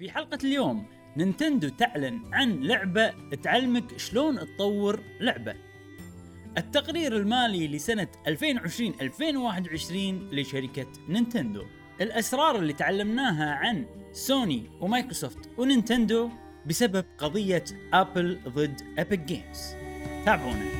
في حلقة اليوم نينتندو تعلن عن لعبة تعلمك شلون تطور لعبة. التقرير المالي لسنة 2020-2021 لشركة نينتندو. الأسرار اللي تعلمناها عن سوني ومايكروسوفت ونينتندو بسبب قضية أبل ضد أبيك جيمز. تابعونا.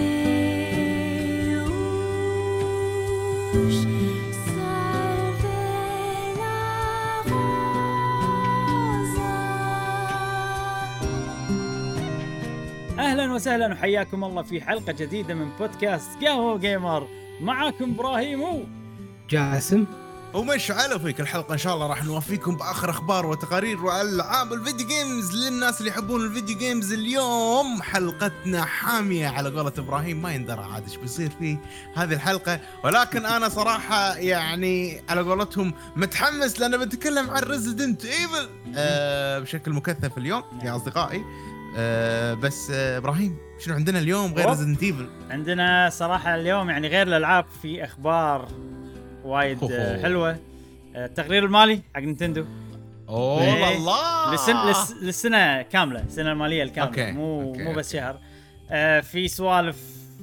أهلا وسهلا وحياكم الله في حلقة جديدة من بودكاست قهوة جيمر. معاكم إبراهيم جاسم ومشعل. وفيك الحلقة إن شاء الله راح نوفيكم بآخر أخبار وتقارير وألعاب الفيديو جيمز للناس اللي يحبون الفيديو جيمز. اليوم حلقتنا حامية على قولة إبراهيم، ما يندرى عاد إيش بيصير في هذه الحلقة، ولكن أنا صراحة يعني على قولتهم متحمس لأن بنتكلم عن Resident Evil بشكل مكثف اليوم يا أصدقائي. بس إبراهيم شنو عندنا اليوم غير Resident Evil؟ عندنا صراحة اليوم يعني غير الألعاب في أخبار وايد حلوة. التقرير المالي حق نينتندو. الله للسنة كاملة، السنة المالية الكاملة. أوكي. مو بس شهر. في سوالف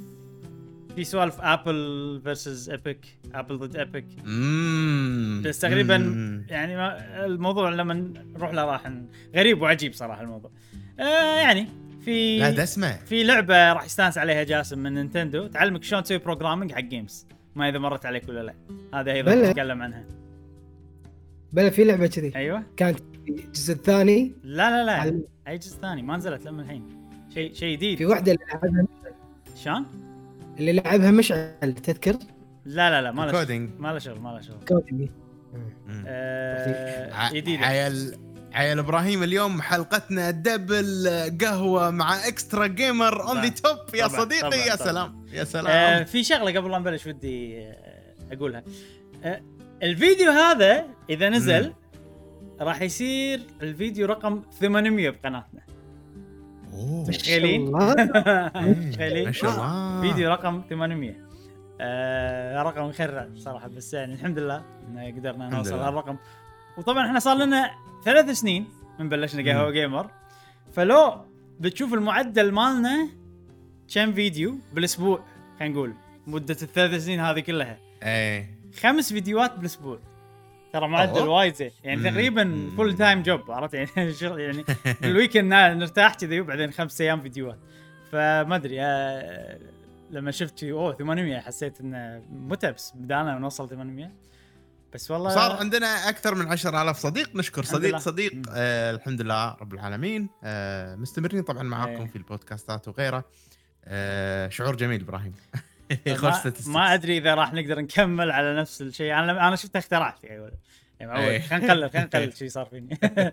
ابل فيرسز ايبك، ابل ضد ايبك. بس تقريبا يعني الموضوع لما نروح له راح غريب وعجيب صراحة الموضوع. يعني لا دسمة في لعبة راح يستانس عليها جاسم من نينتندو، تعلمك شلون تسوي بروجرامينج حق جيمز. ما إذا مرت عليك ولا لا، هذا أيضا نتكلم عنها. بلا في لعبة كذي. أيوة كانت الجزء الثاني. لا أي جزء ثاني ما نزلت لما الحين. شيء جديد. في واحدة اللي لعبها شلون؟ اللي لعبها مشعل تذكر؟ لا ما له كودينج، ما له شغل كودينج. جديد. عيال إبراهيم اليوم حلقتنا دبل قهوة مع إكسترا جيمر أون ذا توب يا صديقي. طبعاً. يا سلام يا سلام. في شغلة قبل لا نبلش ودي أقولها. الفيديو هذا إذا نزل راح يصير الفيديو رقم 800 بقناتنا. تخيلين؟ ما شاء الله. فيديو رقم 800. رقم مخرع صراحة، بس يعني الحمد لله إن قدرنا نوصل هالرقم. وطبعا احنا صار لنا 3 سنين من بلشنا قهوة جيمر، فلو بتشوف المعدل مالنا كم فيديو بالاسبوع، خلينا نقول مدة ال3 سنين هذه كلها 5 فيديوهات بالاسبوع. ترى معدل وايد زين يعني، تقريبا فول تايم جوب، عرفت يعني شغل يعني بالويكند نرتاح كذي وبعدين 5 ايام فيديوهات. فما ادري لما شفت 800 حسيت انه متبس، بدانا نوصل 800 بس والله صار عندنا أكثر من 10,000 صديق. نشكر صديق الحمد لله رب العالمين. مستمرين طبعا معاكم في البودكاستات وغيره. شعور جميل إبراهيم. ما أدري إذا راح نقدر نكمل على نفس الشيء. أنا شفت اختراعات يعني خلينا نقلل شيء صار فيني.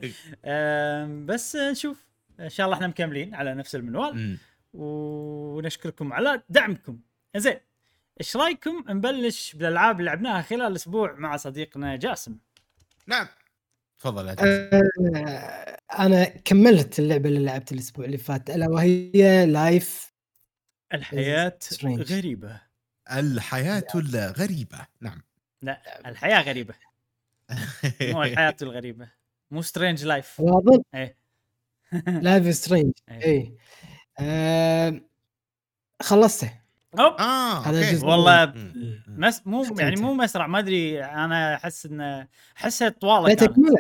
بس نشوف إن شاء الله إحنا مكملين على نفس المنوال. ونشكركم على دعمكم. زين، إيش رأيكم نبلش بالألعاب اللي لعبناها خلال الأسبوع مع صديقنا جاسم؟ نعم تفضل. أنا كملت اللعبة اللي لعبت الأسبوع اللي فات، ألا وهي لايف الحياة غريبة. الحياة الغريبة. نعم. لا، الحياة غريبة. مو الحياة الغريبة، مو سترينج لايف. واضح. ايه لايف سترينج. ايه خلصته. هذا جزء والله مو مسرع. ما ادري، انا احس انه حسها طواله تكمله.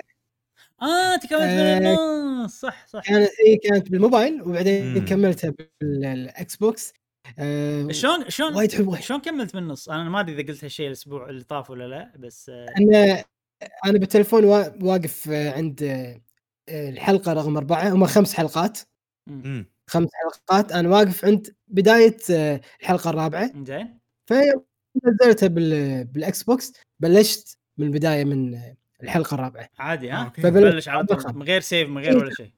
تكملت صح كانت بالموبايل وبعدين كملتها بالاكس بوكس. شلون كملت بالنص؟ انا ما ادري اذا قلت هالشيء الاسبوع اللي طاف ولا لا، بس انا بالتليفون واقف عند الحلقه رقم 4. هم 5 حلقات. 5 حلقات. انا واقف عند بدايه الحلقه 4. زين، فنزلتها بالاكس بوكس، بلشت من البدايه من الحلقه 4 عادي. فبلش على طول من غير سيف من غير ولا شيء.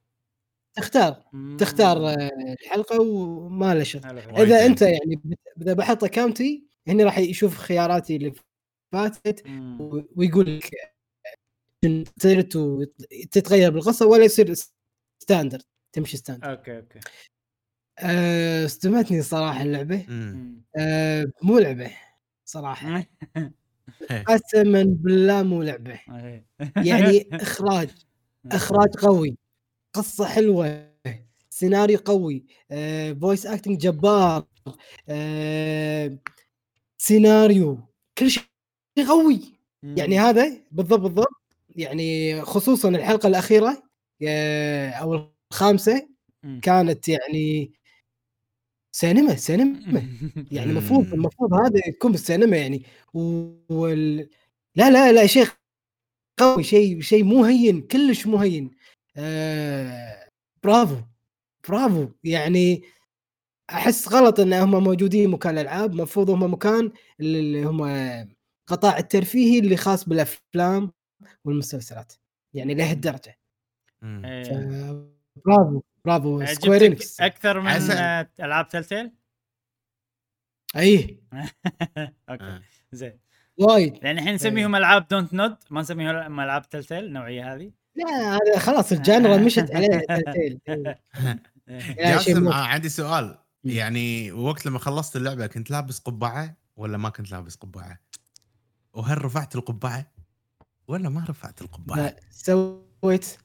تختار الحلقه وما له شغل. اذا انت يعني اذا بحط اكاونتي هنا راح يشوف خياراتي اللي فاتت ويقول لك تصير تتغير بالقصه ولا يصير ستاندرد، تمشي ستاندرد. اوكي استمتني صراحه اللعبه. مو لعبه صراحه. قسما بالله مو لعبه. يعني اخراج اخراج قوي، قصه حلوه، سيناريو قوي، فويس اكتنج جبار، سيناريو، كل شيء قوي. يعني هذا بالضبط يعني خصوصا الحلقه الاخيره او الخامسه كانت يعني سينما يعني المفروض هذا يكون بالسينما يعني لا شيء قوي، شيء مو هين، كلش مو هين. برافو يعني احس غلط ان هم موجودين مكان الالعاب، المفروض هم مكان اللي هم قطاع الترفيهي اللي خاص بالافلام والمسلسلات يعني لهالدرجه. برافو سكوير انكس اكثر من العاب تلتيل. اي اوكي زين وايد، يعني الحين نسميهم العاب دونت نود، ما نسميهم العاب تلتيل النوعيه هذه. لا هذا خلاص الجانرا مشت عليه تلتيل. جاسم عندي سؤال، يعني وقت لما خلصت اللعبه كنت لابس قبعه ولا ما كنت لابس قبعه؟ وهل رفعت القبعه ولا ما رفعت القبعه؟ سويت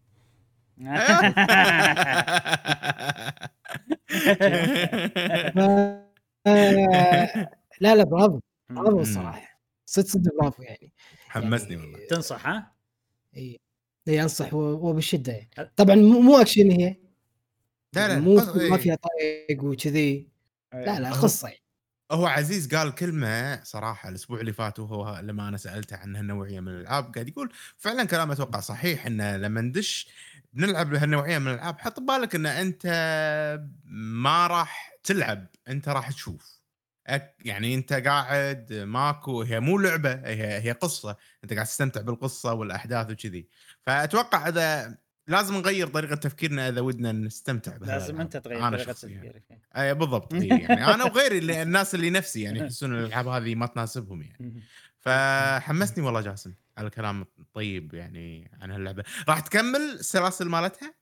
لا برافو الصراحه، صدق برافو يعني حمسني والله. تنصح؟ ها اي انصح وبالشده يعني. طبعا مو اكشن هي، لا مو ما فيها طايق وكذي، لا قصه يعني. هو عزيز قال كلمه صراحه الاسبوع اللي فات، وهو لما انا سالته عن هالنوعيه من الالعاب قاعد يقول فعلا كلام اتوقع صحيح، انه لما ندش بنلعب بهالنوعيه من الالعاب حط ببالك ان انت ما راح تلعب، انت راح تشوف. يعني انت قاعد ماكو، هي مو لعبه، هي قصه، انت قاعد تستمتع بالقصه والاحداث وكذي. فاتوقع اذا لازم نغير طريقه تفكيرنا اذا ودنا نستمتع بها. لازم انت تغير طريقه تفكيرك. اي بالضبط. يعني انا وغيري الناس اللي نفسي يعني يحسون الالعاب هذه ما تناسبهم يعني. فحمسني والله جاسم على الكلام الطيب يعني عن هاللعبه. راح تكمل السلاسل مالتها؟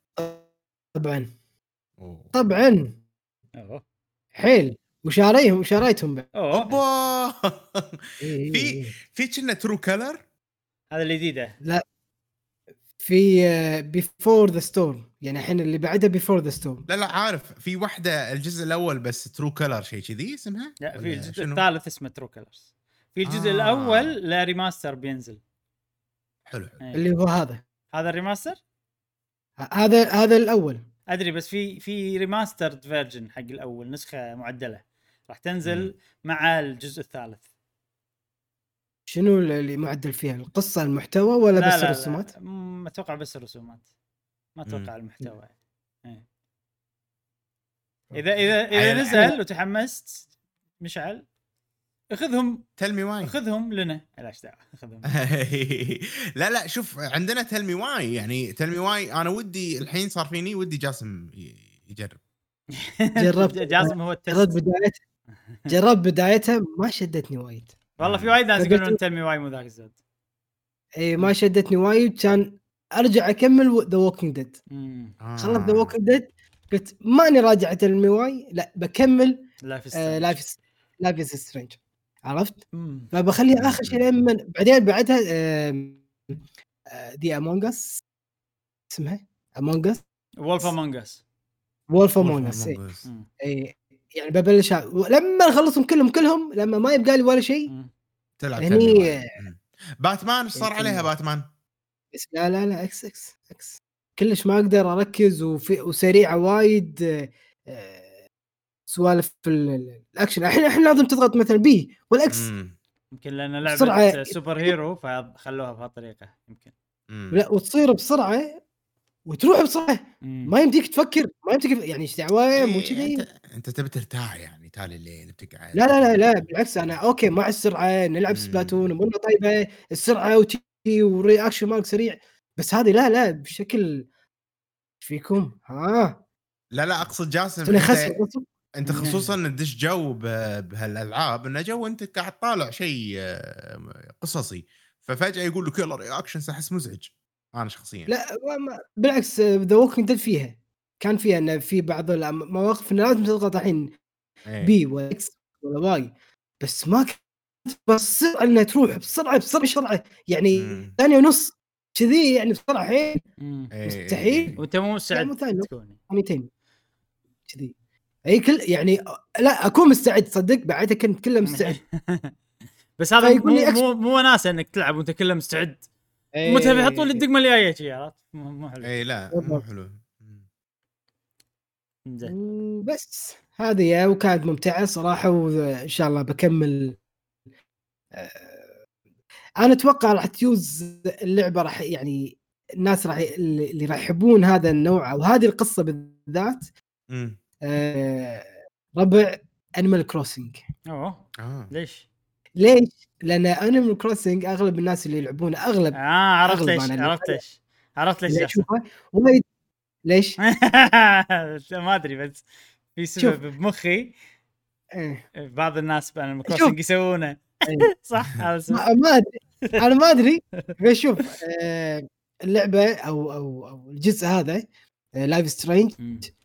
طبعا حيل، وشاريتهم في كنا ترو كلر، هذا الجديده. لا في بيفور ذا ستورم، يعني الحين اللي بعدها بيفور ذا ستورم. لا عارف في واحده الجزء الاول بس ترو كلر شيء كذي اسمها. لا في الجزء الثالث اسمه ترو كلرز. في الجزء الاول لا ريماستر بينزل. حلو. اللي هو هذا الريماستر، هذا الاول ادري، بس في ريماسترد فيرجن حق الاول، نسخه معدله راح تنزل مع الجزء الثالث. شنو اللي معدل فيها؟ القصه، المحتوى، ولا لا بس الرسومات؟ ما اتوقع بس الرسومات، ما اتوقع المحتوى. اذا نزل وتحمست مشعل اخذهم تلمي واي، اخذهم لنا علاش دعوه اخذهم. لا شوف عندنا تلمي واي، يعني تلمي واي انا ودي الحين صار فيني ودي جاسم يجرب. جربت جاسم هو التست. جربت بدايتها ما شدتني وايد والله. في وايد ناس يقولون تلمي واي مو ذاك الزود. اي ما شدتني وايد، كان ارجع اكمل ذا ووكينج ديد. خلصت ذا ووكينج ديد قلت ماني راجع تلمي واي، لا بكمل لايف سترينج، عرفت؟ فبخليها اخر شيء لما بعدها دي امونج اس، اسمها امونج اس، وولف امونج اس اي يعني ببلش لما نخلصهم كلهم لما ما يبقى لي ولا شيء تلعب هني. باتمان صار عليها باتمان، بس لا اكس كلش ما اقدر اركز، وسريعه وايد. سوالف الاكشن احنا لازم تضغط مثلا بي والاكس، يمكن لان لعبه سوبر هيرو فخلوها بهالطريقه يمكن. لا وتصير بسرعه وتروح بسرعه، ما يمديك تفكر، ما يمديك يعني ايش دعوه مو كذي. انت تبي ترتاح يعني تالي الليل بتقعد. لا بالعكس، انا اوكي مع السرعه، نلعب سبلاتون ومنه طيبه السرعه وتي ورياكشن مالك سريع، بس هذه لا بشكل فيكم لا اقصد جاسم انت خصوصا ندش جو بهالالعاب، انه جو انت قاعد طالع شيء قصصي، ففجاه يقول لك يلا رياكشن، احس مزعج انا شخصيا. لا بالعكس، ذا ووكينج ديد فيها كان فيها انه في بعض المواقف انه لازم تضغط الحين بي ولا اكس ولا واي، بس ما بس انها تروح بسرعه يعني ثانيه ونص كذي يعني بصراحه إيه. مستحيل وانت مو مستعد لا، تكون 200 كذي اي كل يعني لا اكون مستعد صدق بعدها كنت كله مستعد. بس هذا فيقول لي مو وناسه انك تلعب وانت كله مستعد. إيه. متى بيحطوا لي الدقمه الجايه شي عرفت مو حلو. اي لا مو حلو. زين بس هذه وكانت ممتعه صراحه وان شاء الله بكمل. انا اتوقع راح تيوز اللعبه راح يعني الناس راح اللي راح يحبون هذا النوع او هذه القصه بالذات ربع انيمال كروسنج. ليش لان انيمال كروسنج اغلب الناس اللي يلعبونه عرفت ليش وايد ليش ما ادري بس في سبب بمخي. بعض الناس بانيمال كروسنج يسوونه صح هذا ما ادري انا ما ادري. بشوف اللعبه او الجزء هذا لايف سترينج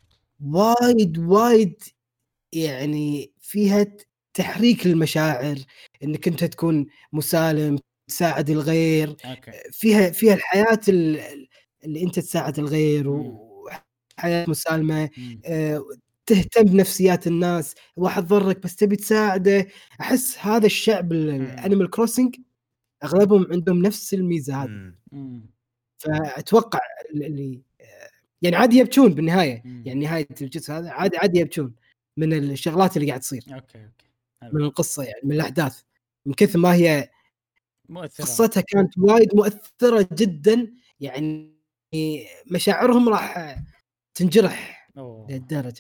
وايد يعني فيها تحريك المشاعر، انك انت تكون مسالم تساعد الغير. فيها الحياه اللي انت تساعد الغير وحياه مسالمه. تهتم بنفسيات الناس، واحد ضرك بس تبي تساعده. احس هذا الشعب الانيمال كروسنج اغلبهم عندهم نفس الميزه هذه. فاتوقع اللي يعني عادي يبكون بالنهايه. يعني نهايه الجزء هذا عادي يبكون من الشغلات اللي قاعد تصير. اوكي من القصه يعني من الاحداث من كثر ما هي مؤثرة. قصتها كانت وايد مؤثره جدا. يعني مشاعرهم راح تنجرح للدرجه.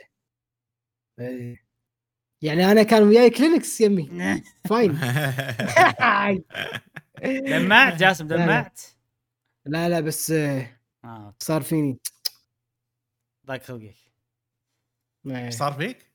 يعني انا كان وياي كلينكس يمي فاين. دمعت جاسم دمعت لا بس صار فيني ضاق خلقك. صار فيك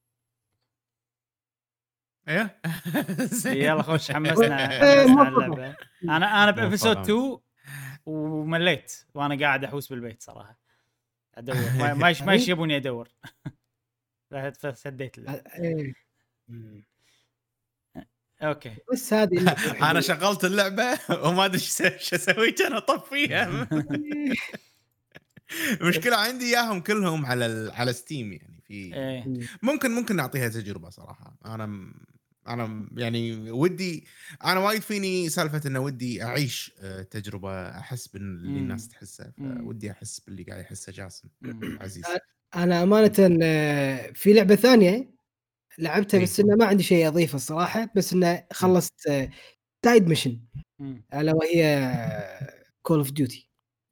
ايه يلا خوش حمسنا على اللعبه. انا بابيسود 2 ومليت وانا قاعد احوس بالبيت صراحه ادور ما يبوني ادور. فسديت اوكي بس هذه انا شغلت اللعبه وما ادري ايش اسوي كان اطفيها. المشكله عندي اياهم كلهم على ستيم يعني في ممكن نعطيها تجربه صراحه. انا يعني ودي انا وايد فيني سالفه انه ودي اعيش تجربه احس باللي الناس تحسه. ودي احس باللي قاعد يحسه جاسم عزيز. انا امانه في لعبه ثانيه لعبتها بس انه ما عندي شيء اضيفه الصراحه. بس انه خلصت سايد ميشن الا وهي كول اوف ديوتي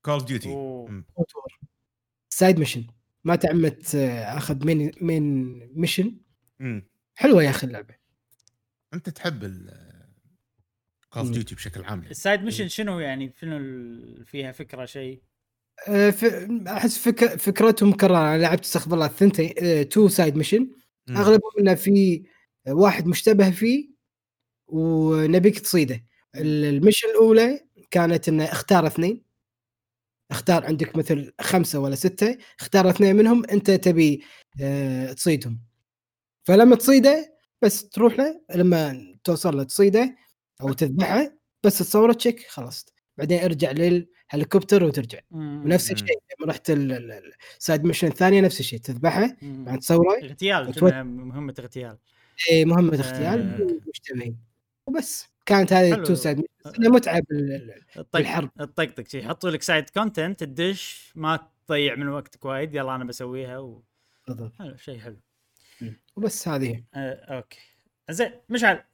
سايد ميشن. ما تعمدت اخذ مين ميشن. حلوه يا اخي اللعبه. انت تحب كول اوف ديوتي بشكل عام يعني. السايد ميشن شنو يعني فيها فكره شيء احس فكرتهم مكرره. انا لعبت استغفر الله الثنتين 2 سايد ميشن اغلبهم انه في واحد مشتبه فيه ونبيك تصيده. الميشن الاولى كانت انه اختار 2. اختار عندك مثل 5 ولا 6 اختار 2 منهم انت تبي تصيدهم. فلما تصيده بس تروح له لما توصل له تصيده او تذبحه بس تصوره تشيك خلصت. بعدين ارجع للهليكوبتر وترجع. ونفس الشيء لما رحت السايد ميشن الثانيه نفس الشيء تذبحه بعد تصوره اغتيال. مهمه اغتيال. اي مهمه اغتيال مشتبهين. وبس كانت هذه التو سايد ميشن. متعب بالحرب الطقطق شيء يحطوا لك سايد كونتنت الدش ما تضيع من وقتك وايد. يلا انا بسويها بالضبط. حلو شيء حلو. وبس هذه اوكي زين. مشعل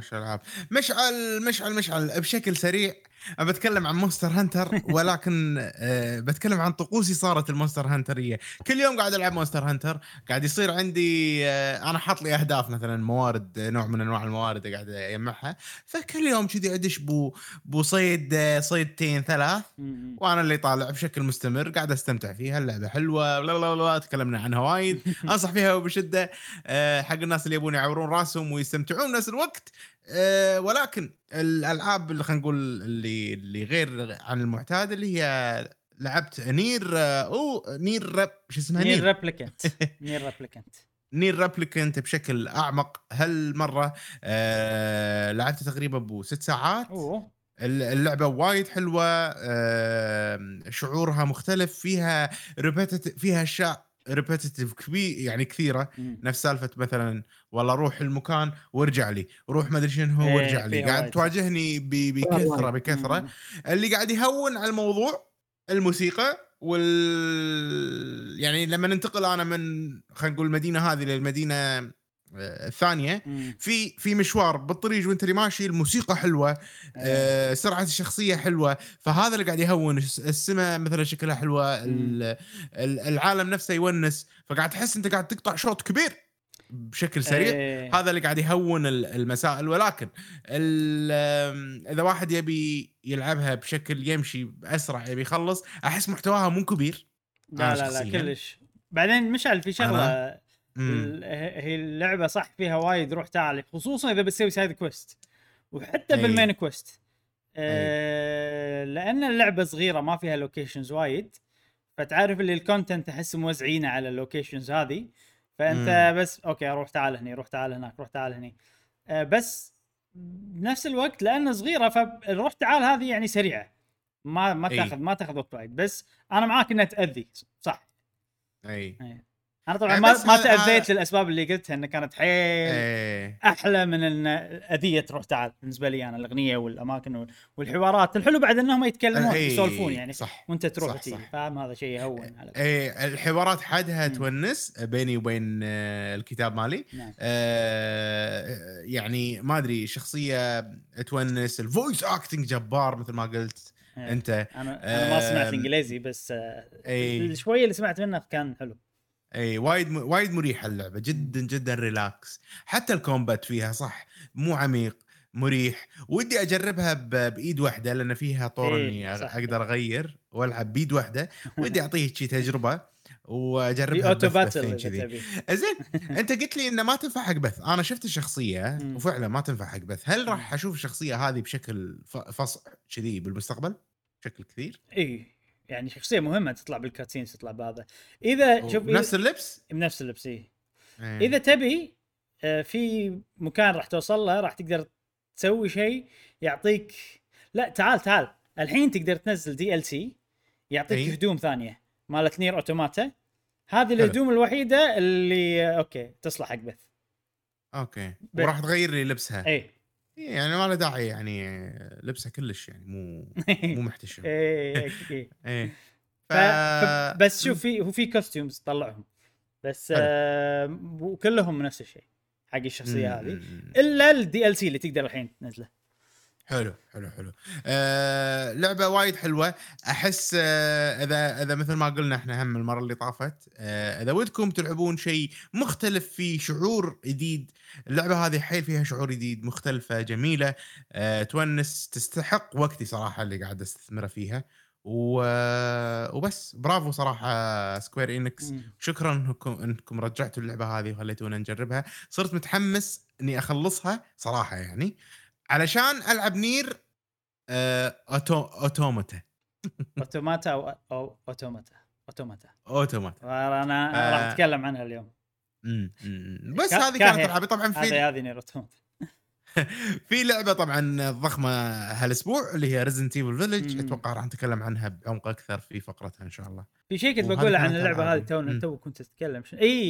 بشكل سريع أنا بتكلم عن مونستر هانتر. ولكن بتكلم عن طقوسي صارت المونستر هانترية. كل يوم قاعد ألعب مونستر هانتر قاعد يصير عندي أنا حاط لي أهداف مثلا موارد نوع من أنواع الموارد قاعد أجمعها. فكل يوم كذي أدش بصيد صيدتين 3 وأنا اللي طالع بشكل مستمر قاعد أستمتع فيها. اللعبة حلوة لا تكلمنا عنها وايد. أنصح فيها بشدة حق الناس اللي يبون يعورون راسهم ويستمتعون بنفس الوقت. ولكن الالعاب اللي خلينا نقول اللي غير عن المعتاد اللي هي لعبت نير شو اسمها نير ريبليكانت بشكل اعمق هالمره. لعبت تقريبا ب6 ساعات. اللعبه وايد حلوه، شعورها مختلف، فيها فيها اشياء ريبيتيتيف كبير يعني كثيره، نفس سالفه مثلا والله روح المكان وارجع لي، روح ما ادري شنو وارجع لي، قاعد تواجهني بكثره. اللي قاعد يهون على الموضوع الموسيقى يعني لما ننتقل انا من خلينا نقول المدينه هذه للمدينه الثانيه، في مشوار بالطريق وانت ماشي، الموسيقى حلوه، سرعه الشخصيه حلوه، فهذا اللي قاعد يهون. السماء مثلا شكلها حلوه، العالم نفسه يونس، فقاعد تحس انت قاعد تقطع شوط كبير بشكل سريع. هذا اللي قاعد يهون المسائل. ولكن اذا واحد يبي يلعبها بشكل يمشي اسرع، يبي يخلص، احس محتواها مو كبير. لا كلش. بعدين مشعل في شغله، هي اللعبه صح فيها وايد روح تعال، خصوصا اذا بتسوي سايد كويست وحتى بالمين كويست، لان اللعبه صغيره ما فيها لوكيشنز وايد، فتعرف اللي الكونتنت تحس موزعينه على اللوكيشنز هذه، فانت بس اوكي روح تعال هني، روح تعال هناك، روح تعال هني، بس بنفس الوقت لانه صغيره فالروح تعال هذه يعني سريعه، ما تاخذ وقت وايد، بس انا معاك انها تاذي صح. اي انا طبعا ما تاذيت للاسباب اللي قلتها، انها كانت حيل احلى من ان اذيه تروح تعال بالنسبه لي انا. الاغنيه والاماكن والحوارات الحلو بعد انهم يتكلمون يسولفون يعني صح. وانت تروح وتيجي، فاهم؟ هذا شيء يهون على الحوارات حدها تونس بيني وبين الكتاب مالي. نعم. يعني ما ادري، شخصيه تونس، الفويس اكتنج جبار مثل ما قلت انت. انا ما سمعت انجليزي، بس شويه اللي سمعت منه كان حلو. اي وايد مريحه اللعبه، جدا جدا ريلاكس. حتى الكومبات فيها صح مو عميق، مريح. ودي اجربها بايد واحده، لان فيها طور اني اقدر اغير والعب بايد واحده. ودي اعطيه شيء تجربه واجربها اوتو باتل زين. انت قلت لي انه ما تنفع حق بث. انا شفت الشخصيه وفعلا ما تنفع حق بث. هل راح اشوف الشخصيه هذه بشكل فصح كذي بالمستقبل بشكل كثير؟ اي يعني شخصيه مهمه تطلع بالكاتسين، تطلع بهذا اذا شوف نفس اللبس بنفس اللبس. اذا تبي في مكان راح توصل له، راح تقدر تسوي شيء يعطيك. لا تعال الحين تقدر تنزل DLC يعطيك هدوم ثانيه مالت نير اوتوماتا. هذه الهدوم الوحيده اللي اوكي تصلح حق بث. اوكي وراح تغير لي لبسها. يعني ما له داعي يعني لبسها كلش يعني مو محتشم. بس شوف في كوستيومز طلعهم، بس وكلهم نفس الشيء حق الشخصيه هذه، الا الدي ال سي اللي تقدر الحين تنزله. حلو لعبه وايد حلوه. احس اذا مثل ما قلنا احنا هم المره اللي طافت، اذا ودكم تلعبون شيء مختلف فيه شعور جديد، اللعبه هذه حيل فيها شعور جديد، مختلفه، جميله، تونس، تستحق وقتي صراحه اللي قاعد استثمره فيها. وبس برافو صراحه سكوير إنكس. شكرا انكم رجعتوا اللعبه هذه وخليتونا نجربها. صرت متحمس اني اخلصها صراحه، يعني علشان العب نير اوتوماتا انا راح اتكلم عنها اليوم. بس هذه كانت العابي طبعا. في هذه نير اوتوماتا. في لعبه طبعا ضخمه هالاسبوع اللي هي ريزنت ايفل فيلج. اتوقع راح نتكلم عنها بعمق اكثر في فقرتها ان شاء الله. في شيء كنت بقول عن اللعبه هذه تو كنت اتكلم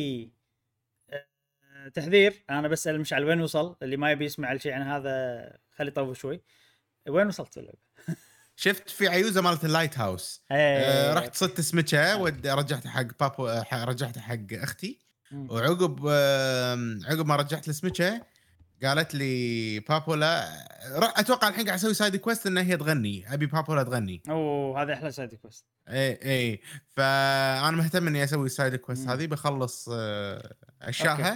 تحذير. انا بسال مشعل وين وصل، اللي ما يبي يسمع الشيء عن هذا خلي طوف شوي. وين وصلت اللعبه؟ شفت في عيوزه مالت اللايت هاوس. رحت صدت سمكه ورجعتها حق بابو، رجعتها حق اختي. وعقب ما رجعت السمكه قالت لي بابولا اتوقع الحين قاعد اسوي سايد كويست ان هي تغني، ابي بابولا تغني. هذا احلى سايد كويست. اي فانا مهتم اني اسوي سايد كويست هذه، بخلص اشياءها.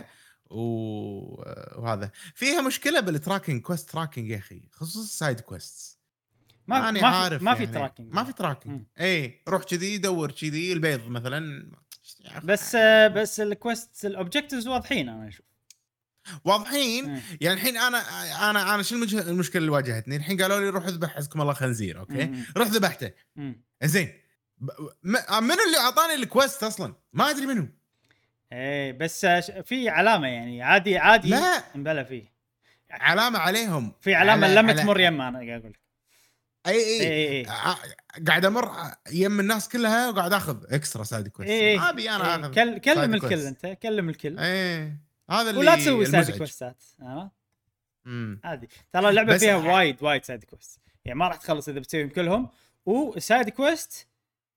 وهذا فيها مشكله بالتراكنج، كويست تراكنج يا اخي، خصوصا سايد كويست ما في تراكنج. ما في تراكنج. روح كذي دور كذي البيض مثلا. بس الكويست الاوبجكتيفز واضحين، انا اشوف واضحين. يعني الحين انا شو المشكله اللي واجهتني الحين؟ قالوا لي روح اذبح حزكم الله خنزير. اوكي روح ذبحته. زين منو اللي اعطاني الكويست اصلا؟ ما ادري منو. بس في علامه يعني عادي لا مبلا فيه علامه عليهم، في علامه لما تمر يمه. انا قاعد اقول اي قاعد امر يم الناس كلها وقاعد اخذ اكسترا سايد كويست. ما ابي انا اخذ. كلم الكل انت، كلم الكل. هذا اللي ولا تسوي سايد المزعج. كويستات. عادي ترى اللعبه فيها وايد سايد كويست، يعني ما راح تخلص اذا بتسويهم كلهم. والسايد كويست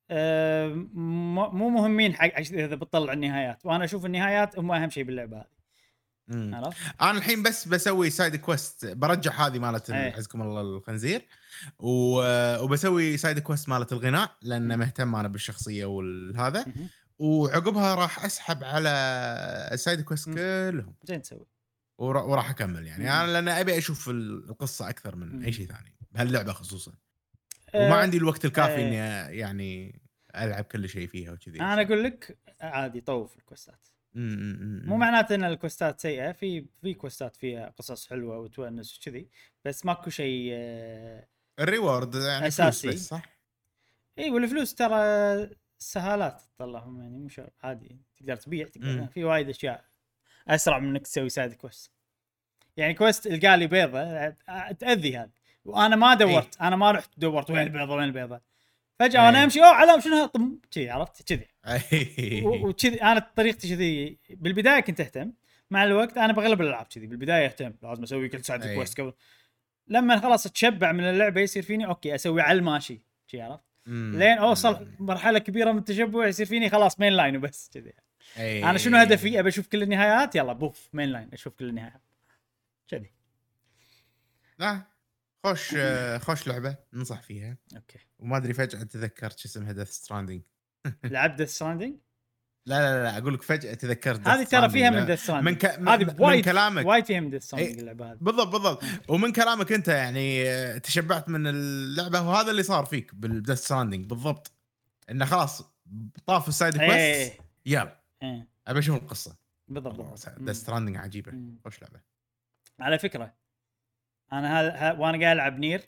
مو مهمين حق اذا بتطلع النهايات، وانا اشوف النهايات هم اهم شيء باللعبه هذه. انا الحين بس بسوي سايد كويست، برجع هذه مالت عزكم الله الخنزير، وبسوي سايد كويست مالت الغناء لان مهتم انا بالشخصيه والهذا، وعقبها راح اسحب على السايد كويست كلهم. زين تسوي وراح اكمل يعني انا لان ابي اشوف القصه اكثر من اي شيء ثاني بهاللعبه خصوصا. وما عندي الوقت الكافي اني يعني العب كل شيء فيها وكذي. انا اقول لك عادي طوف الكوستات. مو معناته ان الكوستات سيئه، في كوستات فيها قصص حلوه وتونس وكذي، بس ماكو شيء الريورد يعني اساسي بس صح. اي والفلوس ترى سهالات تطلعهم، يعني مش عادي تقدر تبيع تقدر في وايد اشياء اسرع من انك تسوي سايد كويست. يعني كويست القالي بيضه تاذي هذا، وانا ما دورت انا ما رحت دورت وين البيضه فجاه وانا امشي علام شنو طم كذي، عرفت كذي. وكذي انا طريقتي كذي بالبدايه كنت اهتم، مع الوقت انا بغلب الالعاب كذي بالبدايه اهتم لازم اسوي كل سايد كويست قبل. لما خلاص اتشبع من اللعبه يصير فيني اوكي اسوي على الماشي كذي، عرفت لين اوصل مرحله كبيره من التشبع يصير فيني خلاص مين لاين وبس كذي. انا شنو هدفي؟ ابي اشوف كل النهايات، يلا بوف مين لاين اشوف كل النهايات كذي. لا خوش لعبه ننصح فيها. اوكي وما ادري فجاه تذكرت شو اسمها ديث ستراندينج. لعبت ديث ستراندينج؟ لا اقول لك فجاه تذكرت هذه ترى فيها من ديث ستراندينج، هذه من كلامك وايد فيها من ديث ستراندينج اللعبه هذه. بالضبط ومن كلامك انت يعني تشبعت من اللعبه، وهذا اللي صار فيك بالديث ستراندينج بالضبط، انه خلاص طاف السايد كويست يلا ابي اشوف القصه بالضبط. ديث ستراندينج عجيبه خوش لعبه على فكره. انا وانا قاعد العب نير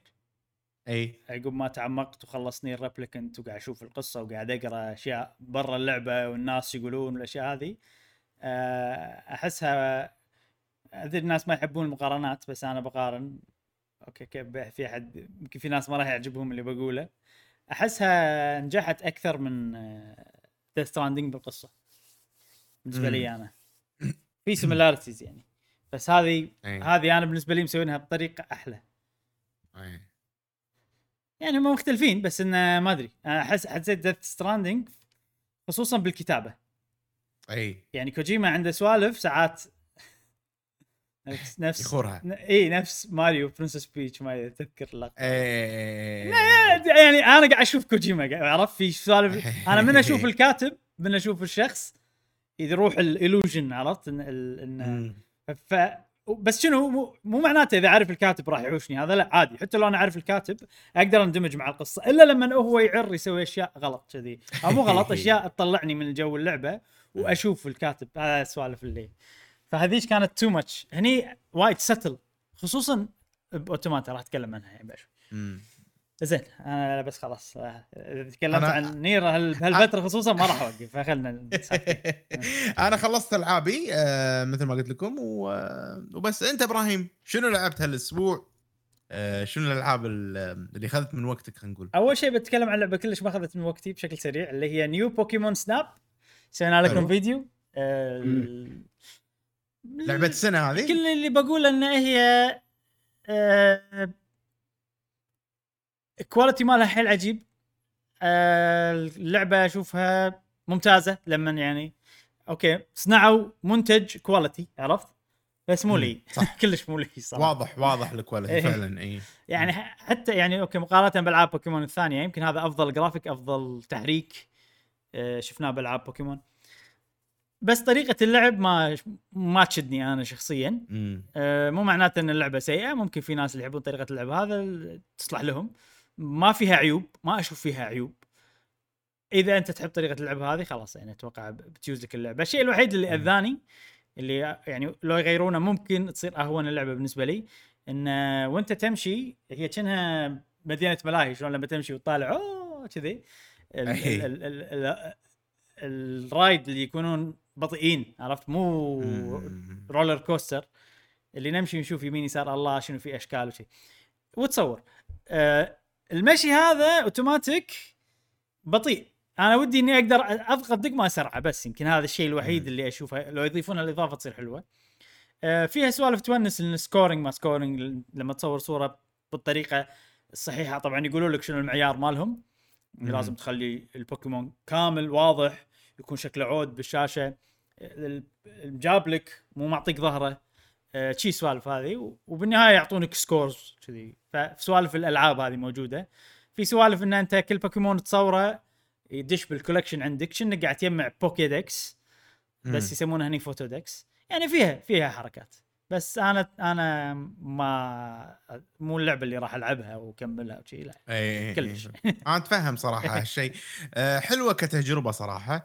عقب ما تعمقت وخلص نير ريبليكنت وقاعد اشوف القصه وقاعد اقرا اشياء برا اللعبه والناس يقولون الاشياء هذه، احسها ادري الناس ما يحبون المقارنات بس انا بقارن. اوكي كيف في احد يمكن في ناس ما راح يعجبهم اللي بقوله، احسها نجحت اكثر من ديث ستراندينج بالقصه بالنسبه لي. انا في سيميلاريتيز يعني، بس هذه انا بالنسبه لي مسوينها بطريقه احلى. يعني هم مختلفين بس انه ما ادري، حسيت ديث ستراندينج خصوصا بالكتابه يعني كوجيما عنده سوالف ساعات نفس يخورها نفس ماريو برنسس بيتش ما تذكر اللقطه يعني انا قاعد اشوف كوجيما عرفت في سوالف انا من اشوف الكاتب من اشوف الشخص يروح الالوجن، عرفت ان بس شنو مو معناته اذا عارف الكاتب راح يعوشني هذا، لا عادي حتى لو انا عارف الكاتب اقدر اندمج مع القصه، الا لما هو يعر يسوي اشياء غلط كذي او مو غلط اشياء تطلعني من الجو اللعبه واشوف الكاتب هذا السوالف اللي فهذيش كانت تو ماتش هني وايد ستل خصوصا باوتوماتا راح اتكلم عنها يعني باش. زين انا بس خلاص اذا تكلمت عن نير بهالفتره خصوصا ما راح اوقف فخلنا انا خلصت العابي مثل ما قلت لكم وبس. انت ابراهيم شنو لعبت هالاسبوع؟ شنو الالعاب اللي اخذت من وقتك؟ خلينا نقول اول شيء بتكلم عن لعبه كلش ما اخذت من وقتي بشكل سريع اللي هي نيو بوكيمون سناب. سوينا لكم فيديو لعبه السنه هذه. كل اللي بقول ان هي الكواليتي مالها حيل عجيب. اللعبه اشوفها ممتازه لما يعني اوكي صنعوا منتج كواليتي عرفت بس مو لي كلش مو لي صراحه. واضح الكواليتي فعلا يعني حتى يعني اوكي مقارنه بالعاب بوكيمون الثانيه يمكن هذا افضل جرافيك افضل تحريك شفناه بالعاب بوكيمون، بس طريقه اللعب ما تشدني انا شخصيا. مو معناته ان اللعبه سيئه، ممكن في ناس اللي يحبون طريقه اللعب هذا تصلح لهم، ما فيها عيوب ما اشوف فيها عيوب. اذا انت تحب طريقه اللعب هذه خلاص يعني اتوقع بتجوز لك اللعبه. الشيء الوحيد اللي اذاني اللي يعني لو يغيرونه ممكن تصير اهون اللعبه بالنسبه لي، ان وانت تمشي هي كأنها مدينه ملاهي شلون لما تمشي وتطالع كذي الرايد اللي يكونون بطيئين عرفت مو رولر كوستر اللي نمشي نشوف يمين يسار الله شنو في اشكال وشي وتصور. المشي هذا اوتوماتيك بطيء. انا ودي اني اقدر اضغط دقمه اسرعه، بس يمكن هذا الشيء الوحيد اللي اشوفه لو يضيفون الاضافه تصير حلوه. فيها سوالف تونس، السكورينج ما سكورينج لما تصور صوره بالطريقه الصحيحه. طبعا يقولوا لك شنو المعيار مالهم، لازم تخلي البوكيمون كامل واضح، يكون شكله عود بالشاشه، جاب لك مو معطيك ظهره، شي سوالف هذه. وبالنهايه يعطونك سكورز كذي. فسوالف الالعاب هذه موجوده. في سوالف ان انت كل بوكيمون تصوره يدش بالكولكشن عندك، شنو قاعد تجمع بوكيدكس، بس يسمونها هني فوتودكس. يعني فيها حركات. بس انا ما مو اللعبه اللي راح العبها واكملها وشي، لا كلش. انا اتفهم صراحه هالشيء. حلوه كتجربه صراحه.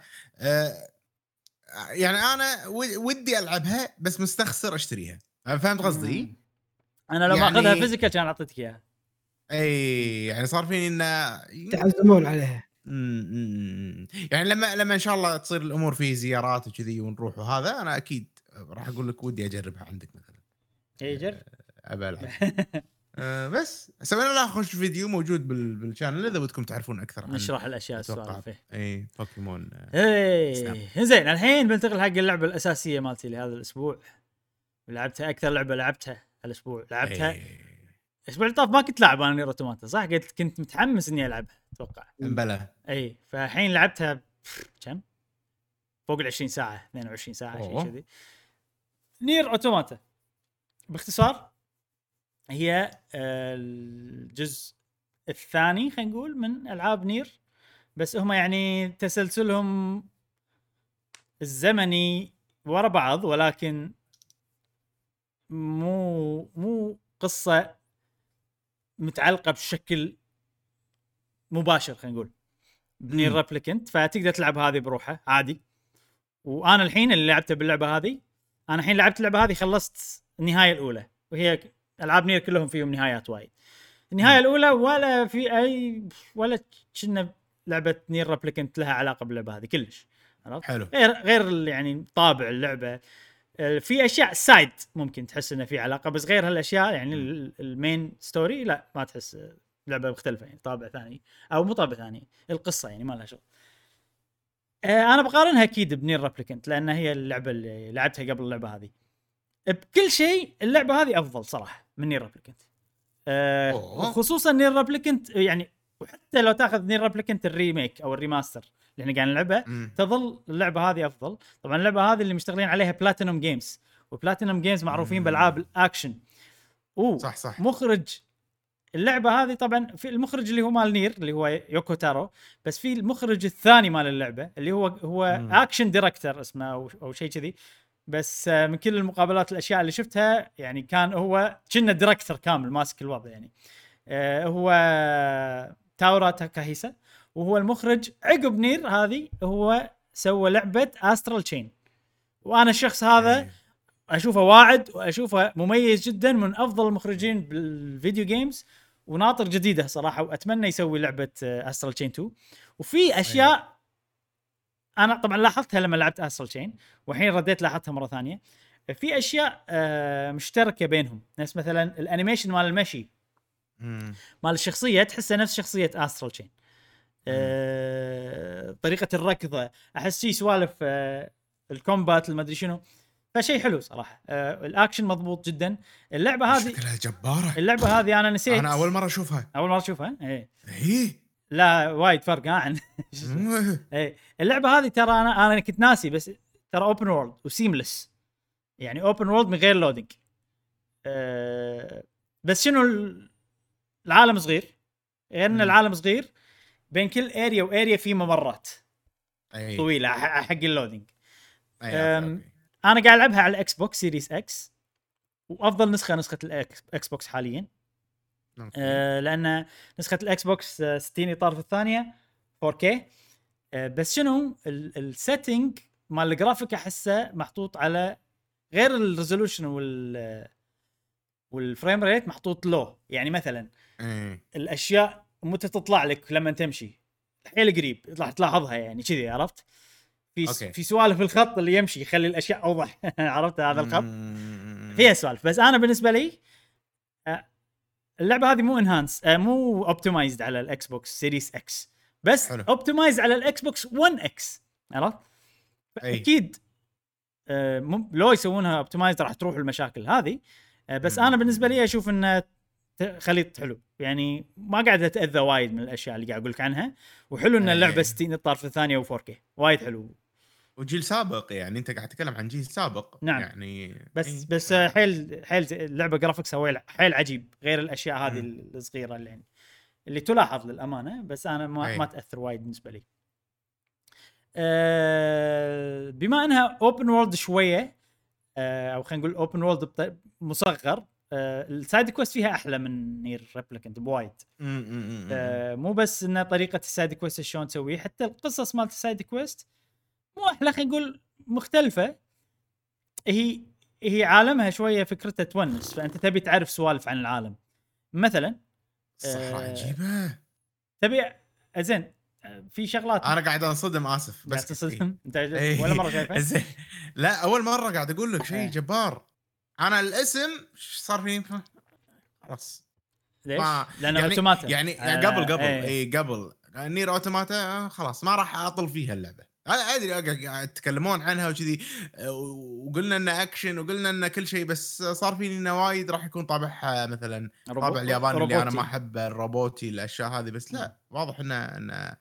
يعني انا ودي العبها بس مستخسر اشتريها. فهمت قصدي؟ انا لو يعني باخذها فيزيكال كان اعطيتك اياها. اي يعني صار فيني ان تعزمون عليها. يعني لما ان شاء الله تصير الامور فيه زيارات وكذي ونروح، وهذا انا اكيد راح اقول لك ودي اجربها عندك مثلا. جرب ابى العب. بس سوينا له اخش فيديو موجود بالشانل اذا بدكم تعرفون اكثر عن نشرح الاشياء السوالف. اي بوكيمون. زين الحين بنتقل حق اللعبه الاساسيه مالتي لهذا الاسبوع. لعبتها اكثر لعبه لعبتها هالاسبوع. لعبتها الاسبوع اللي طاف ما كنت لاعب انا نير اوتوماتا، صح؟ كنت متحمس اني العبها اتوقع. بلا اي فالحين لعبتها كم فوق 20 ساعه 22 ساعه شيء كذي. نير اوتوماتا باختصار هي الجزء الثاني خلينا نقول من العاب نير، بس هم يعني تسلسلهم الزمني ورا بعض، ولكن مو قصه متعلقه بشكل مباشر خلينا نقول بنير ريبليكنت. فتقدر تلعب هذه بروحها عادي. وانا الحين اللي لعبته باللعبه هذه، انا الحين لعبت اللعبه هذه خلصت النهايه الاولى، وهي العاب نير كلهم فيهم نهايات وايد. النهايه الاولى ولا في اي ولا كنا لعبه نير ريبليكنت لها علاقه باللعبه هذه كلش. حلو. غير يعني طابع اللعبه. في اشياء سايد ممكن تحس انه في علاقه، بس غير هالاشياء يعني المين ستوري لا ما تحس. لعبه مختلفه يعني طابع ثاني او مو طابع ثاني، القصه يعني ما لها شغل. انا بقارنها اكيد بنير ريبليكنت لان هي اللعبه اللي لعبتها قبل اللعبه هذه. بكل شيء اللعبه هذه افضل صراحه من نير ريبليكنت. خصوصا نير ريبليكنت يعني، وحتى لو تاخذ نير ريبليكنت الريميك او الريماستر اللي احنا قاعدين نلعبها تظل اللعبه هذه افضل. طبعا اللعبه هذه اللي مشتغلين عليها بلاتينوم جيمز، وبلاتينوم جيمز معروفين بالعاب الاكشن. صح. مخرج اللعبه هذه طبعا في المخرج اللي هو مال نير اللي هو يوكو تارو، بس في المخرج الثاني مال اللعبه اللي هو اكشن دايركتور اسمه او شيء كذي. بس من كل المقابلات الاشياء اللي شفتها يعني كان هو كنا دايركتور كامل ماسك الوضع يعني. هو تاورا تاكاهيسا، وهو المخرج عقب نير هذه هو سوى لعبه استرال تشين. وانا الشخص هذا اشوفه واعد واشوفه مميز جدا، من افضل المخرجين بالفيديو جيمز، وناطر جديده صراحه. واتمنى يسوي لعبه استرال تشين 2. وفي اشياء انا طبعا لاحظتها لما لعبت استرال تشين، والحين رديت لاحظتها مره ثانيه. في اشياء مشتركه بينهم، نفس مثلا الانيميشن مال المشي مال الشخصيه تحسه نفس شخصيه استرال تشين. طريقه الركضه احس شيء سوالف الكومبات المدري شنو، فشيء حلو صراحه. الاكشن مضبوط جدا. اللعبه هذه شكلها جباره. اللعبه هذه انا نسيت، انا اول مره اشوفها. ايه لا وايد فرق عن ايه. اللعبه هذه ترى انا كنت ناسي، بس ترى اوبن وورلد وسيملس، يعني اوبن وورلد من غير لودينج. بس شنو العالم صغير، ان العالم صغير بين كل اريا واريا في ممرات طويله حق اللودينج. انا قاعد العبها على الاكس بوكس سيريس اكس، وافضل نسخه الاكس بوكس حاليا. لان نسخه الاكس بوكس 60 اطار في الثانيه 4K. بس شنو السيتنج مال الجرافيك احسه محطوط على غير الريزولوشن والفريم ريت محطوط لو. يعني مثلا الاشياء متى تطلع لك لما تمشي حيل قريب تلاحظها يعني كذي، عرفت؟ في سوالف الخط اللي يمشي يخلي الاشياء اوضح عرفت هذا الخط فيها سوالف. بس انا بالنسبه لي اللعبه هذه مو انهانس مو اوبتمايزد على الاكس بوكس سيريس اكس، بس اوبتمايز على الاكس بوكس 1 اكس، عرفت؟ اكيد لو يسوونها اوبتمايز راح تروح المشاكل هذه. بس انا بالنسبه لي اشوف انه خليط حلو، يعني ما قاعد اتاذى وايد من الاشياء اللي قاعد اقول لك عنها، وحلو ان اللعبه 60 الطرف الثانيه و4K وايد حلو. وجيل سابق، يعني انت قاعد تتكلم عن جيل سابق. نعم. يعني بس حيل اللعبه جرافيكس حيل عجيب، غير الاشياء هذه الصغيره اللي تلاحظ للامانه، بس انا ما تاثر وايد بالنسبه لي. بما انها اوبن وورلد شويه، او خلينا نقول اوبن وورلد مصغر، السايد كويست فيها احلى من نير ريبليكنت بوايد. مو بس ان طريقه السايد كويست شلون تسويه، حتى القصص مالت السايد كويست مو احلى، خلينا نقول مختلفه. هي عالمها شويه فكرتها تونس، فانت تبي تعرف سوالف عن العالم مثلا. صح عجيبه. تبي زين في شغلات انا قاعد انصدم، اسف بس تصدم انت ولا مره شايفه؟ لا اول مره قاعد اقول لك شيء جبار. انا الاسم صار فيه خلاص. ليش؟ لانه يعني اوتوماتا يعني قبل نير اوتوماتا خلاص ما راح اطل فيها اللعبه. ادري يتكلمون عنها وكذي، وقلنا انه اكشن وقلنا انه كل شيء، بس صار فيني انه وايد راح يكون طابعها مثلا طابع الياباني اللي انا ما احب الروبوتي الاشياء هذه. بس لا، واضح انه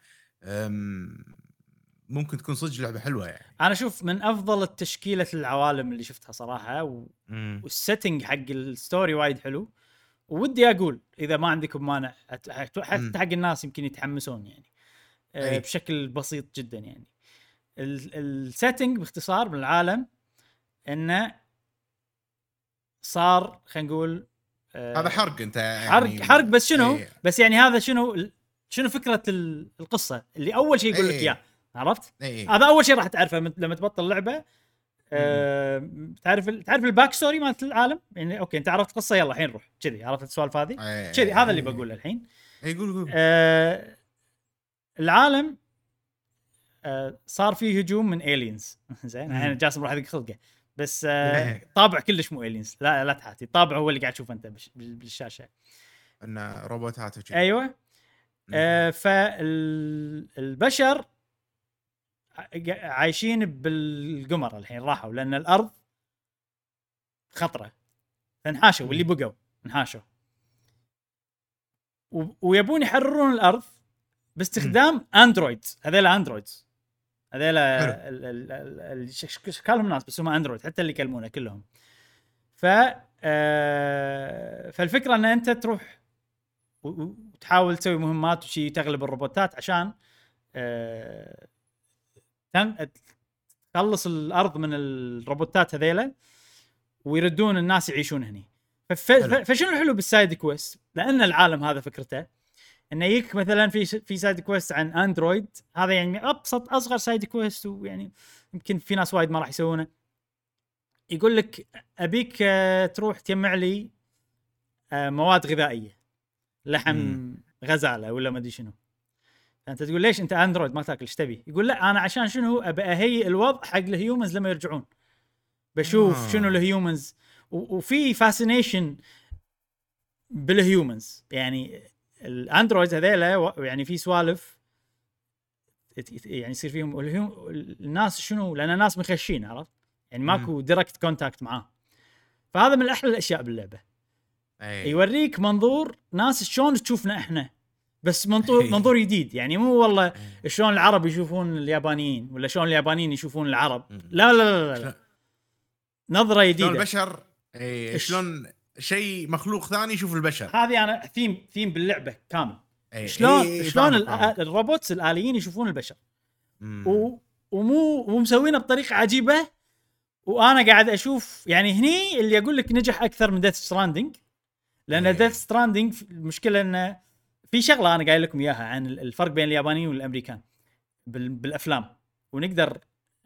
ممكن تكون صدق لعبه حلوه. يعني انا اشوف من افضل التشكيله العوالم اللي شفتها صراحه، والسيتنج حق الستوري وايد حلو. ودي اقول اذا ما عندكم مانع حتى حق الناس يمكن يتحمسون يعني بشكل بسيط جدا. يعني السيتنج باختصار من العالم انه صار خلينا نقول هذا حرق انت يعني حرق بس شنو بس يعني هذا شنو فكره القصه اللي اول شيء يقول لك اياه، عرفت؟ هذا اول شيء راح تعرفه لما تبطل اللعبه. تعرف الباك ستوري مالت العالم، يعني اوكي انت عرفت قصه، يلا الحين نروح كذي، عرفت السوالف هذه كذي. هذا اللي بقوله الحين. يقول العالم صار فيه هجوم من الينز. زين انا جاسم راح ادق خلقه، بس طابع كلش مو الينز، لا تحاتي، الطابع هو اللي قاعد تشوفه انت بالشاشه ان روبوتات وكذا. ايوه. فالبشر عايشين بالقمر الحين، راحوا لان الارض خطره فانحاشوا، واللي بقوا انحاشوا ويبون يحررون الارض باستخدام اندرويد. هذول اشكالهم ناس بس هم اندرويد، حتى اللي يكلمونه كلهم. فالفكره ان انت تروح وتحاول تسوي مهمات وشي، تغلب الروبوتات عشان تخلص الارض من الروبوتات هذيلا ويردون الناس يعيشون هني. فشنو الحلو بالسايد كويست؟ لان العالم هذا فكرته انه يجيك مثلا في سايد كويست عن اندرويد، هذا يعني ابسط اصغر سايد كويست، ويعني يمكن في ناس وايد ما راح يسوونه. يقول لك ابيك تروح تجمع لي مواد غذائيه، لحم غزاله ولا ما ادري شنو. انت تقول ليش انت اندرويد ما تاكل، ايش تبي؟ يقول لا انا عشان شنو ابي اهيئ الوضع حق الهيومنز لما يرجعون، بشوف شنو الهيومنز، وفي فاسينيشن بالهيومنز. يعني الاندرويد هذيلا يعني في سوالف يعني يصير فيهم الناس شنو، لان الناس مخشين، عرفت؟ يعني ماكو دايركت كونتاكت معاه. فهذا من احلى الاشياء باللعبه. يوريك منظور ناس شلون تشوفنا احنا، بس منظور جديد. يعني مو والله شلون العرب يشوفون اليابانيين ولا شلون اليابانيين يشوفون العرب، لا نظره جديده. شلون البشر شلون شيء مخلوق ثاني يشوف البشر. هذه انا ثيم باللعبه كامل. شلون الروبوتس الآليين يشوفون البشر، ومو مسوينه بطريقه عجيبه. وانا قاعد اشوف يعني هني اللي اقول لك نجح اكثر من ديث ستراندنج، لان ديث ستراندنج المشكله انه في شغله انا قايل لكم اياها عن الفرق بين اليابانيين والامريكان بالافلام، ونقدر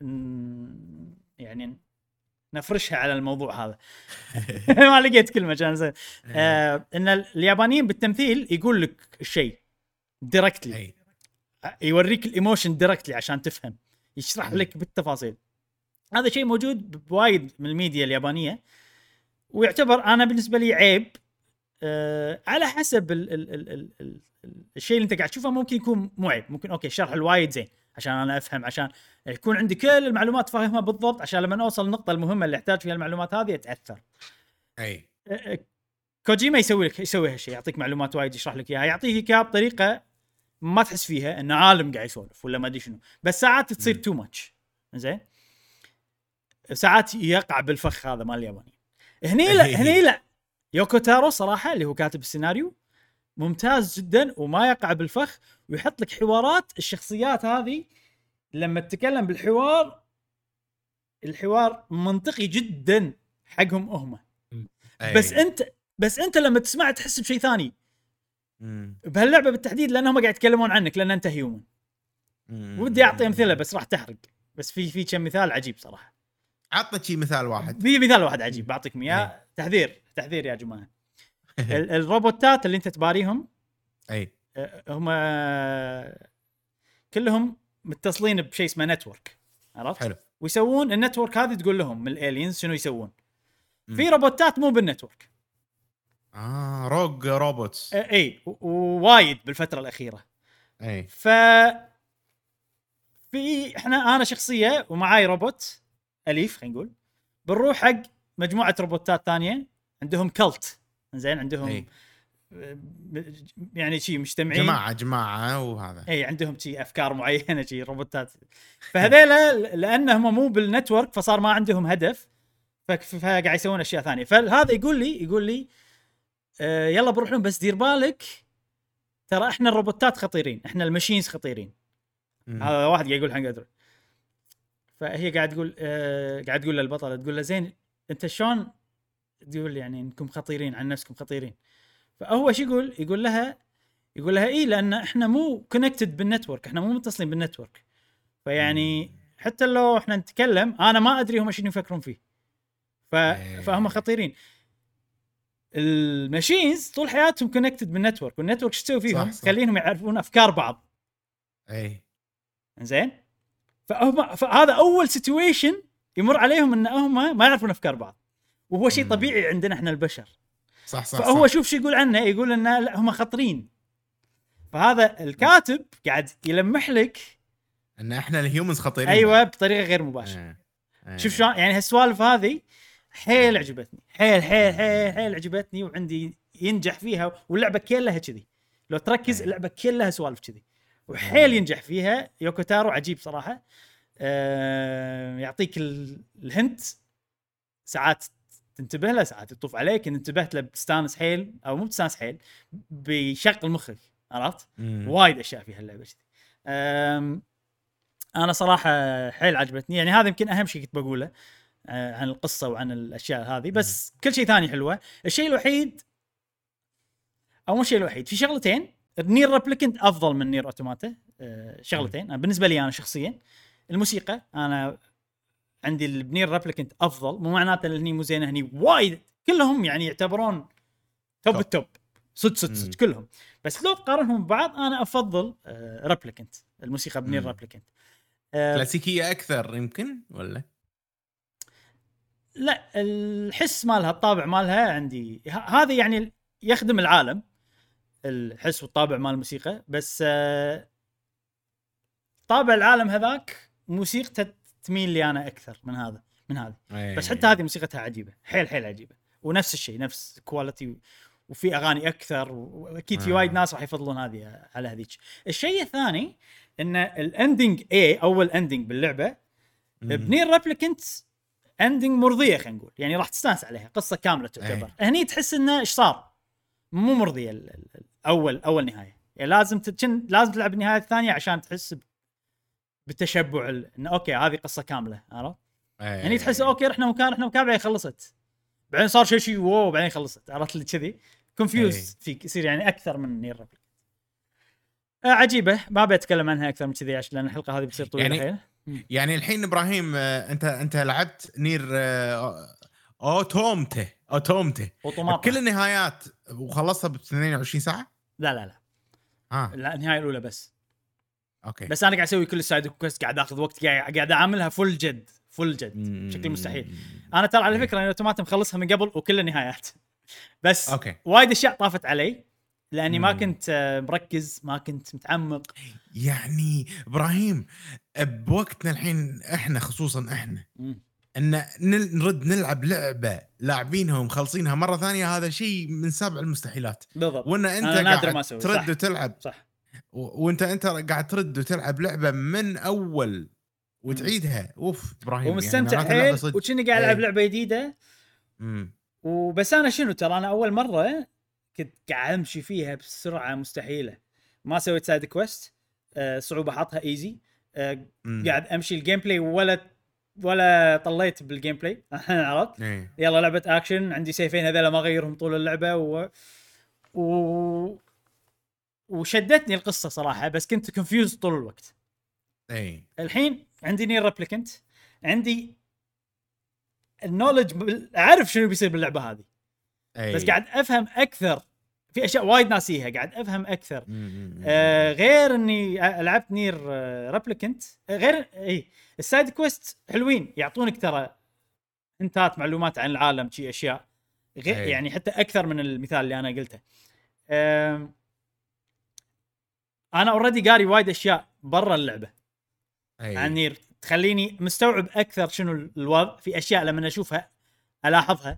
يعني نفرشها على الموضوع هذا. ما لقيت كلمه عشان ان اليابانيين بالتمثيل يقول لك الشيء دايركتلي، يوريك الايموشن دايركتلي عشان تفهم، يشرح لك بالتفاصيل. هذا شيء موجود بوايد من الميديا اليابانيه، ويعتبر انا بالنسبه لي عيب على حسب الشيء اللي انت قاعد تشوفه ممكن يكون مو عيب، ممكن اوكي الشرح الوايد زين عشان انا افهم، عشان يكون عندي كل المعلومات فاهمها بالضبط، عشان لما اوصل النقطه المهمه اللي احتاج فيها المعلومات هذه اتاثر. اي كوجيما يسوي هالشيء، يعطيك معلومات وايد يشرح لك اياها، يعطيك اياها بطريقه ما تحس فيها انه عالم قاعد يسولف ولا ما ادري شنو، بس ساعات تصير تو ماتش زين، ساعات يقع بالفخ هذا مال الياباني. هني لا يوكو تارو صراحه اللي هو كاتب السيناريو ممتاز جدا وما يقع بالفخ، ويحط لك حوارات الشخصيات هذه لما تتكلم بالحوار، الحوار منطقي جدا حقهم هم. بس انت لما تسمع تحس بشيء ثاني بهاللعبه بالتحديد، لانهم قاعد يتكلمون عنك لان انت هيومن. ودي اعطي امثله بس راح تحرق، بس في كم مثال عجيب صراحه. عطنا شي مثال واحد. في مثال واحد عجيب بعطيكم اياه، تحذير يا جماعه. الروبوتات اللي انت تباريهم اي هم كلهم متصلين بشيء اسمه نتورك، عرفت؟ حلو. ويسوون النتورك هذه تقول لهم من الالينز شنو يسوون. في روبوتات مو بالنتورك، روج روبوتس، اي ووايد بالفتره الاخيره. اي في انا شخصيه ومعاي روبوت اليف، خلينا نقول بنروح حق مجموعه روبوتات ثانيه عندهم كلت، زين عندهم يعني شيء مجتمعين، جماعه وهذا عندهم شيء افكار معينه شيء روبوتات. فهذيلا لانهم مو بالنتورك فصار ما عندهم هدف، فقاعد يسوون اشياء ثانيه. فهذا يقول لي يلا بروح لهم، بس دير بالك ترى احنا الروبوتات خطيرين، احنا الماشينز خطيرين. هذا واحد قاعد يقول حق أدري. فهي قاعد تقول للبطله، تقول له زين انت شلون تقول يعني انكم خطيرين عن نفسكم خطيرين؟ فهو شو يقول لها ايه لان احنا مو كونكتد بالنتورك، احنا مو متصلين بالنتورك، فيعني حتى لو احنا نتكلم انا ما ادري هم شنو يفكرون فيه، فهم خطيرين. الماشينز طول حياتهم كونكتد بالنتورك، والنتورك شو تسوي فيهم؟ تخليهم يعرفون افكار بعض. زين فهذا اول سيتويشن يمر عليهم ان هم ما يعرفون افكار بعض، وهو شيء طبيعي عندنا احنا البشر. صح فهو شوف شو يقول عنه، يقول ان لا هم خطرين. فهذا الكاتب قاعد يلمح لك ان احنا الهيومنز خطيرين، ايوه بطريقه غير مباشره. شوف شلون يعني هالسوالف هذه حيل عجبتني، حيل عجبتني، وعندي ينجح فيها، واللعبه كلها كذي لو تركز اللعبه كلها سوالف كذي وحيل ينجح فيها. يوكو تارو عجيب صراحه. يعطيك الهنت، ساعات تنتبه له ساعات يطوف عليك، ان انتبهت له بتستانس حيل او مو بتستانس حيل، بيشغل مخك، عرفت؟ وايد اشياء في هاللعبه كذي. انا صراحه حيل عجبتني، يعني هذا يمكن اهم شيء كنت بقوله عن القصه وعن الاشياء هذه، بس كل شيء ثاني حلوه. الشيء الوحيد او مو الشيء الوحيد، في شغلتين نير ريبليكنت افضل من نير اوتوماتا. شغلتين بالنسبه لي انا شخصيا. الموسيقى انا عندي البنير ريبليكنت افضل، مو معناته اني مو زينه، هني وايد كلهم يعني يعتبرون توب التوب صد كلهم، بس لو تقارنهم ببعض انا افضل ريبليكنت، الموسيقى بنير ريبليكنت كلاسيكيه اكثر يمكن، ولا لا الحس مالها الطابع مالها عندي هذا يعني يخدم العالم، الحس والطابع مال الموسيقى، بس طابع العالم هذاك موسيقته تميل لي انا اكثر من هذه. بس حتى هذه موسيقتها عجيبه، حيل عجيبه، ونفس الشيء نفس كواليتي، وفي اغاني اكثر، واكيد في وايد ناس راح يفضلون هذه على هذيك. الشيء الثاني ان الاندنج اول اندنج باللعبه بنير ريبليكنت اندنج مرضيه، خلينا نقول يعني راح تستانس عليها، قصه كامله تعتبر. هني تحس انه ايش صار مو مرضيه اول نهايه، يعني لازم تلعب النهايه الثانيه عشان تحس بتشبع انه اوكي هذه قصه كامله، عرفت؟ يعني تحس اوكي رحنا مكان بعدين خلصت، بعدين صار شيء واو بعدين خلصت، عرفت اللي كذي كونفيوز فيك يصير يعني اكثر من نير ريبليكنت. عجيبه، ما بتكلم عنها اكثر من كذي عشان لان الحلقه هذه بتصير طويله حيل. يعني الحين ابراهيم انت لعبت نير اوتومته كل النهايات وخلصتها ب 22 ساعه؟ لا لا النهايه الاولى بس. اوكي بس انا قاعد اسوي كل السايد كويست، قاعد اخذ وقت، قاعد اعملها فل جد بشكل مستحيل. انا ترى على فكره انا اوتوماتيك مخلصها من قبل وكل النهايات بس أوكي. وايد اشياء طافت علي لاني ما كنت مركز، ما كنت متعمق. يعني ابراهيم بوقتنا الحين احنا خصوصا احنا ان نرد نلعب لعبه لاعبينها ومخلصينها مره ثانيه، هذا شيء من سبع المستحيلات. بالضبط. وان انت قاعد ترد وتلعب صح. وانت قاعد ترد وتلعب لعبه من اول وتعيدها. اوف ابراهيم ومستمتع يعني اللعبه حيل صدق وكني قاعد العب لعبه جديده. وبس انا شنو ترى انا اول مره كنت قاعد امشي فيها بسرعه مستحيله، ما سويت سايد كويست، صعوبه حاطها ايزي، قاعد امشي الجيم بلاي ولا طليت بالجيم بلاي عرفت؟ يلا لعبه اكشن، عندي سيفين هذول ما اغيرهم طول اللعبه وشدتني القصه صراحه، بس كنت كونفيوز طول الوقت. الحين عندي نير ريبليكنت، عندي النولج، اعرف شنو بيصير باللعبه هذه. بس قاعد افهم اكثر في اشياء وايد ناسيها، قاعد افهم اكثر. غير اني لعبت نير ريبليكنت، غير السايد كويست حلوين، يعطونك ترى انتات معلومات عن العالم، شيء اشياء غير يعني حتى اكثر من المثال اللي انا قلته. انا اوريدي قاري وايد اشياء برا اللعبه عن نير، تخليني مستوعب اكثر شنو الوضع في اشياء لما اشوفها الاحظها،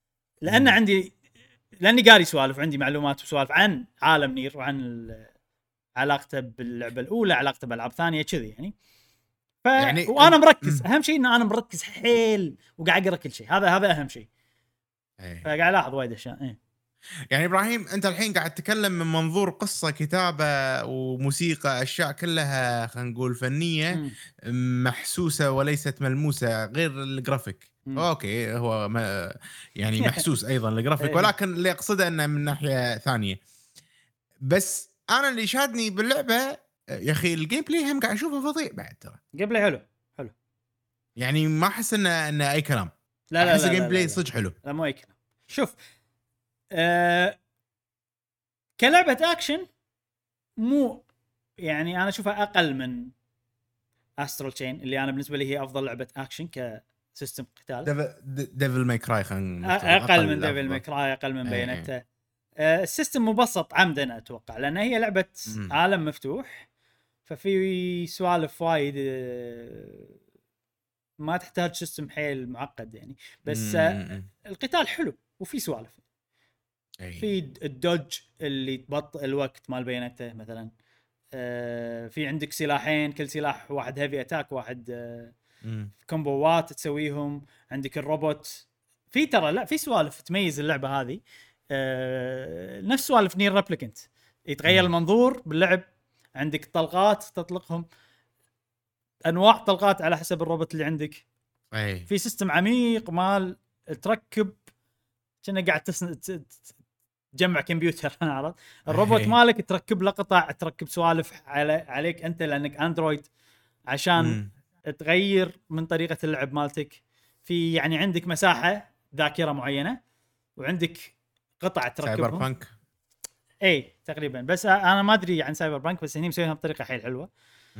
لاني قاري سوالف، عندي معلومات وسوالف عن عالم نير وعن علاقته باللعبه الاولى، علاقته بالالعاب ثانيه كذي يعني. يعني وانا مركز، اهم شيء ان انا مركز حيل وقاعد اقرا كل شيء، هذا اهم شيء. فقاعد الاحظ وايد اشياء. يعني ابراهيم انت الحين قاعد تتكلم من منظور قصه، كتابه وموسيقى، اشياء كلها خلينا نقول فنيه محسوسه وليست ملموسه، غير الجرافيك. اوكي هو يعني محسوس ايضا الجرافيك، ولكن اللي اقصده انه من ناحيه ثانيه. بس انا اللي شادني باللعبه يا اخي الجيم بلاي، هم قاعد اشوفه فظيع بعد. ترى جيم بلاي حلو يعني ما احس انه اي كلام. لا احس الجيم بلاي صدق حلو. لا مو اي كلام. شوف كلعبه اكشن مو يعني انا اشوفها اقل من استرال تشين، اللي انا بالنسبه لي هي افضل لعبه اكشن كسيستم قتال. ديفل ماي كراي اقل من ديفل ماي كراي، اقل من بياناته. السيستم مبسط عمدا اتوقع، لان هي لعبه عالم مفتوح، ففي سوالف وايد ما تحتاج سيستم حيل معقد يعني. بس القتال حلو وفي سوالف، في الدوج اللي تبطئ الوقت مال بياناته مثلا. في عندك سلاحين، كل سلاح واحد هيفي اتاك، واحد كومبوات تسويهم. عندك الروبوت، في ترى لا في سوالف تميز اللعبه هذه. نفس سوالف نير ريبليكنت، يتغير المنظور باللعب، عندك طلقات تطلقهم، انواع طلقات على حسب الروبوت اللي عندك. في سيستم عميق مال تركب، كأنك قاعد تجمع كمبيوتر. عرفت؟ الروبوت مالك تركب له قطع، تركب سوالف عليك انت لانك اندرويد، عشان تغير من طريقه اللعب مالتك. في يعني عندك مساحه ذاكره معينه، وعندك قطع تركبهم. سايبر بانك تقريبا، بس انا ما ادري عن سايبر بانك، بس هني مسويها بطريقه حيل حلوه.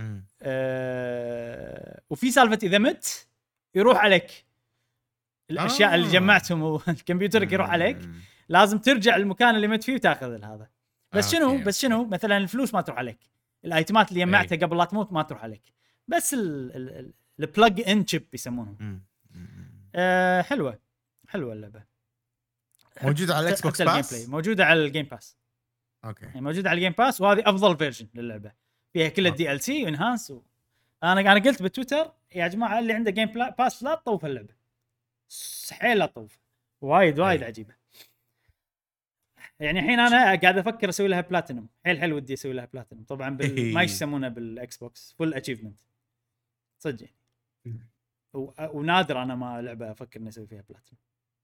وفي سالفه اذا مت يروح عليك الاشياء اللي جمعتهم، والكمبيوترك يروح عليك، لازم ترجع المكان اللي مت فيه وتاخذ هذا. بس شنو مثلا الفلوس ما تروح عليك، الايتمات اللي جمعتها قبل لا تموت ما تروح عليك، بس البلاج ان شيب يسمونهم. حلوه اللعبه، موجوده على الاكس بوكس باس، موجوده على الجيم باس. يعني موجوده على الجيم باس، وهذه افضل فيرجن للعبه، فيها كل الدي ال سي وانهانس. انا قلت بتويتر يا جماعه اللي عنده جيم باس لا تطوف اللعبه، حيل لا تطوف، وايد عجيبه. يعني الحين انا قاعد افكر اسوي لها بلاتينوم، حيل ودي اسوي لها بلاتينوم، طبعا ما يسمونه بالاكس بوكس فول اتشيفمنت صدق. ونادر انا ما لعبه افكر اني اسوي فيها بلاتينوم.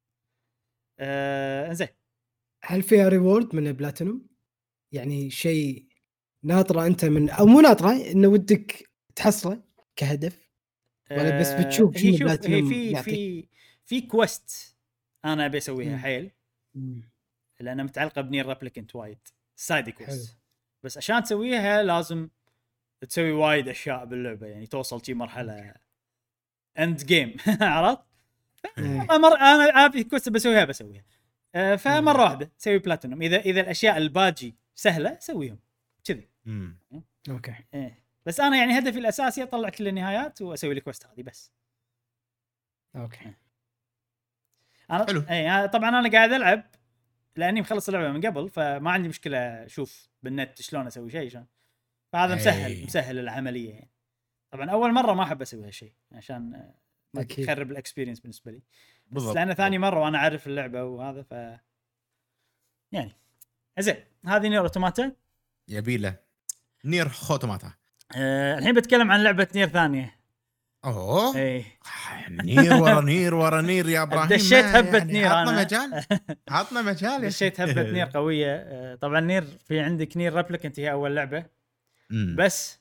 زين، هل فيها ريورد من البلاتينوم؟ يعني شيء ناطره انت من، او مو ناطره انه ودك تحصله كهدف، ولا بس بتشوف شنو بلاتينوم؟ في كويست انا ابي اسويها حيل، لانها متعلقه بنير ريبليكنت وايد سايد كويست. بس عشان تسويها لازم تسوي وايد اشياء باللعبه، يعني توصل شي مرحله اند جيم. عرفت؟ انا ابي كويست بسويها فمره واحده سوي بلاتينوم. اذا الاشياء الباجي سهله سويهم كذي. اوكي. بس انا يعني هدفي الاساسي اطلع كل النهايات واسوي الكويست هذه بس. اوكي انا اي طبعا انا قاعد العب لاني مخلص اللعبه من قبل، فما عندي مشكله اشوف بالنت شلون اسوي شيء شلون. فهذا مسهل العمليه يعني. طبعا اول مره ما احب اسوي هالشيء عشان ما تخرب الاكسبيرينس بالنسبه لي، بس لأن ثاني مره وانا اعرف اللعبه وهذا ف يعني زين. هذه نير اوتوماتا يبيله نير خوتوماتا. الحين بتكلم عن لعبه نير ثانيه. اوه اي نير ورا نير ورا نير يا ابراهيم. دشيت هبه نير. عطنا مجال دشيت هبه نير قويه. طبعا نير في عندك نير ريبليكنت هي اول لعبه. بس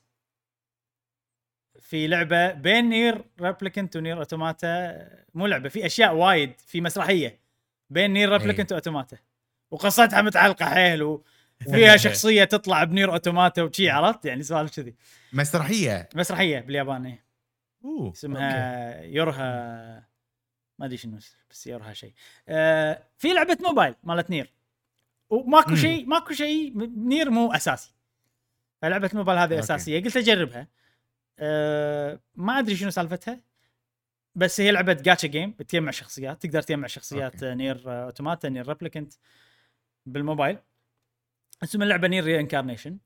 في لعبه بين نير ريبليكنت ونير اوتوماتا، مو لعبه، في اشياء وايد، في مسرحيه بين نير ريبليكنت واوتوماتا وقصتها متعلقه حيل وفيها شخصيه تطلع بنير اوتوماتا وشي، عرفت يعني سوالف كذي. مسرحيه باليابان اسمها يورها ما ادري شنو بس يورها شيء. في لعبه موبايل مالت نير وماكو شيء نير مو اساسي. فلعبه موبايل هذه اساسيه قلت اجربها. ما ادري شنو سالفتها، بس هي لعبه جاتشا جيم بتجمع شخصيات، تقدر تجمع شخصيات نير اوتوماتا نير ريبليكنت بالموبايل. اسم اللعبه نير ري انكارنيشن.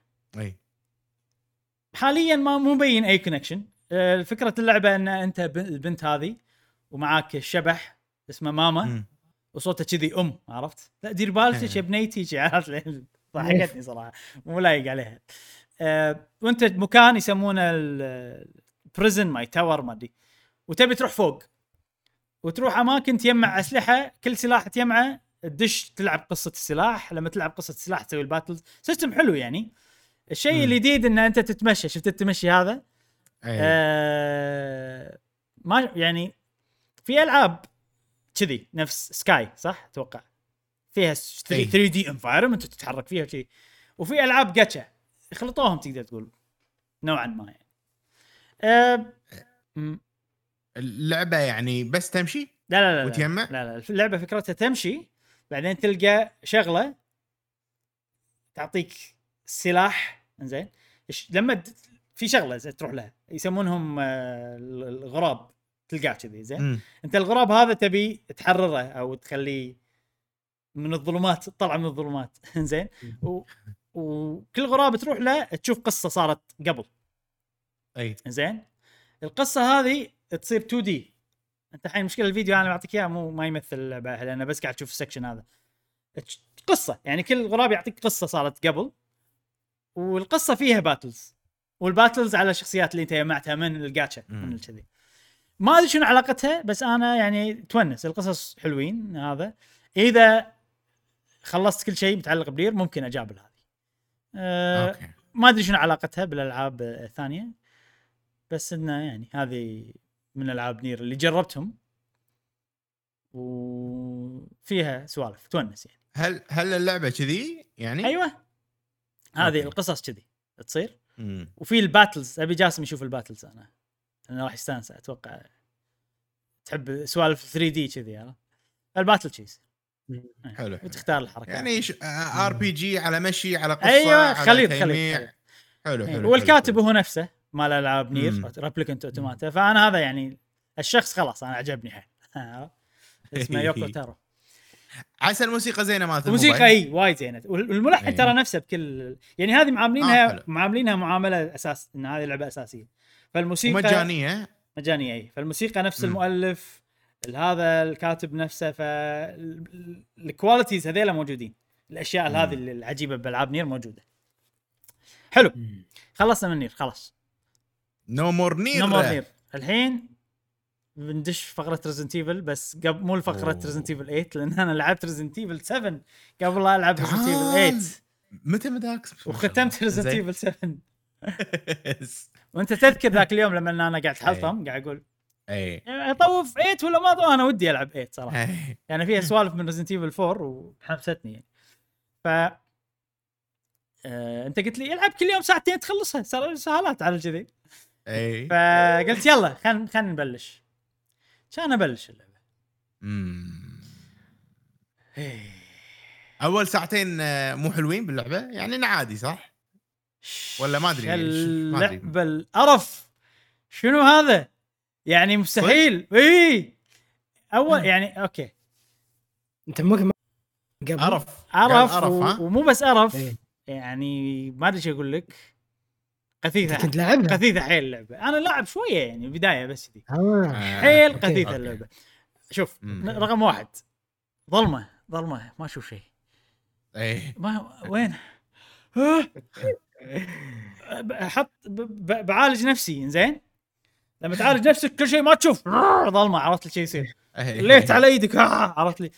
حاليا ما مو مبين اي كونكشن. فكره اللعبه ان انت البنت هذه ومعاك الشبح اسمه ماما وصوته كذي عرفت؟ لا دير بالك يا بنيتي عرفت. ضحكتني صراحه مو لايق عليها. وانت مكان يسمونه البريزن ماي تاور ما ادري، وتبي تروح فوق وتروح اماكن تجمع اسلحه، كل سلاح تجمعه تدش تلعب قصه السلاح. لما تلعب قصه السلاح تسوي الباتلز. سيستم حلو يعني. الشيء الجديد ان انت تتمشى، شفت التمشي هذا؟ ما يعني في العاب كذي نفس سكاي صح اتوقع فيها 3 دي انفايرمنت تتحرك فيها شيء، وفي العاب جاتشا خلطوهم تقدر تقول نوعا ما يعني. اللعبه يعني بس تمشي لا وتجمع؟ لا اللعبه فكرتها تمشي بعدين تلقى شغله تعطيك سلاح. انزين لما في شغله تروح لها يسمونهم الغراب تلقاه كذي. زين انت الغراب هذا تبي تحرره او تخليه من الظلمات، طلع من الظلمات. زين وكل غراب تروح له تشوف قصه صارت قبل. زين القصه هذه تصير 2 دي. انت الحين مشكله الفيديو انا بعطيك اياه ما يمثل اللعبه لان بس قاعد تشوف السكشن هذا قصه، يعني كل غراب يعطيك قصه صارت قبل، والقصه فيها باتلز، والباتلز على الشخصيات اللي انت جمعتها من الجاتشا من الكذي. ما ادري شنو علاقتها بس انا يعني تونس القصص حلوين. هذا اذا خلصت كل شيء متعلق بنير ممكن اجابل هذه. ما ادري شنو علاقتها بالالعاب الثانيه، بس انه يعني هذه من العاب نير اللي جربتهم وفيها سوالف تونس يعني. هل اللعبه كذي يعني؟ ايوه هذه القصص كذي تصير. وفي الباتلز ابي جاسم يشوف الباتلز. انا راح يستانس اتوقع تحب سوالف 3 دي كذي. الباتل تشيز حلو وتختار الحركات يعني ار بي جي على مشي على قصه. ايوه خليط حلو. والكاتب هو نفسه مال العاب نير ريبليكنت اوتوماتا. فانا هذا يعني الشخص خلاص انا عجبني حيل. اسمه يوكو تارو. عسى الموسيقى زينه مالت الموسيقى وايد زينه، والملحن ترى نفسه بكل يعني هذه معاملينها معامله اساس ان هذه لعبه اساسيه. فالموسيقى مجانيه فالموسيقى نفس المؤلف هذا الكاتب نفسه. فالكواليتيز هذيلا موجودين، الاشياء هذه العجيبه بالالعاب نير موجوده. حلو خلصنا من نير خلاص. نو مور نير. الحين بندش فقره ريزنت ايفل، بس قبل مو الفقره ريزنت ايفل 8 لان انا لعبت ريزنت ايفل 7 قبل لا العب ريزنت ايفل 8. متى مداك وختمت ريزنت ايفل 7. وانت تذكر ذاك اليوم لما انا قاعد حلطم قاعد اقول اطوف 8 ولا ما اطوف؟ انا ودي العب 8 صراحه. يعني فيها سوالف من ريزنت ايفل 4 وحمستني يعني. ف انت قلت لي العب كل يوم ساعتين تخلصها، سهالات على كذي. فقلت يلا خلينا نبلش. كان ابلش اللعبه. اول ساعتين مو حلوين باللعبه يعني عادي صح ولا ما ادري اللعبه القرف شنو هذا يعني مستحيل اي اول يعني اوكي انت ممكن عرف ومو بس عرف إيه. يعني ما ادري شو اقول لك قثيثه كنت لاعبها قثيثه حيل اللعبه انا لاعب شويه يعني بدايه بس دي حيل أوكي. قثيثه اللعبه شوف رقم واحد ظلمه ما اشوف شيء ايه ما وين احط بعالج نفسي زين لما تعالج نفسك كل شيء ما تشوف ظلمه عرفت الشيء يصير ليت على ايدك عرفت لي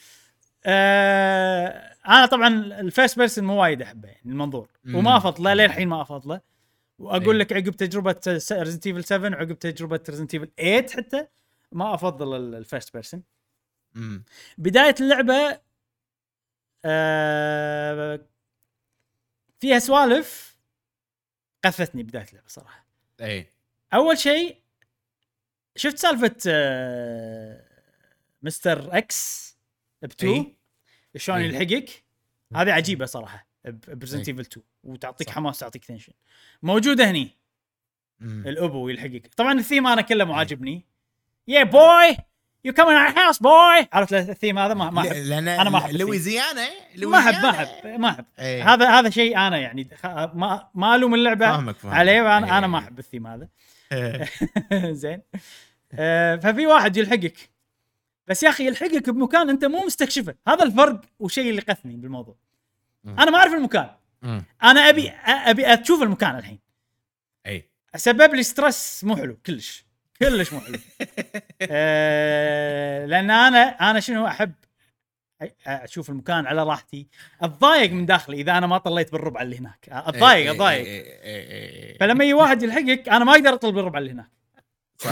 انا طبعا الفيرست بيرسون مو وايد احبه يعني المنظور وما افضله للحين ما افضله واقول لك عقب تجربه ريزنت ايفل 7 وعقب تجربه ريزنت ايفل 8 حتى ما افضل الفيرست بيرسون بدايه اللعبه فيها سوالف قفتني بدايه اللعبه صراحه اي اول شيء شفت سالفه مستر اكس ب2 شلون يلحقك هذه عجيبه صراحه بريزنت ايفل 2 وتعطيك حماس تعطيك تنشن موجوده هني الابو يلحقك طبعا الثيم انا كله معجبني يا بوي يو كم ان اور هاوس بوي عرفت الثيم هذا ما احب انا ما احب لويزيانا ما احب هذا شيء انا يعني ما الوم اللعبه عليه وانا ما احب الثيم هذا زين ففي واحد يلحقك بس يا اخي يلحقك بمكان انت مو مستكشفه هذا الفرق والشيء اللي قثني بالموضوع انا ما اعرف المكان انا ابي اشوف المكان الحين اي اسبب لي ستريس مو حلو كلش مو حلو لان انا شنو احب اشوف المكان على راحتي اتضايق من داخلي اذا انا ما طليت بالربع اللي هناك اتضايق فلما يجي واحد يلحقك انا ما اقدر اطل بالربع اللي هناك صح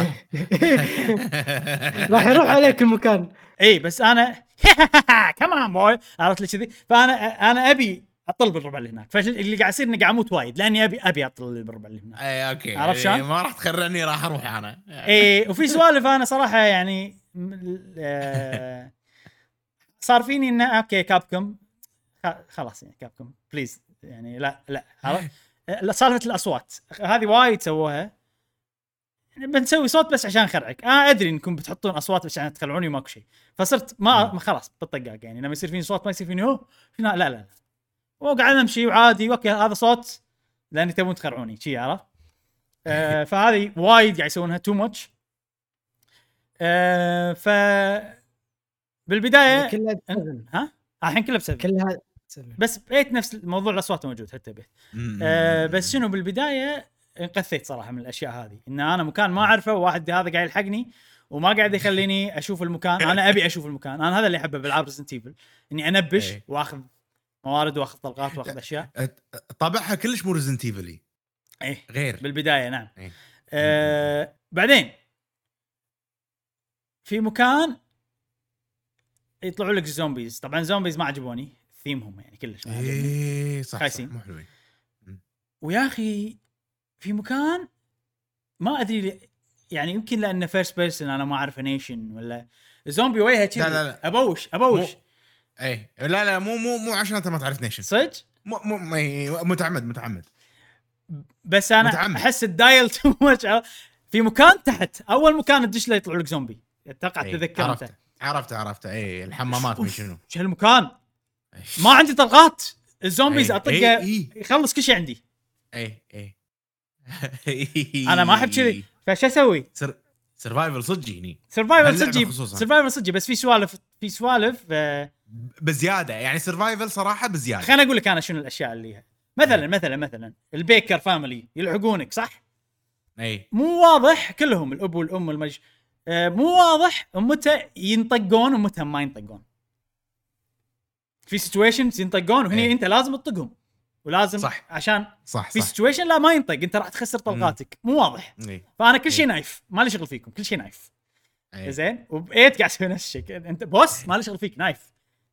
راح يروح عليك المكان اي بس انا كمان بوي عرفت لي كذي فانا ابي اطل بالربع اللي هناك فاللي قاعد يصير اني قاعد اموت وايد لاني ابي اطل بالربع اللي هناك اي اوكي عرفت شلون ما راح تخرعني راح اروح انا اي وفي سوالف انا صراحه يعني صار فيني انه اوكي كابكم خلاص يعني كابكم بليز يعني لا عرفت سالفه الاصوات هذه وايد سووها بنسوي صوت بس عشان خرعك ادري انكم بتحطون اصوات بس عشان تخلعوني وماكو شيء فصرت ما خلاص بالطقاق يعني لما يصير فيني صوت ما يصير فيني هو لا وقاعد امشي وعادي اوكي هذا صوت لاني تبون تخرعوني شي عرفت فهذه وايد قاعد يسوونها تو ماتش ف بالبدايه كلها ها الحين كلها بسبب كلها بس بيت نفس الموضوع الاصوات موجود حتى بيت بس شنو بالبدايه انقثيت صراحه من الاشياء هذه ان انا مكان ما اعرفه وواحد هذا قاعد يلحقني وما قاعد يخليني اشوف المكان انا ابي اشوف المكان انا هذا اللي احبه بالعاب ريزنت ايفل اني انبش واخذ موارد واخذ طلقات واخذ اشياء طابعها كلش مو ريزنت ايفل غير بالبدايه نعم بعدين في مكان يطلعوا لك زومبيز طبعا زومبيز ما عجبوني ثيمهم يعني كلش ما عجبني صح مو حلوين ويا اخي في مكان ما ادري يعني يمكن لانه فيرست بيرسون انا ما اعرف نيشن ولا زومبي وجهه كذي لا. ابوش لا مو عشان انت ما تعرف نيشن صدق متعمد بس انا احس الدايل تو ماتش في مكان تحت اول مكان تدش له يطلع لك زومبي اتوقع تذكرته عرفته الحمامات من شنو شو هالمكان ما عندي طلقات الزومبيز اطقه يخلص كل شيء عندي انا ما احب كذي فش اسوي سرفايفل صدقي هني سرفايفل صدقي بس في سوالف بزياده يعني سرفايفل صراحه بزياده خليني اقول لك انا شنو الاشياء اللي مثلا البيكر فاميلي يلحقونك صح مو واضح كلهم الاب والام مو واضح متى ينطقون ومتى ما ينطقون في سيتويشنز ينطقون وهني انت لازم تطقهم ولازم صح. عشان صح. في سيتويشن لا ما ينطق انت راح تخسر طلقاتك مو واضح فانا كل شيء نايف ما لي شغل فيكم كل شيء نايف زين وبقيت قاعد اسوي نفس الشيء انت بوس ما لي شغل فيك نايف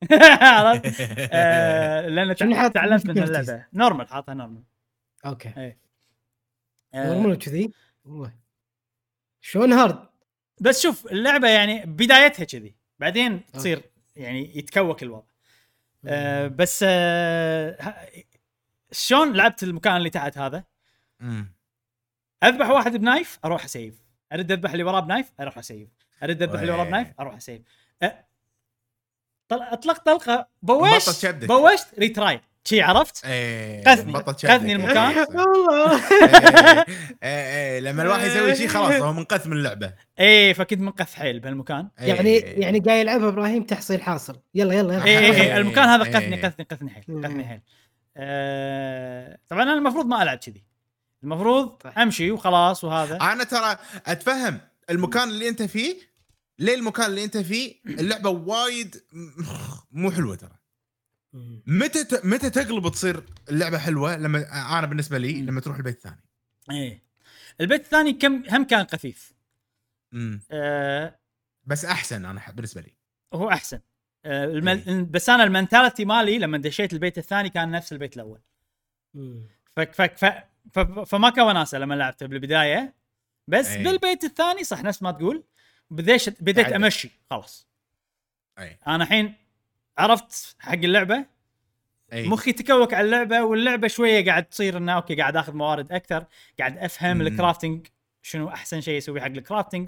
لان تعلمت من اللعبه نورمال حاطها نورمال اوكي نورمال كذي شلون هارد بس شوف اللعبه يعني بدايتها كذي بعدين تصير يعني يتكوك الوضع بس شلون لعبت المكان اللي تحت هذا؟ اذبح واحد بنايف اروح اسيف، ارد اذبح اللي وراه بنايف اروح اسيف، ارد اذبح اللي وراه بنايف اروح اسيف. اطلق طلقه بوشت ريتراي شي، عرفت؟ قذني المكان والله. لما الواحد يسوي شيء خلاص هو منقذ من اللعبه. فكنت منقذ حيل بهالمكان. يعني قاعد يلعبها ابراهيم تحصيل حاصل. يلا المكان هذا قذني حيل. طبعا انا المفروض ما العب كذي، المفروض امشي وخلاص. وهذا انا ترى اتفهم المكان اللي انت فيه، ليه المكان اللي انت فيه اللعبه وايد مو حلوه ترى. متى تقلب تصير اللعبه حلوه؟ لما انا بالنسبه لي لما تروح البيت الثاني. البيت الثاني كم كان خفيف. بس احسن انا بالنسبه لي هو احسن. بس انا المنتاليتي مالي لما دشيت البيت الثاني كان نفس البيت الاول. فما كان وناسه لما لعبته بالبدايه. بس بالبيت الثاني صح نفس ما تقول بديت امشي خلاص. انا الحين عرفت حق اللعبه. مخي تكوك على اللعبه، واللعبه شويه قاعد تصير انه اوكي قاعد اخذ موارد اكثر، قاعد افهم الكرافتنج شنو احسن شيء يسوي حق الكرافتنج.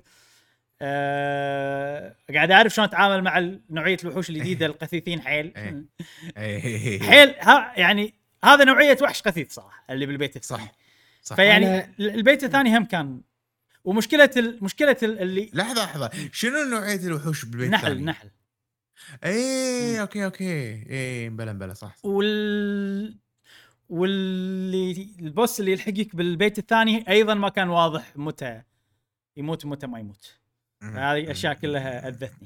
قاعد اعرف شلون اتعامل مع نوعيه الوحوش الجديده القثيثين حيل. حيل يعني هذا نوعيه وحش قثيث صراحه اللي بالبيت الثاني. صح. فيعني البيت الثاني هم كان ومشكله اللي لحظه شنو نوعيه الوحوش بالبيت الثاني؟ نحل. اوكي بلا صح. واللي البوس اللي يلحقك بالبيت الثاني ايضا ما كان واضح متى يموت متى ما يموت. هذه اشياء كلها اذتني.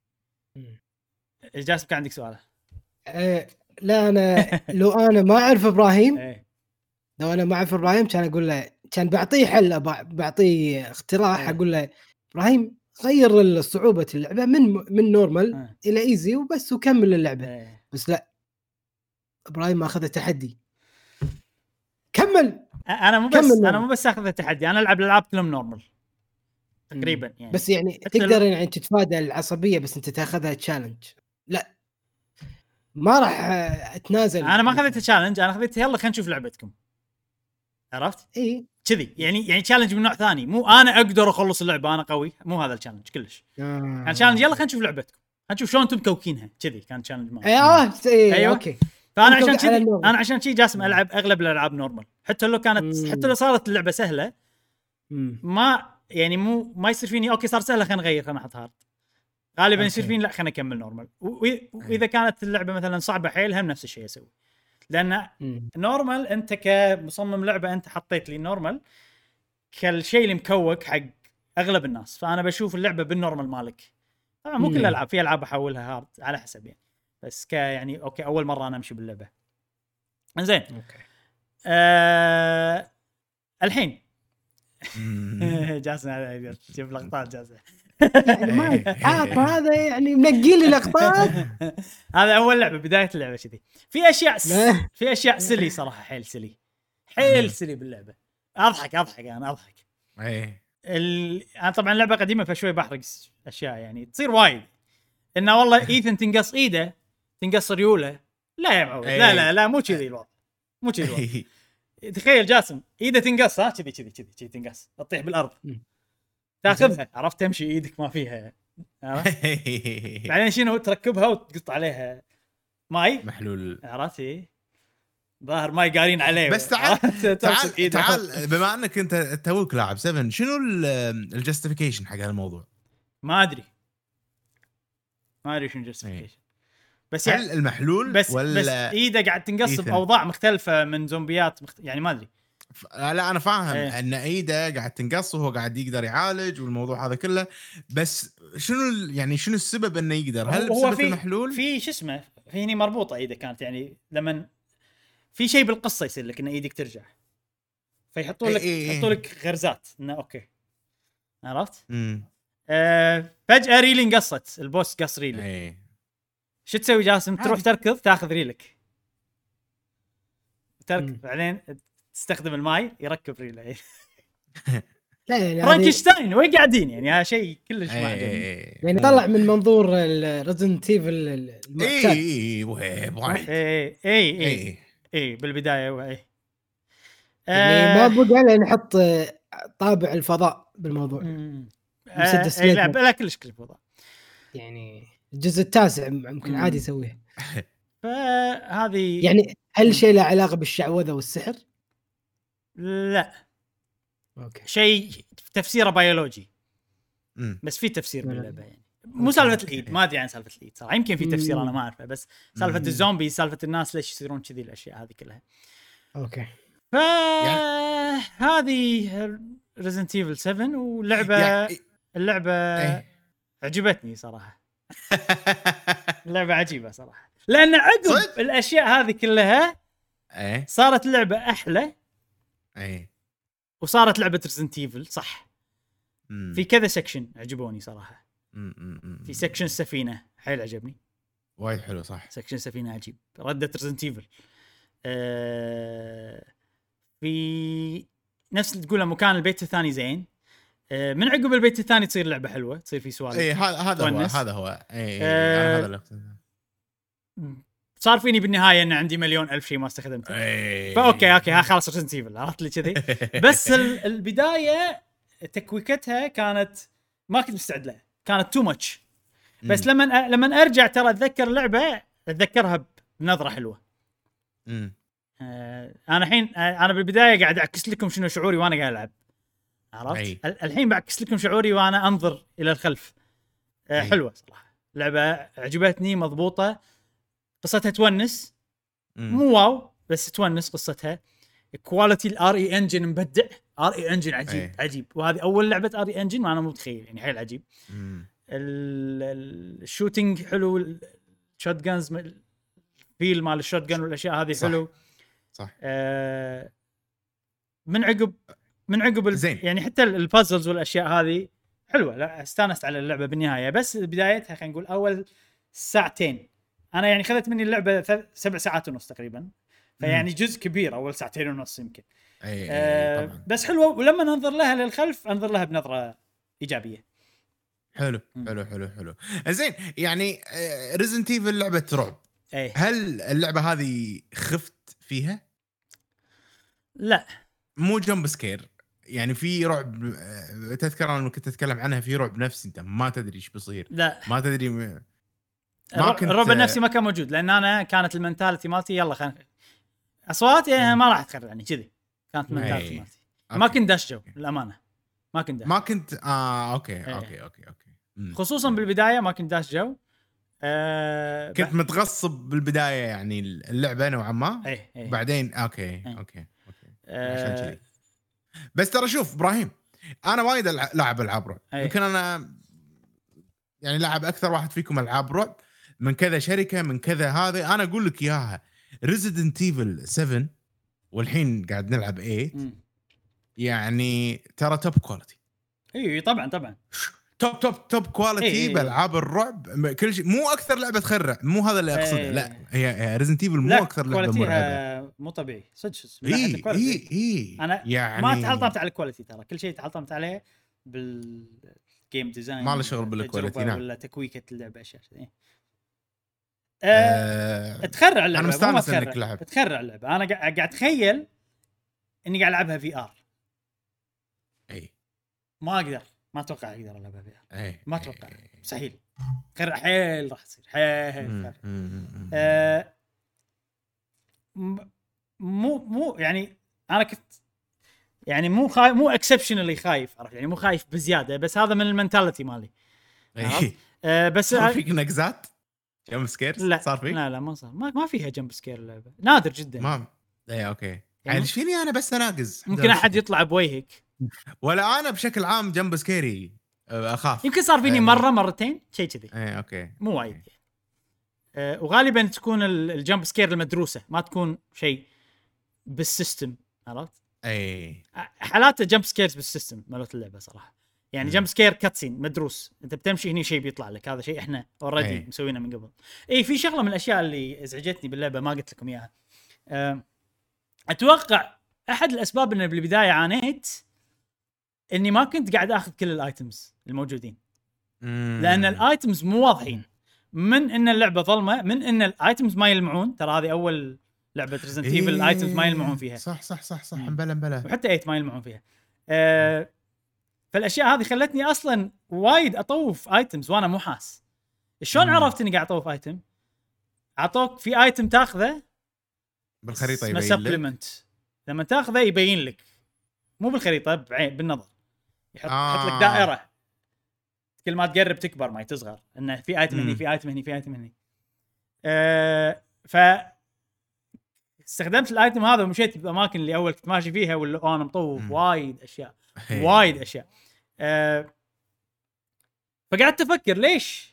جاسم كان عندك سؤال؟ لا انا لو انا ما اعرف ابراهيم لو انا ما اعرف ابراهيم كان اقول له، كان بعطيه حل، بعطيه اقتراح. اقول له ابراهيم غير صعوبة اللعبة من نورمال الى ايزي وبس وكمل اللعبة. بس لا، ابراهيم ما اخذ التحدي، كمل. انا مو بس اخذ التحدي، انا العب الالعاب كلهم نورمال تقريبا يعني. بس يعني تقدر يعني تتفادى العصبية، بس انت تاخذها تشالنج. لا ما راح اتنازل. انا ما اخذت تشالنج، انا اخذت يلا خلينا نشوف لعبتكم، عرفت؟ كذي يعني تشالنج من نوع ثاني. مو انا اقدر اخلص اللعبه انا قوي، مو هذا التشالنج كلش. كان تشالنج يلا خلينا نشوف لعبتكم، خلينا نشوف شلون انتم مكوكينها. كذي كان تشالنج مالي. ايوه اوكي. فانا عشان كذي انا عشان شي جاسم العب اغلب الالعاب نورمال، حتى لو كانت حتى لو صارت اللعبه سهله ما يعني ما يصير فيني اوكي صار سهله خلينا نغير خلينا نحط هارد. غالبا يصير فيني لا خلينا نكمل نورمال. واذا كانت اللعبه مثلا صعبه حيل هم نفس الشيء اسوي، لان نورمال انت كمصمم لعبه انت حطيت لي نورمال كالشيء اللي مكوك حق اغلب الناس. فانا بشوف اللعبه بالنورمال مالك. طبعا مو كل الالعاب، في العاب احولها هارد على حسب يعني. بس يعني اوكي اول مره انا امشي باللعبه انزين. الحين جاسم هذا شوف لقطات جاسم يعني ما هذا يعني منقي لي لقطات. هذا اول لعبه بدايه اللعبه كذي. في اشياء سلي صراحه، حيل سلي باللعبه. اضحك انا انا طبعا لعبه قديمه فشوي بحرق اشياء يعني تصير وايد. انه والله ايثن تنقص ايده، تنقص ريوله. لا يا معود، لا مو كذي الوضع، مو كذي الوضع. تخيل جاسم ايده تنقص كذي تنقص تطيح بالارض، تاخذها عرفت تمشي ايدك ما فيها بعدين شنو تركبها وتقط عليها ماي محلول، عرفتي؟ ظاهر ماي قارين عليه. بس تعال بما انك انت توك لاعب 7 شنو الجاستيفيكيشن حق هالموضوع؟ ما ادري شنو الجاستيفيكيشن. بس يعني المحلول بس ايده قاعد تنقص باوضاع مختلفه من زومبيات يعني ما ادري. لا انا فاهم ان ايده قاعد تنقص وهو قاعد يقدر يعالج والموضوع هذا كله. بس شنو السبب انه يقدر؟ هل بسبب المحلول؟ في شو اسمه في هني مربوطه ايده كانت يعني لما في شيء بالقصه يصير لك ان ايدك ترجع، فيحطوا لك يحطوا لك غرزات انه اوكي عرفت. فجاه ريلي انقصت، البوس قص ريلي. شو تسوي جاسم؟ تروح تركض تاخذ ريلك بعدين تستخدم الماي يركب ريله. لا يعني فرانكشتاين وين قاعدين يعني هذا شيء كلش ما عجبني يعني طلع من منظور ريزنت ايفل المعتاد. اي بالبدايه اي يعني ما بقى له نحط طابع الفضاء بالموضوع. مسدس لعبه لا كلش فضاء يعني الجزء التاسع ممكن عادي يسويه. فهذه يعني هل شيء له علاقه بالشعوذه والسحر؟ لا اوكي شيء تفسيره بيولوجي بس في تفسير باللعبه يعني مو سالفه الايد ما ادري عن سالفه الايد صراحه يمكن في تفسير انا ما اعرفه بس سالفه الزومبي سالفه الناس ليش يصيرون كذي الاشياء هذه كلها. اوكي هذه ريزنت ايفل 7 ولعبه اللعبه عجبتني صراحه. اللعبه عجيبه صراحه لان عقب الاشياء هذه كلها صارت اللعبه احلى وصارت لعبه ريزنت ايفل صح. في كذا سكشن عجبوني صراحه. في سكشن السفينه حيل عجبني وايد حلو صح. سكشن السفينه عجيب ردت ريزنت ايفل. في نفس اللي تقوله مكان البيت الثاني زين. من عقب البيت الثاني تصير لعبه حلوه تصير في سوالف. هذا هو هذا اللي صار فيني بالنهايه ان عندي مليون الف شيء ما استخدمته. فاوكي ها خلاص ريزنت ايفل عرفت لي كذي. بس البدايه تكويكتها كانت ما كنت مستعد لها كانت تو ماتش. بس لما ارجع ترى اتذكر اللعبه اتذكرها بنظره حلوه. انا الحين انا بالبدايه قاعد اعكس لكم شنو شعوري وانا قاعد العب عرفت. الحين بعكس لكم شعوري وانا انظر الى الخلف. حلوه صراحه لعبه عجبتني مضبوطه قصتها تونس مو واو بس تونس قصتها. كواليتي الار اي انجن مبدع ار اي انجن عجيب وهذه اول لعبه ار اي انجن وانا مو متخيل يعني حيل عجيب. الشوتينج حلو الشوت جانز فيل مال الشوت جان والاشياء هذه حلو صح. من عقب يعني حتى البازلز والاشياء هذه حلوه. لا استانست على اللعبه بالنهايه بس بدايتها خلينا نقول اول ساعتين انا يعني خذت مني اللعبه 7 ساعات ونص تقريبا. فيعني جزء كبير اول ساعتين ونص يمكن. طبعا. بس حلوه ولما ننظر لها للخلف انظر لها بنظره ايجابيه. حلو زين يعني ريزنت ايفل لعبه رعب. هل اللعبه هذه خفت فيها؟ لا مو جمب سكير يعني في رعب. تذكر انا كنت اتكلم عنها في رعب نفسي انت ما تدري ايش بيصير. لا ما تدري ما كنت الرعب النفسي ما كان موجود لان انا كانت المنتاليتي مالتي يلا خلينا اصوات يعني ما راح تخرب عني كذي كانت منتاليتي مالتي. ما كنت داش جو للامانه ما كنت اوكي خصوصا بالبدايه ما كنت داش جو. كنت متغصب بالبدايه يعني اللعبه نوعا ما. بعدين اوكي عشان كذي. بس ترى شوف ابراهيم انا وايد لاعب العاب رعب. يمكن انا يعني لاعب اكثر واحد فيكم العاب رعب من كذا شركه من كذا. هذا انا اقول لك اياها ريزيدنت ايفل 7 والحين قاعد نلعب 8 يعني ترى توب كواليتي. اي طبعا توب كواليتي بالعاب الرعب كل شيء. مو اكثر لعبه تخرع مو هذا اللي اقصده. لا هي ريزنت ايفل مو اكثر لعبه مرعبه مو طبيعي صدق. انا يعني ما تعلطمت على الكواليتي ترى كل شيء تعلطمت عليه بالجيم ديزاين ما له شغل بالكواليتي نعم ولا تكويكه اللعبه اشياء تخرع اللعبه. انا مستانس انك لعب تخرع اللعبه. انا قاعد اتخيل اني قاعد العبها في ار. ما اقدر ما اتوقع اقدر العبها في ار. ما اتوقع مستحيل. خرع حيل راح تصير حيل مو يعني انا كنت يعني مو اكسبشنالي خايف عرفت يعني مو خايف بزياده بس هذا من المنتاليتي مالي. بس صار فيك نقزات جمب سكير صار فيك؟ لا ما صار ما فيها جمب سكير اللعبه نادر جدا. ما اوكي يعني ايش فيني انا بس اناقز ممكن احد يطلع بوجهك ولا انا بشكل عام جمب سكيري اخاف. يمكن صار فيني مره مرتين شيء كذي. اوكي مو وايد وغالبا تكون الجمب سكير المدروسه ما تكون شيء بالسيستم عرفت. حالات جمب سكيرز بالسيستم مالت اللعبه صراحه يعني جمب سكير كاتسين مدروس انت بتمشي هني شيء بيطلع لك. هذا شيء احنا اوريدي مسوينه من قبل. في شغله من الاشياء اللي ازعجتني باللعبه ما قلت لكم اياها. اتوقع احد الاسباب ان بالبدايه عانيت اني ما كنت قاعد اخذ كل الايتمز الموجودين، لان الايتمز مو واضحين، من ان اللعبه ظلمه، من ان الايتمز ما يلمعون. ترى هذه اول لعبه ريزنت ايفل الايتمز ما يلمعون فيها. صح بلا وحتى 8 ما يلمعون فيها. فالاشياء هذه خلتني اصلا وايد اطوف ايتمز وانا مو حاس. شلون عرفت اني قاعد اطوف ايتم؟ عطوك في ايتم تاخذه بالخريطه يبين يبين لك. سبلمنت، لما تاخذه يبين لك، مو بالخريطه بعين بالنظر، يحط لك دائره، كل ما تقرب تكبر ما تصغر، انه في ايتم هني، في ايتم هني، في ايتم هني. ف استخدمت الايتم هذا ومشيت بالاماكن اللي اول كنت ماشي فيها، ولا انا مطوف وايد اشياء وايد اشياء. فقعدت افكر ليش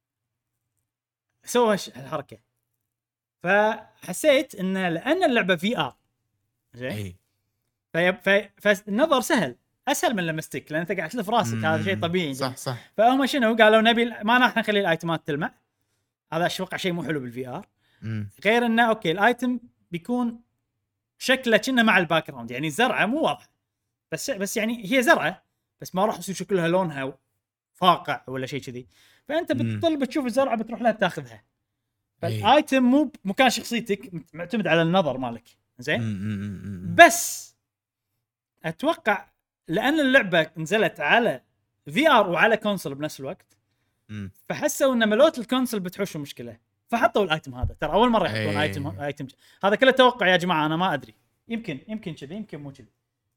سوى هالحركه. فحسيت ان لان اللعبه في ار زين، فالنظر سهل، اسهل من لمستك، لان انت قاعد تلف راسك. هذا شيء طبيعي. صح. فهم شنو قالوا؟ نبي ما راح نخلي الايتمات تلمع. هذا اتوقع شيء مو حلو بالفي ار. غير انه اوكي الايتم بيكون شكله كأنه مع الباك جراوند، يعني زرعه مو واضحه، بس يعني هي زرعه، بس ما راح يصير شكلها لونها فاقع ولا شيء كذي. فانت بتطل بتشوف الزرعه بتروح لها بتاخذها. فالايتم مو مكان شخصيتك، معتمد على النظر مالك زين. بس اتوقع لان اللعبه نزلت على في ار وعلى كونسول بنفس الوقت، فحسوا ان ملوت الكونسول بتحوش مشكله، فحطوا الايتم هذا. ترى اول مره يحطون ايتم هذا كله توقع يا جماعه، انا ما ادري، يمكن كذي، يمكن مو كذي.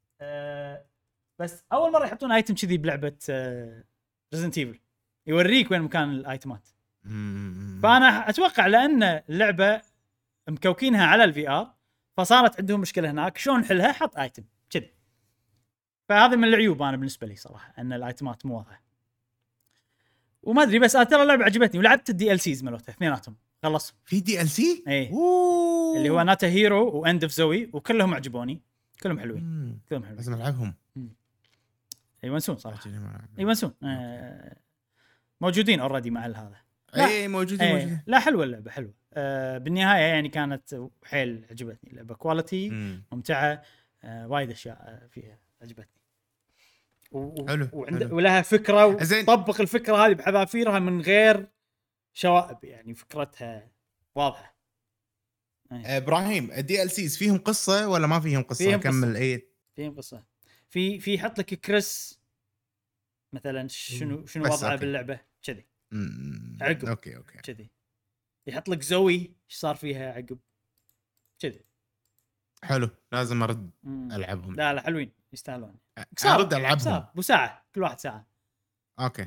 بس اول مره يحطون ايتم كذي بلعبه ريزنت ايفل، يوريك وين مكان الايتمات. فانا اتوقع لان اللعبه مكوكينها على الفي ار، فصارت عندهم مشكله هناك، شلون نحلها؟ حط ايتم كذي. فهذا من العيوب انا بالنسبه لي صراحه، ان الايتمات مو واضحه. وما ادري، بس ترى اللعبه عجبتني، ولعبت الدي ال سيز مالتها اثنيناتهم خلصوا. في دي ال سي اللي هو ناتا هيرو واند اوف زوي، وكلهم عجبوني، كلهم حلوين. كلهم حلوين، لازم العبهم. يونسون صراحه، يونسون. موجودين اوريدي مع هذا. موجودين. لا حلوه اللعبه، حلوه. بالنهايه يعني كانت حيل عجبتني اللعبه، كواليتي ممتعه. وايد اشياء فيها عجبتني. حلو. ولها فكره، وطبق الفكره هذه بحذافيرها من غير شوائب، يعني فكرتها واضحه. ابراهيم، الدي ال سيز فيهم قصه ولا ما فيهم قصه؟ كمل. فيهم قصه. في يحط لك كريس مثلا، شنو وضعه باللعبه كذي عقب. اوكي كذي يحط لك زوي ايش صار فيها عقب كذي. حلو، لازم ارد العبهم. لا حلوين، يستاهلون. ارد العبهم بساعه كل واحد ساعه. اوكي.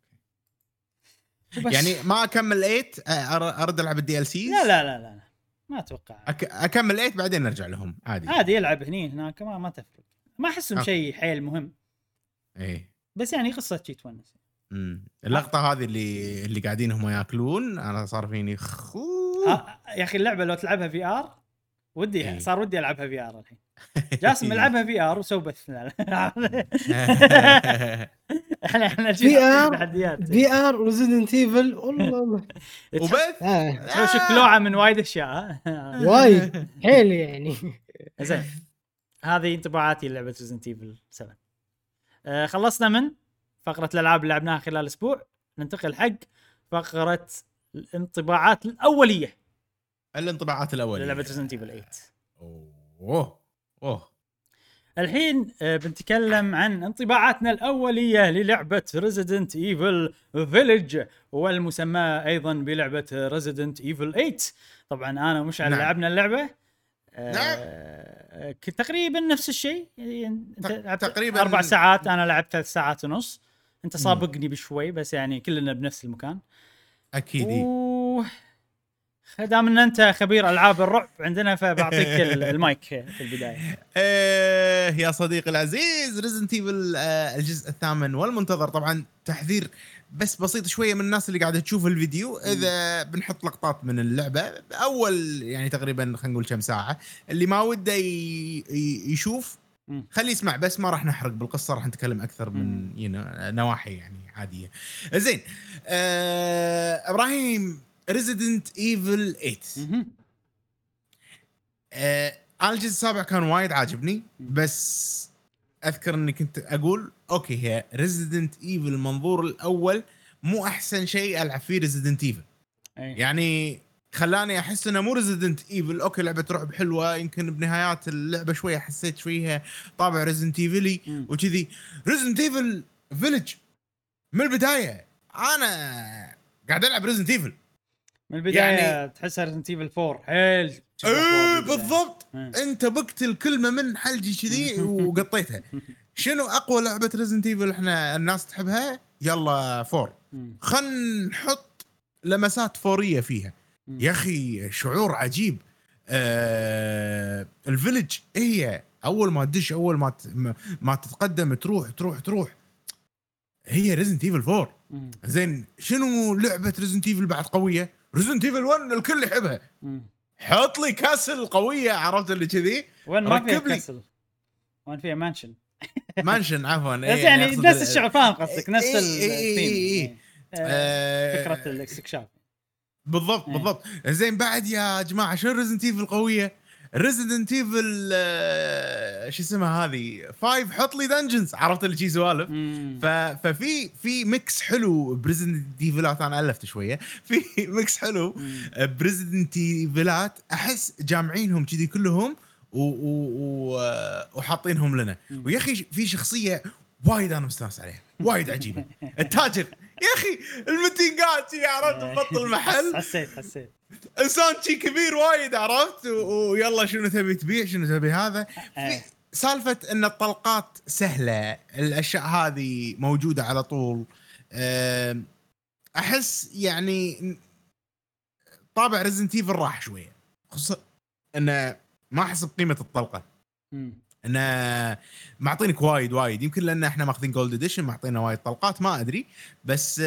يعني ما اكمل 8 ارد العب الدي ال سي. لا ما اتوقع. اكمل 8 بعدين نرجع لهم عادي يلعب هناك ما تفرق. ما احسهم شيء حيل مهم. بس يعني قصه شيء تونس. اللقطه هذه اللي قاعدين هم ياكلون، انا صار فيني يا اخي اللعبه لو تلعبها في ار ودي صار ودي العبها في ار الحين. جاسم العبها في ار وسوي بث. احنا في ار ريزيدنت ايفل والله وبث شوف كلوعه من وايد اشياء. وايد حيل يعني. زين، هذه انطباعاتي لعبه ريزيدنت ايفل 7. خلصنا من فقره الالعاب اللي لعبناها خلال الاسبوع، ننتقل حق فقره الانطباعات الاوليه. الانطباعات الاوليه لعبه ريزيدنت ايفل 8. الحين بنتكلم عن انطباعاتنا الأولية للعبة Resident Evil Village، والمسمى أيضا بلعبة Resident Evil 8. طبعا أنا ومشعل لعبنا اللعبة. تقريبا نفس الشيء، تقريبا 4 ساعات، أنا لعبت 3 ساعات ونص. أنت سابقني بشوي، بس يعني كلنا بنفس المكان أكيد. دام ان انت خبير العاب الرعب عندنا، فبعطيك المايك في البدايه. يا صديقي العزيز، ريزنت ايفل الجزء الثامن والمنتظر. طبعا تحذير بس بسيط شويه من الناس اللي قاعده تشوف الفيديو، اذا بنحط لقطات من اللعبه اول يعني تقريبا خلينا نقول كم ساعه، اللي ما وده يشوف خليه يسمع، بس ما راح نحرق بالقصه، راح نتكلم اكثر من نواحي يعني عاديه. زين ابراهيم، Resident Evil 8. أنا الجزء السابع كان وايد عاجبني، بس اذكر اني كنت اقول اوكي هي ريزيدنت ايفل المنظور الاول مو احسن شيء العب فيه ريزيدنت ايفل، يعني خلاني احس انه مو ريزيدنت ايفل. اوكي لعبه رعب حلوه، يمكن بنهايات اللعبه شويه حسيت فيها طابع ريزيدنت ايفلي وكذي. ريزيدنت ايفل فيلج من البدايه انا قاعد العب ريزيدنت ايفل من البدايه، يعني تحسها ريزيدنت ايفل 4 حيل. بالضبط. انت بكت الكلمه من حلجي كذي وقطيتها. شنو اقوى لعبه ريزيدنت ايفل احنا الناس تحبها؟ يلا 4. خلنا نحط لمسات فوريه فيها. يا اخي شعور عجيب. الفيلج هي اول ما تدش، اول ما تتقدم تروح هي ريزيدنت ايفل 4. زين شنو لعبه ريزيدنت ايفل بعد قويه؟ ريزيدنت ايفل 1 الكل يحبها. حط لي كاسل قويه، عرفت اللي كذي؟ وين ما فيها كاسل، وين فيها مانشن عفوا. بس يعني نفس الشعور، فاهم قصدك، نفس الثيم. فكره الاستكشاف بالضبط. زين بعد يا جماعه شو ريزيدنت ايفل قويه؟ ريزيدنت ايفل شو اسمها هذه 5 حط لي دنجنز، عرفت اللي شي سوالف. ففي ميكس حلو بريزيدنت ايفلات. انا الفت شويه في ميكس حلو بريزيدنت ايفلات، احس جامعينهم كذي كلهم وحاطينهم لنا. ويا اخي في شخصيه وايد انا مستانس عليها، وايد عجيبه. التاجر يا اخي المتنقات عرفت ببطل المحل. حسيت انسان شي كبير وايد، عرفت ويلا شنو تبي تبيع، شنو تبي هذا. سالفه ان الطلقات سهله، الاشياء هذه موجوده على طول. احس يعني طابع ريزنت ايفل راح شويه، خصوصا انه ما احس بقيمه الطلقه. انه معطينك وايد يمكن لان احنا ماخذين جولد اديشن معطينا وايد طلقات، ما ادري. بس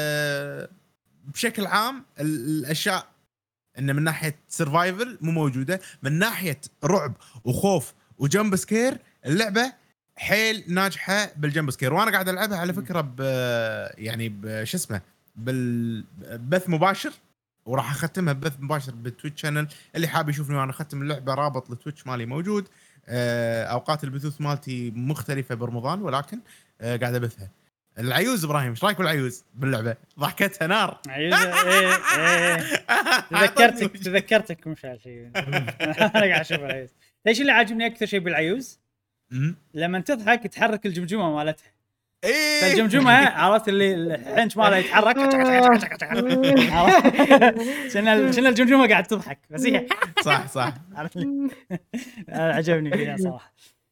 بشكل عام الاشياء انه من ناحيه سرفايفل مو موجوده، من ناحيه رعب وخوف وجمب سكير اللعبه حيل ناجحه بالجمب سكير. وانا قاعد العبها على فكره يعني بش اسمه بالبث مباشر، وراح اختمها ببث مباشر بالتويتش شانل. اللي حاب يشوفني وانا اختم اللعبه رابط التويتش مالي موجود. اوقات البثوث مالتي مختلفه برمضان، ولكن قاعد ابثها. العيوز ابراهيم ايش رايك بالعيوز باللعبه؟ ضحكتها نار. عيوز تذكرتك مش عارف شيء. انا قاعد اشوف العيوز. ليش اللي عاجبني اكثر شيء بالعيوز؟ لما تضحك تحرك الجمجمه مالتها. فالجمجمه عرفت اللي الحنش ماله يتحرك. شنو الجمجمه قاعد تضحك بس هي صح. عجبني فيها صراحه.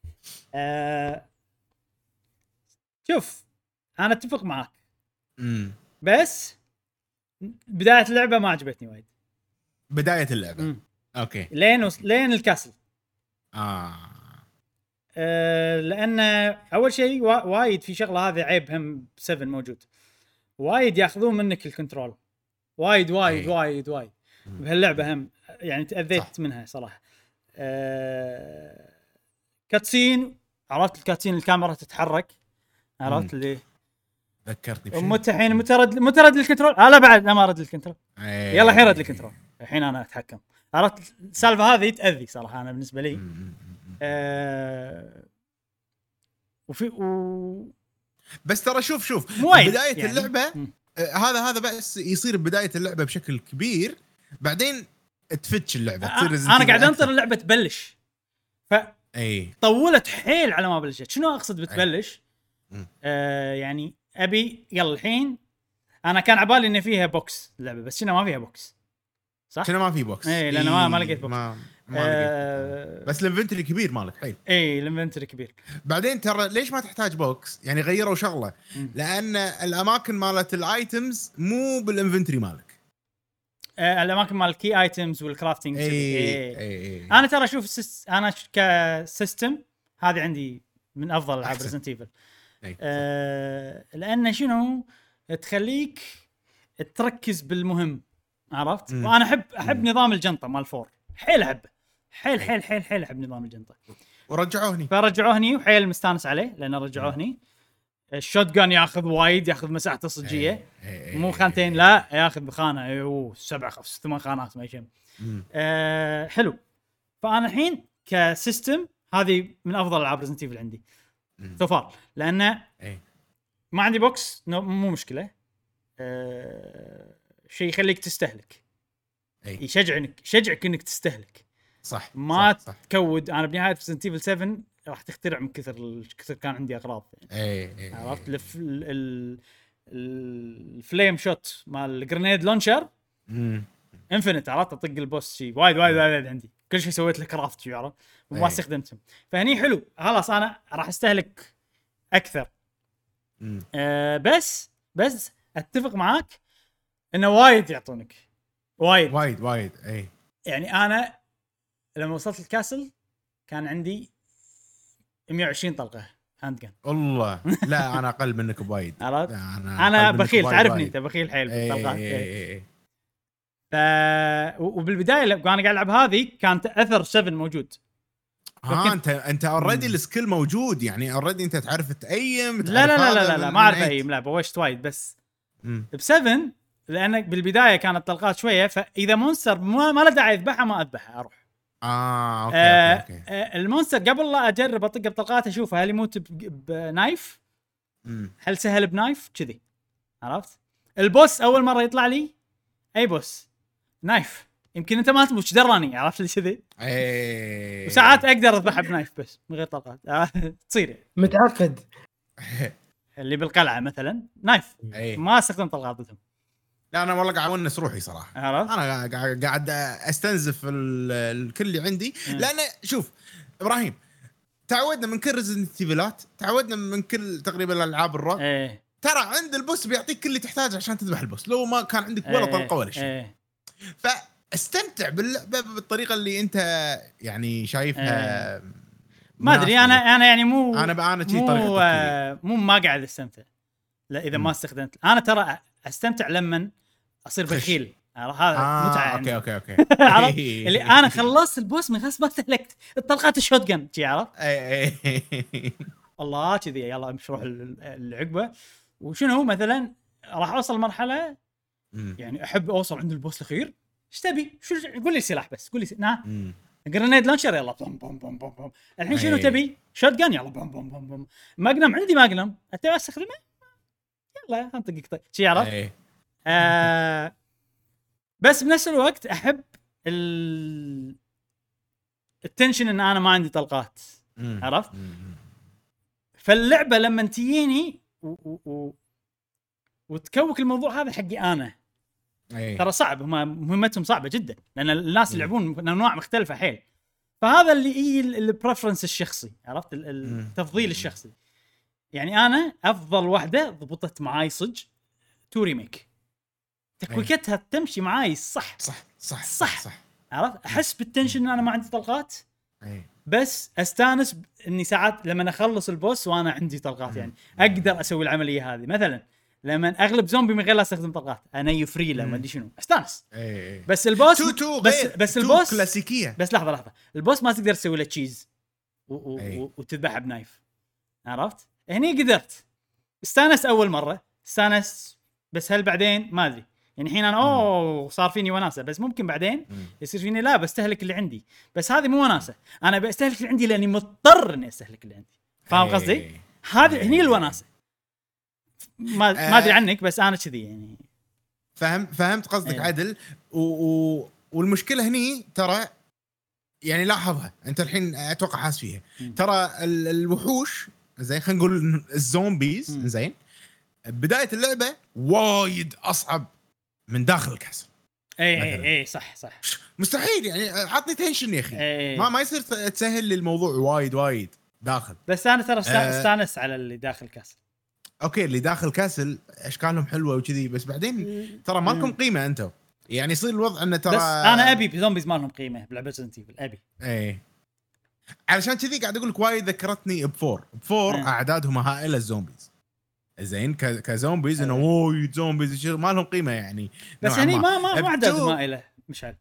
شوف انا اتفق معك. بس بدايه اللعبه ما عجبتني وايد. بدايه اللعبه اوكي لين الكاسل. لان اول شيء وايد في شغله، هذه عيب هم 7 موجود، وايد ياخذون منك الكنترول وايد بهاللعبه. هم يعني تاذيت منها صراحه. كاتسين، عرفت الكاتسين الكاميرا تتحرك، عرفت اللي ذكرتني بشيء. الحين مترد الكنترول. لا بعد ما ارد الكنترول. يلا الحين رد الكنترول، الحين انا اتحكم. عرفت السالفه هذه تاذي صراحه انا بالنسبه لي. بس ترى شوف بدايه يعني اللعبه هذا بس يصير بدايه اللعبه بشكل كبير، بعدين تفتش اللعبه انا قاعد انطر اللعبه تبلش، طولت حيل على ما بلشت. شنو اقصد بتبلش؟ يعني ابي يلا الحين انا كان عبالي ان فيها بوكس اللعبه، بس شنو ما فيها بوكس صح؟ شنو ما في بوكس؟ لأن ما لقيت بوكس. ما لقيت. بس الانفنتوري كبير مالك حيل. الانفنتوري كبير. بعدين ترى ليش ما تحتاج بوكس؟ يعني غيروا شغله. لان الاماكن مالت الايتمز مو بالانفنتوري مالك. الاماكن مال الكي ايتمز والكرافتنج. انا ترى اشوف انا كسيستم هذه عندي من افضل العاب ريزنت ايفل. لان شنو تخليك تركز بالمهم، عرفت؟ وانا احب نظام الجنطه مال 4 حيل احبه، حيل احب نظام الجنطه. فرجعوهني وحيل مستانس عليه لان رجعوهني. الشوت جان ياخذ مساحه الصجيه، مو خانتين، لا ياخذ بخانه 7 8 خانات ما يشم. حلو. فانا الحين كسيستم هذه من افضل العاب ريزنت ايفل عندي. سوفار لانه اي ما عندي بوكس مو مشكله. شيء يخليك تستهلك، اي يشجعك انك تستهلك، صح ما صح. تكود. انا بنهايه ريزنت ايفل 7 راح تخترع من كثر كان عندي اغراض يعني. اي عرفت الفليم شوت مال الجرينيد لونشر انفنت، عرفت اطق البوس شيء وايد عندي كل شيء سويت له كرافت شيء، عرفت وما استخدمتهم. فهني حلو خلاص انا راح استهلك اكثر. بس اتفق معاك انه وايد يعطونك وايد اي. يعني انا لما وصلت الكاسل كان عندي 120 طلقه هاند جن. والله لا انا اقل منك بوايد. انا بخيل، تعرفني انت بخيل حيل بالطلقات. وبالبدايه وانا قاعد العب هذه كانت اثر 7 موجود. انت اوريدي السكيل موجود يعني، اوريدي انت تعرف تأيم. لا ما اعرف ايم، لا بوشت وايد بس ب7 لان بالبدايه كانت طلقات شويه، فاذا مونستر ما له داعي اذبحها ما اذبحها اروح. اوكي. المونستر قبل لا اجرب اطق بطلقات اشوف هل يموت بنايف، هل سهل بنايف كذي، عرفت؟ البوس اول مره يطلع لي اي بوس نايف، يمكن انت ما تموت دراني، عرفت لي كذي. وساعات اقدر اذبحها بنايف بس من غير طلقات. تصير متعقد. اللي بالقلعه مثلا نايف ما استخدم طلقات ضدهم. لا انا والله قاعد اونس روحي صراحه. انا قاعد استنزف الكل اللي عندي. لان شوف ابراهيم، تعودنا من كل ريزنت ايفلات، تعودنا من كل تقريبا الالعاب الرعب ترى عند البوس بيعطيك كل اللي تحتاجه عشان تذبح البوس لو ما كان عندك ولا طلقه ولا شيء. فاستمتع باللعبه بالطريقه اللي انت يعني شايفها. ما ادري انا يعني مو ما قاعد استمتع لا اذا ما استخدمت. انا ترى استمتع لما اصير بخيل، هذا متعه. اوكي اللي انا خلصت البوس من غصب ما استهلكت الطلقات الشوت جن عرفت. الله كذي يلا امشي روح العقبه. وشنو مثلا راح اوصل مرحله يعني احب اوصل عند البوس الاخير. ايش تبي؟ شو قول لي سلاح بس قول لي جرينيد لانشر يلا بوم بوم بوم بوم. الحين شنو تبي؟ شوت جن يلا بوم بوم بوم بوم. ماجنم عندي ماجنم اتبي استخدمه يلا انطقك طيب شي عرفت. بس بنفس الوقت احب التنشن ان انا ما عندي طلقات، عرفت. فاللعبه لما تجيني وتكوك الموضوع هذا حقي انا ترى صعب. مهمتهم صعبه جدا لان الناس يلعبون من انواع مختلفه حيل. فهذا اللي هي البريفرنس الشخصي، عرفت، التفضيل الشخصي. يعني انا افضل واحده ضبطت معاي صج تو ريميك، تكويكتها تمشي معاي صح عرفت. احس بالتنشن ان انا ما عندي طلقات بس استانس اني ساعات لما اخلص البوس وانا عندي طلقات يعني اقدر اسوي العمليه هذه. مثلا لما اغلب زومبي من غير لا استخدم طلقات انا يفري له ما ادري شنو استانس. بس البوس بس البوس كلاسيكيه. بس لحظه البوس ما تقدر تسوي له تشيز وتذبحه بنايف، عرفت. هني قدرت استانس اول مره استانس، بس هل بعدين ما ادري. يعني الحين انا صار فيني وناسه، بس ممكن بعدين يصير فيني لا بستهلك اللي عندي. بس هذه مو وناسه، انا بستهلك اللي عندي لاني مضطر اني استهلك اللي عندي. فاهم قصدي؟ هذه هني الوناسه. ما ادري عنك بس انا كذي يعني. فهمت قصدك عدل. والمشكله هني ترى يعني لاحظها انت الحين اتوقع حاس فيها. ترى الوحوش زين خلينا نقول الزومبيز زين بدايه اللعبه وايد اصعب من داخل الكاسل. اي صح مستحيل يعني. عطني تنشن يا اخي. ما يصير تسهل لي الموضوع وايد داخل. بس انا ترى استانس على اللي داخل كاسل. اوكي اللي داخل كاسل اشكالهم حلوه وكذي، بس بعدين ترى ما لكم قيمه انتم. يعني يصير الوضع انه ترى بس انا ابي زومبيز ما لهم قيمه بلعبه ريزنت ايفل ابي. علشان كذي قاعد اقول لك وايد ذكرتني بفور اعدادهم هائله الزومبيز زين كزومبيز انه وايد زومبيز ما لهم قيمه يعني. بس هني ما اعداد هائله مشعل.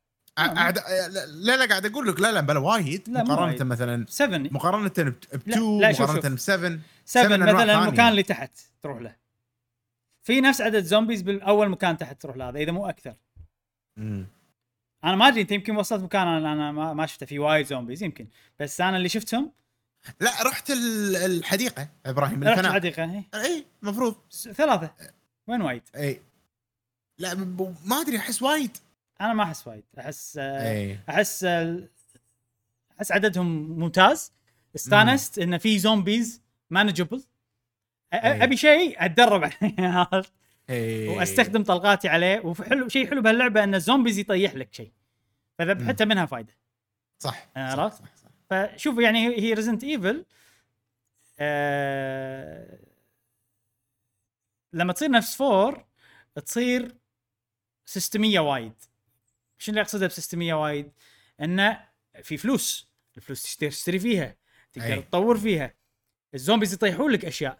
لا قاعد اقول لك لا بلا وايد مقارنه مثلا 7 مقارنه ب2 مقارنه ب7 مثلا المكان اللي تحت تروح له في نفس عدد زومبيز بالاول مكان تحت تروح له هذا اذا مو اكثر. انا ما ادري انت يمكن وصلت مكان انا ما شفته في وايد زومبيز يمكن، بس انا اللي شفتهم لا رحت الحديقه ابراهيم رحت الفناء. الحديقه اي مفروض 3 وين وايد؟ اي لا ما ادري احس وايد. انا ما احس وايد، احس اي احس عددهم ممتاز. استانست ان في زومبيز مانجبل. ابي شيء اتدرب عليه واستخدم طلقاتي عليه. وحلو شيء حلو بهاللعبه ان الزومبيز يطيح لك شيء، فذا حتى منها فايده. صح عرفت؟ فشوف يعني هي ريزنت ايفل لما تصير نفس 4 تصير سيستميه وايد. شنو اللي اقصده بسيستميه وايد؟ انه في فلوس، الفلوس تشتري فيها، تقدر تطور فيها. الزومبيز يطيحون لك اشياء.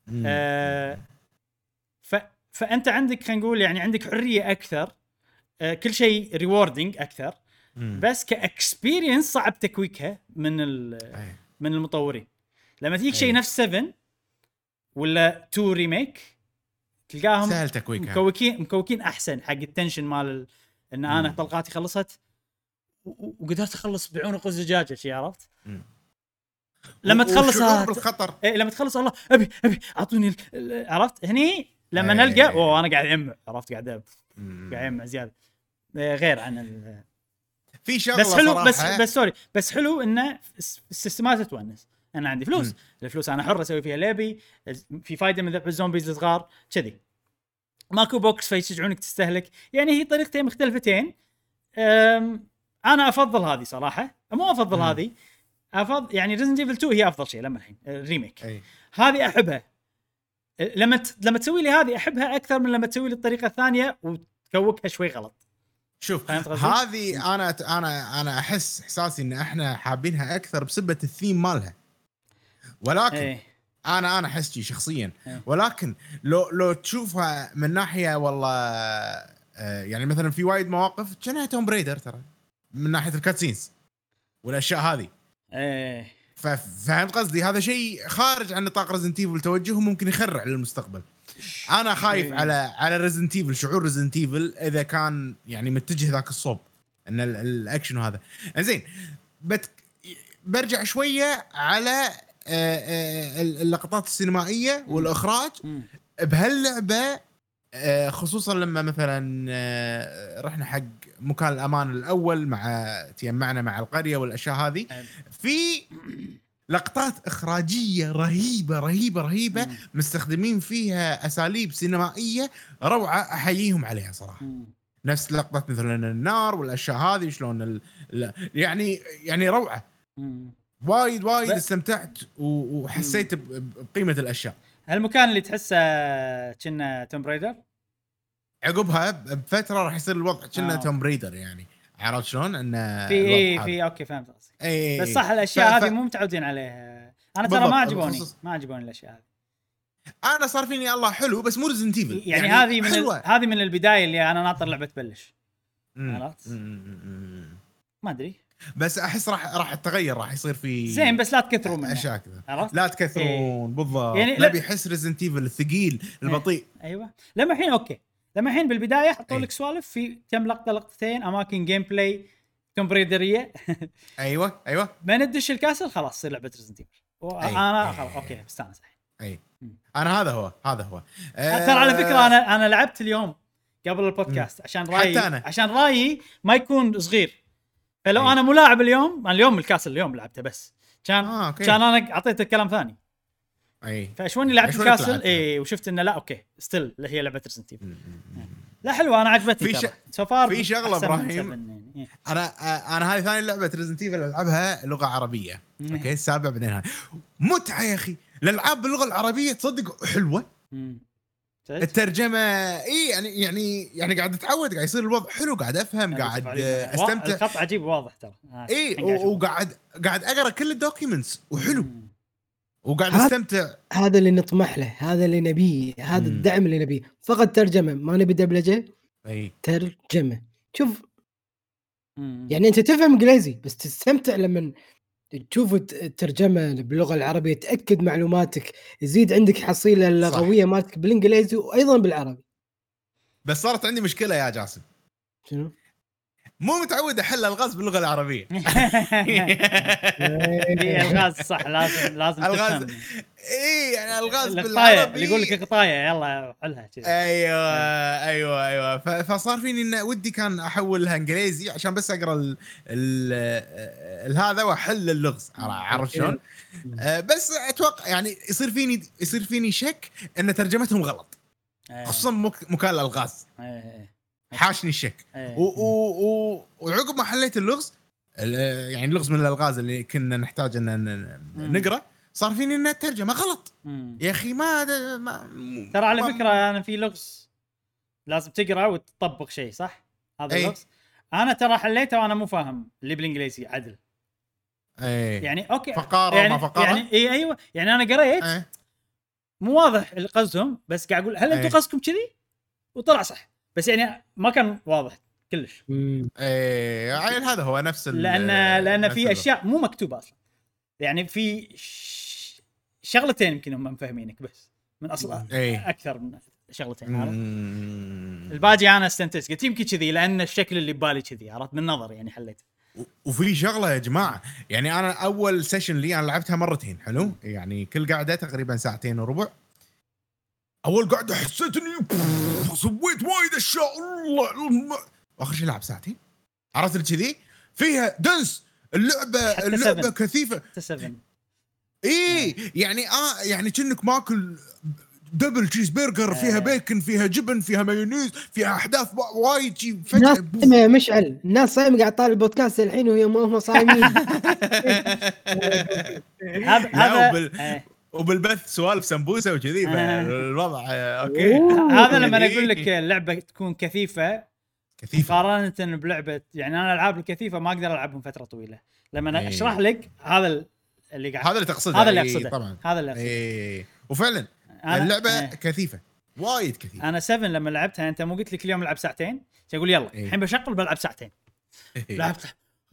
فانت عندك خلينا نقول يعني عندك حريه اكثر. كل شيء ريوردينج اكثر. بس كاكسبيرينس صعب تكويكها من المطورين. لما تجيك شيء نفس 7 ولا 2 ريميك تلقاهم سهل تكويكها، مكوكين احسن حق التنشن مال ان انا طلقاتي خلصت وقدرت اخلص بعونق الزجاجه شي. عرفت؟ لما تخلص بالخطر. لما تخلص الله ابي اعطوني عرفت هني لما نلقى انا قاعد اجمع. عرفت؟ قاعد اجمع زياده غير عن في شغله بس حلو صراحة. بس سوري بس حلو انه السيستمات تونس. انا عندي فلوس الفلوس انا حر اسوي فيها لعبي. في فايده من ذبح الزومبيز الصغار كذي. ماكو بوكس فيشجعونك تستهلك. يعني هي طريقتين مختلفتين. انا افضل هذه صراحه. مو افضل هذه، افضل يعني ريزنت ايفل 2 هي افضل شيء لما الحين الريميك. هذه احبها. لما تسوي لي هذه احبها اكثر من لما تسوي لي الطريقه الثانيه وتكوكها شوي غلط. شوف هذه انا احس احساسي ان احنا حابينها اكثر بسبه الثيم مالها. ولكن انا احس شيء شخصيا. ولكن لو تشوفها من ناحيه والله يعني مثلا في وايد مواقف كانها توم بريدر ترى من ناحيه الكاتسينز والاشياء هذه. فهمت قصدي؟ هذا شيء خارج عن نطاق ريزنت ايفل. توجهه ممكن يخرع للمستقبل. انا خايف على ريزنت ايفل. شعور ريزنت ايفل اذا كان يعني متجه ذاك الصوب ان الاكشن وهذا زين. برجع شويه على اللقطات السينمائيه والاخراج بهاللعبه. خصوصا لما مثلا رحنا حق مكان الامان الاول تجمعنا مع القريه والاشياء هذه. في لقطات اخراجيه رهيبه مستخدمين فيها اساليب سينمائيه روعه. احييهم عليها صراحه. نفس لقطه مثلا النار والاشياء هذه شلون يعني روعه. وايد استمتعت وحسيت بقيمه الاشياء. هالمكان اللي تحسه كنا توم بريدر عقبها بفتره راح يصير الوضع كنا توم بريدر. يعني عرفت شلون انه في اوكي فهمت قصدي. بس صح الاشياء هذه مو متعودين عليها. انا ترى ما عجبوني الاشياء هذه. انا صار فيني الله حلو بس مو ريزنت ايفل. يعني هذه من البدايه اللي انا ناطر لعبه تبلش. عرفت؟ ما ادري بس احس راح تتغير. راح يصير في زين بس لا تكثروا منه اشياء كذا. لا تكثرون بالضبط. يعني نبي يحس ريزنت ايفل الثقيل البطيء. ايوه لما الحين اوكي. لما الحين بالبدايه حطوا لك سوالف في كم لقطتين اماكن جيم بلاي كومبريدريه. ايوه ما ندش الكاسل خلاص تصير لعبه ريزنت ايفل. انا خلاص اوكي بستانس الحين. انا هذا هو ترى على فكره انا لعبت اليوم قبل البودكاست عشان رايي ما يكون صغير. فلو انا ملاعب اليوم الكاسل اليوم لعبته بس كان انا اعطيته كلام ثاني. فاشوني لعبت الكاسل وشفت انه لا اوكي ستيل اللي هي لعبه ريزنت ايفل. لا حلوه انا عجبتني في شغله ابراهيم. انا هذه ثاني لعبه ريزنت ايفل العبها لغه عربيه. اوكي السابع بعدين هاي متعه يا اخي. الالعاب باللغه العربيه تصدق حلوه. الترجمه يعني قاعد اتعود. قاعد يصير الوضع حلو. قاعد افهم. قاعد استمتع. الخط عجيب واضح ترى. وقاعد اقرا كل الدوكيومنتس وحلو. وقاعد استمتع. هذا اللي نطمح له. هذا اللي نبيه. هذا الدعم اللي نبيه. فقط ترجمه ما نبي دبلجه. ترجمه. شوف يعني انت تفهم انجليزي بس تستمتع لما تشوف الترجمه باللغه العربيه. تاكد معلوماتك. يزيد عندك حصيله لغويه مالتك بالانجليزي وايضا بالعربي. بس صارت عندي مشكله يا جاسم. شنو؟ مو متعود احل الغاز باللغه العربيه. في الغاز صح، لازم الغاز تفهم. اي يعني الغاز القطايه بالعربي اللي يقول لك قطايه يلا حلها كذا. ايوه فصار فيني ان ودي كان احولها انجليزي عشان بس اقرا هذا واحل اللغز، عرفت شلون؟ بس اتوقع يعني يصير فيني شك ان ترجمتهم غلط، خصوصا مكان الالغاز. حاشني الشك. وعقب ما حليت اللغز، يعني اللغز من الالغاز اللي كنا نحتاج ان نقرا، صار فيني ان الترجمه غلط. يا اخي ما ترى على فكره انا في لغز لازم تقرا وتطبق شيء صح. هذا اللغز انا ترى حليته وانا مو فاهم اللي بالانجليزي عدل. يعني اوكي فقاره يعني ما فقاره يعني ايوه يعني انا قريت مو واضح قصدهم، بس قاعد اقول هل انتم قصدكم كذي؟ وطلع صح، بس يعني ما كان واضح كلش. يعني هذا هو نفس لان في اشياء مو مكتوبه اصلا، يعني في شغلتين يمكن هم مفهمينك بس من اصل اكثر من شغلتين. عرفت الباقي انا استنتج قلت يمكن كذي لان الشكل اللي ببالي كذي، عرفت من نظر يعني حليت. وفي شغله يا جماعه، يعني انا اول سيشن لي انا لعبتها مرتين حلو، يعني كل قاعده تقريبا 2.25 ساعة. اول قاعده حسيت اني سويت وايد اشياء، الله اخر شيء لعب 2 ساعة، عرفت كذي فيها دنس اللعبه كثيفه 7 يعني يعني كأنك ماكل دبل تشيز برجر فيها بيكن فيها جبن فيها مايونيز فيها احداث وايد شيء فجاه. مشعل الناس صايمه قاعد طالع البودكاست الحين وهي ما هم صايمين. هذا وبالبث سوالف سمبوسه وكذي الوضع اوكي. هذا لما اقول لك اللعبه تكون كثيفه مقارنه بلعبه، يعني انا الالعاب الكثيفه ما اقدر العبهم فتره طويله. لما اشرح لك هذا اللي قاعد، هذا اللي تقصده، هذا اللي اقصده طبعا، هذا اللي اقصده. وفعلا اللعبه كثيفه وايد كثيفه. انا 7 لما لعبتها انت مو قلت لك اليوم العب 2 ساعة، اقول يلا الحين بشغل بلعب 2 ساعة. لعبت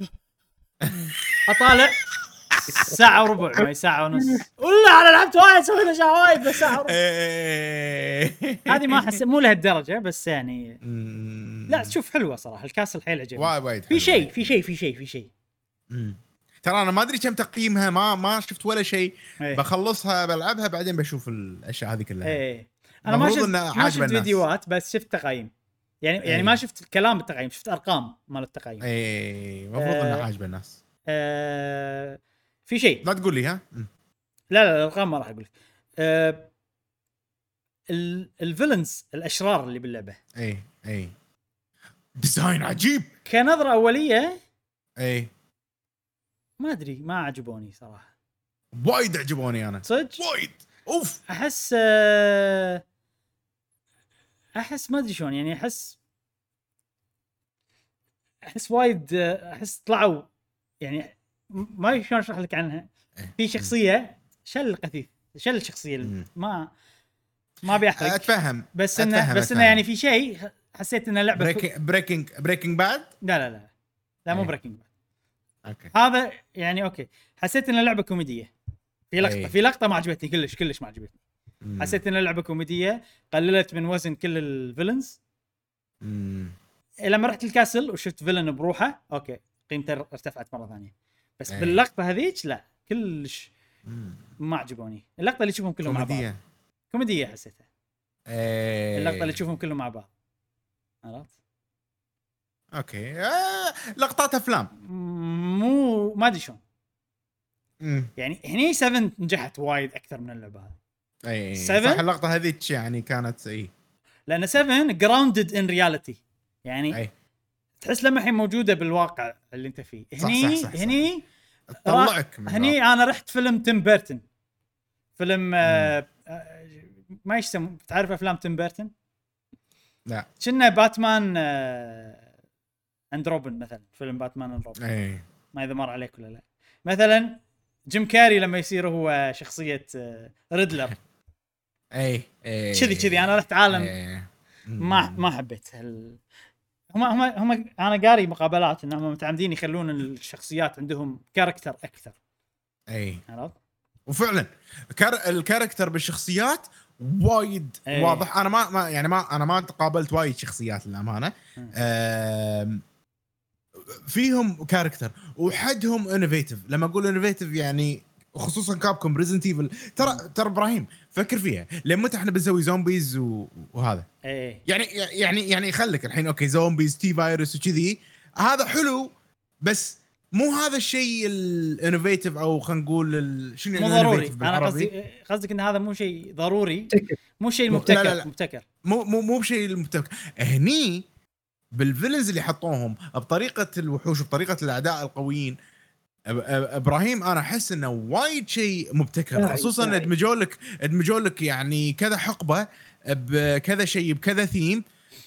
اطالع 1.25 ساعة ما 1.5 ساعة. ولا انا لعبت وايد سويت اشياء وايد بس 1.5 ساعة. هذه ما احس مو لهالدرجه بس يعني لا تشوف حلوه صراحه. الكاسل حيل عجبني وايد في شيء ترى انا ما ادري كم تقييمها، ما شفت ولا شيء. بخلصها بلعبها بعدين بشوف الاشياء هذه كلها. انا ما شفت فيديوهات بس شفت تقييم، يعني ما شفت كلام التقييم، شفت ارقام مال التقييم. المفروض انه عاجب الناس. في شيء لا تقول لي ها. لا الارقام ما راح اقول لك. الفيلنز الاشرار اللي باللعبه ديزاين عجيب كنظره اوليه. ما ادري ما عجبوني صراحه. وايد عجبوني انا صدق وايد. اوف احس ما ادري شلون يعني احس وايد احس طلعوا يعني ما شلون اشرح لك عنها. في شخصيه شل الشخصيه ما بيحرق اتفهم بس انه يعني في شيء حسيت ان اللعبه بريكنج باد. لا مو بريكنج باد. اوكي هذا يعني اوكي حسيت ان اللعبه كوميديه. في لقطه ما عجبتني كلش ما عجبتني. حسيت ان اللعبه كوميديه قللت من وزن كل الفيلنز. لما رحت الكاسل وشفت فيلن بروحه اوكي قيمته ارتفعت مره ثانيه، بس باللقطه هذيك لا كلش ما عجبوني. اللقطه اللي تشوفهم كلهم مع بعض كوميديه حسيتها. اللقطه اللي تشوفهم كلهم مع بعض عرفت. اوكي لقطات افلام مو ما ادري شلون. يعني هني 7 نجحت وايد اكثر من اللعبه هذه. 7 صح اللقطه هذيك يعني كانت لان 7 جراوندد ان رياليتي يعني تحس لما الحين موجوده بالواقع اللي انت فيه. هني طلعك هني انا رحت فيلم تيم بيرتون، فيلم ما يسمى تعرف افلام تيم بيرتون؟ لا كنا باتمان اند روبن مثلا، فيلم باتمان اند روبن ما اذا مر عليك ولا لا. مثلا جيم كاري لما يصير هو شخصيه ريدلر كذي انا رحت عالم ما حبيت هم انا قاري مقابلات انهم متعمدين يخلون الشخصيات عندهم كاركتر اكثر. عرفت. وفعلا الكاركتر بالشخصيات وايد واضح. انا ما تقابلت وايد شخصيات للامانه. فيهم كاركتر وحدهم انوفيتيف. لما اقول انوفيتيف يعني خصوصا كابكوم ريزنت ايفل. ترى ابراهيم فكر فيها، لمتى احنا بنسوي زومبيز وهذا ايه يعني خليك الحين اوكي زومبيز تي فايروس وكذي، هذا حلو بس مو هذا الشيء الانوفيتيف، او خلينا نقول شنو مو ضروري. انا قصدك ان هذا مو شيء ضروري، مو شيء مبتكر. لا. مبتكر مو بشيء المبتكر هني بالفيلنز اللي حطوهم بطريقه الوحوش وبطريقه الاعداء القويين. ابراهيم انا احس انه وايد شيء مبتكر، خصوصا ادمجوا لك يعني كذا حقبه بكذا شيء بكذا ثيم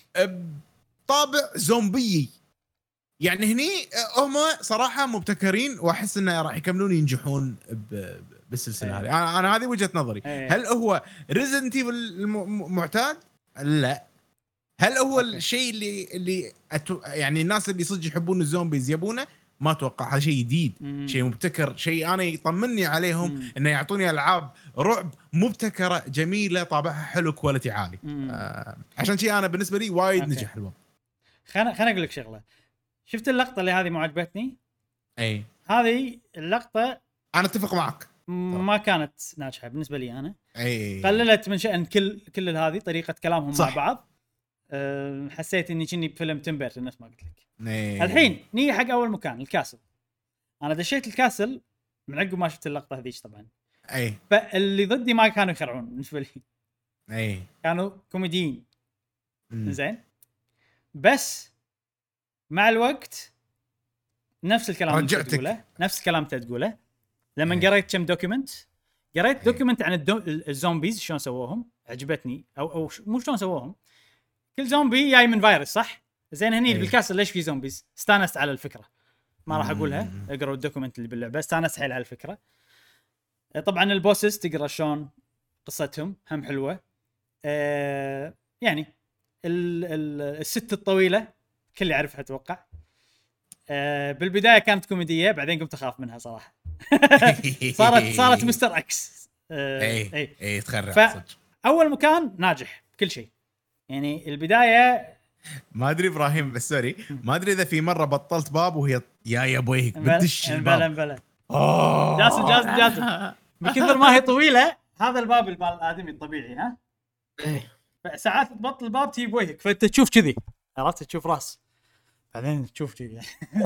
بطابع زومبي. يعني هني هم صراحه مبتكرين، واحس انه راح يكملون ينجحون بالسلسله هذه. انا هذه وجهه نظري. هل هو ريزيدنت ايفل المعتاد؟ لا. هل هو الشيء اللي يعني الناس اللي صدق يحبون الزومبيز يبونه؟ ما اتوقع. هذا شيء جديد، شيء مبتكر، شيء انا يطمني عليهم انه يعطوني العاب رعب مبتكره جميله طابعها حلو كواليتي عالي. عشان شيء انا بالنسبه لي وايد نجح الوضع. خليني اقول لك شغله. شفت اللقطه اللي هذه ما عجبتني؟ اي هذه اللقطه انا اتفق معك، ما كانت ناجحه بالنسبه لي انا. اي قللت من شأن كل هذه طريقه كلامهم صح. مع بعض. حسيت اني كني بفيلم تيم بيرتون نفس ما قلت لك. أي. الحين نيجي حق اول مكان، الكاسل. انا دشيت الكاسل من عقب ما شفت اللقطه هذيك طبعا. اي فاللي ضدي ما كانوا يخرعون بالنسبه لي، اي كانوا كوميديين زين. بس مع الوقت نفس الكلام اللي تقوله، نفس الكلام اللي تقوله. لما قريت كم دوكيمنت، قريت دوكيمنت عن الزومبيز شلون سووهم، عجبتني. او مو شلون سووهم، كل زومبي جاي من فيروس صح. زين هني بالكاسل ليش في زومبيز؟ استانست على الفكره، ما راح اقولها. اقرأوا الدوكيمنت اللي باللعبه، استانست حيل على الفكره. طبعا البوسز تقرا شلون قصتهم هم حلوه. يعني الست الطويله كل يعرفها اتوقع. بالبدايه كانت كوميديه، بعدين قمت اخاف منها صراحه. صارت مستر اكس. اي تخرع. اول مكان ناجح بكل شيء. يعني البدايه ما ادري ابراهيم بس سوري، ما ادري اذا في مره بطلت باب وهي يا ابويك بتدش الباب. بلا جاسم بكثر ما هي طويله. هذا الباب الادمي الطبيعي ها. ساعات تبطل الباب تجيب وجهك، فانت تشوف كذي، عرفت؟ تشوف راس، بعدين تشوف كذي.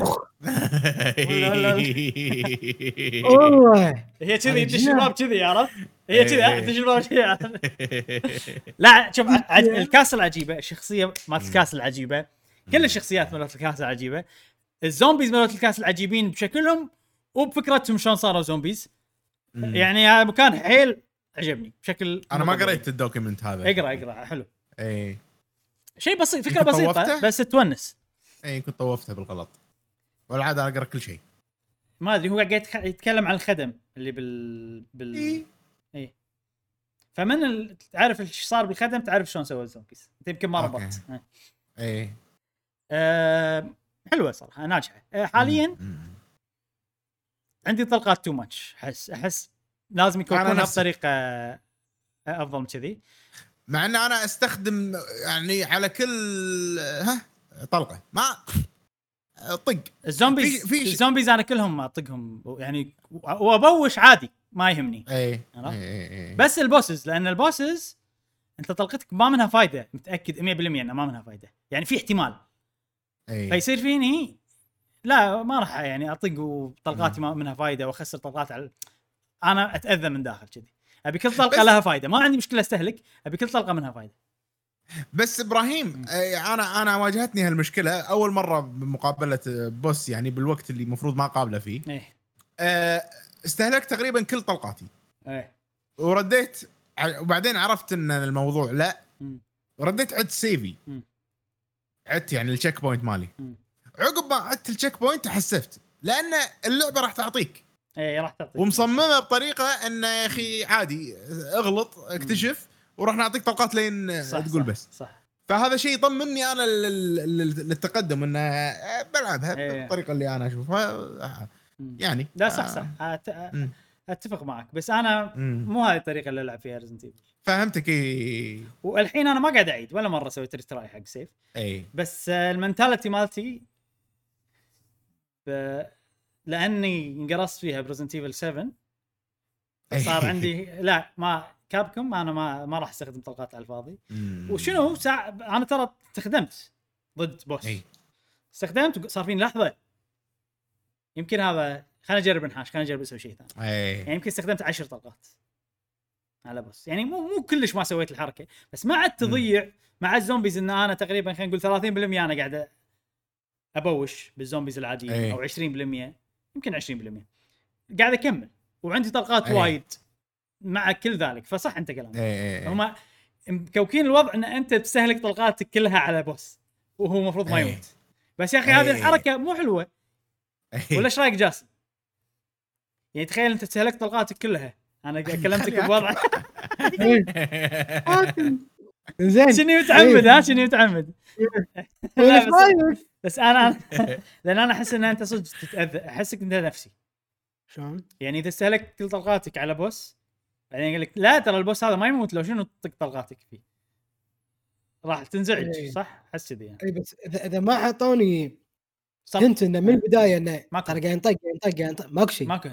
والله هي كذي تدش الباب كذي، عرفت؟ هي كذي تدش الباب كذي. لا شوف الكاسل عجيبه، الشخصيه مالت الكاسل عجيبه، كل الشخصيات مالت الكاسل عجيبه. الزومبيز مالت الكاسل عجيبين بشكلهم وبفكرتهم شلون صاروا زومبيز. يعني هذا مكان حيل عجبني بشكل. انا ما قريت الدوكيمنت هذا. اقرا حلو. اي شيء بسيط، فكره بسيطه بس تونس. اي كنت طوفتها بالغلط، والعاده انا اقرا كل شيء. ما ادري، هو قاعد يتكلم عن الخدم اللي اي فمن تعرف ايش صار بالخدم تعرف شلون سووا الزومبيز. انت يمكن ما ربطت. اي حلوه صراحه ناجحه. حاليا عندي طلقات تو ماتش. احس لازم يكونها بطريقه افضل من كذي، مع ان انا استخدم يعني على كل طلقه ما طق الزومبيز انا كلهم اطقهم يعني، وابوش عادي ما يهمني. اي بس البوسز، لان البوسز انت طلقتك ما منها فايده، متاكد 100% انه ما منها فايده، يعني في احتمال فيصير فيني لا ما راح يعني اطق وطلقاتي ما منها فايده واخسر طلقات على. انا اتاذى من داخل كذي. ابي كل طلقه لها فايده، ما عندي مشكله استهلك، ابي كل طلقه منها فايده. بس ابراهيم انا واجهتني هالمشكله اول مره بمقابله بوس، يعني بالوقت اللي المفروض ما قابله فيه. استهلكت تقريبا كل طلقاتي. ورديت وبعدين عرفت ان الموضوع لا. رديت عدت سيفي، عدت يعني التشيك بوينت مالي. عقب ما عدت التشيك بوينت تحسفت، لان اللعبه راح تعطيك راح تعطيك ومصممه بطريقه ان يا اخي عادي اغلط اكتشف وراح نعطيك طلقات لين تقول بس صح. فهذا شيء يطمني انا للتقدم انه بلعبها بالطريقه اللي انا اشوفها يعني. لا صح اتفق معك، بس انا مو هذه الطريقه اللي العب فيها ريزنت ايفل. فهمتك. والحين انا ما قاعد اعيد ولا مره سويت ريتراي حق سيف. اي بس المنتاليتي مالتي لاني انقرصت فيها بريزنت ايفل 7 صار إيه. عندي لا ما كابكم انا ما راح استخدم طلقات على الفاضي. وشنو انا ترى استخدمت ضد بوس استخدمت صار فيني لحظه يمكن هذا خلينا نجرب نحاش خلينا نجرب اسوي شيء ثاني يعني يمكن استخدمت 10 طلقات على بوس يعني مو كلش ما سويت الحركه بس مع التضييع مع الزومبيز ان انا تقريبا خلينا نقول 30% انا قاعد ابوش بالزومبيز العاديين او 20% يمكن 20% قاعد اكمل وعندي طلقات وايد مع كل ذلك فصح انت كلامك هما مكوكين الوضع ان انت تستهلك طلقاتك كلها على بوس وهو المفروض ما يموت بس يا اخي هذه الحركه مو حلوه ولا ايش رايك جاسم؟ يعني تخيل انت استهلكت طلقاتك كلها انا كلمتك بوضع زين شنو متعمد شنو متعمد بس انا لان انا احس ان انت صدق تتاذى احسك انت نفسي شلون يعني اذا استهلكت كل طلقاتك على بوس بعدين يقول لك لا ترى البوس هذا ما يموت لو شنو تطق طلقاتك فيه راح تنزعج صح احس كذي يعني. اي بس اذا ما حطوني هنت انه من البدايه انه ترى قاعد ينطق ماكو شيء ماكو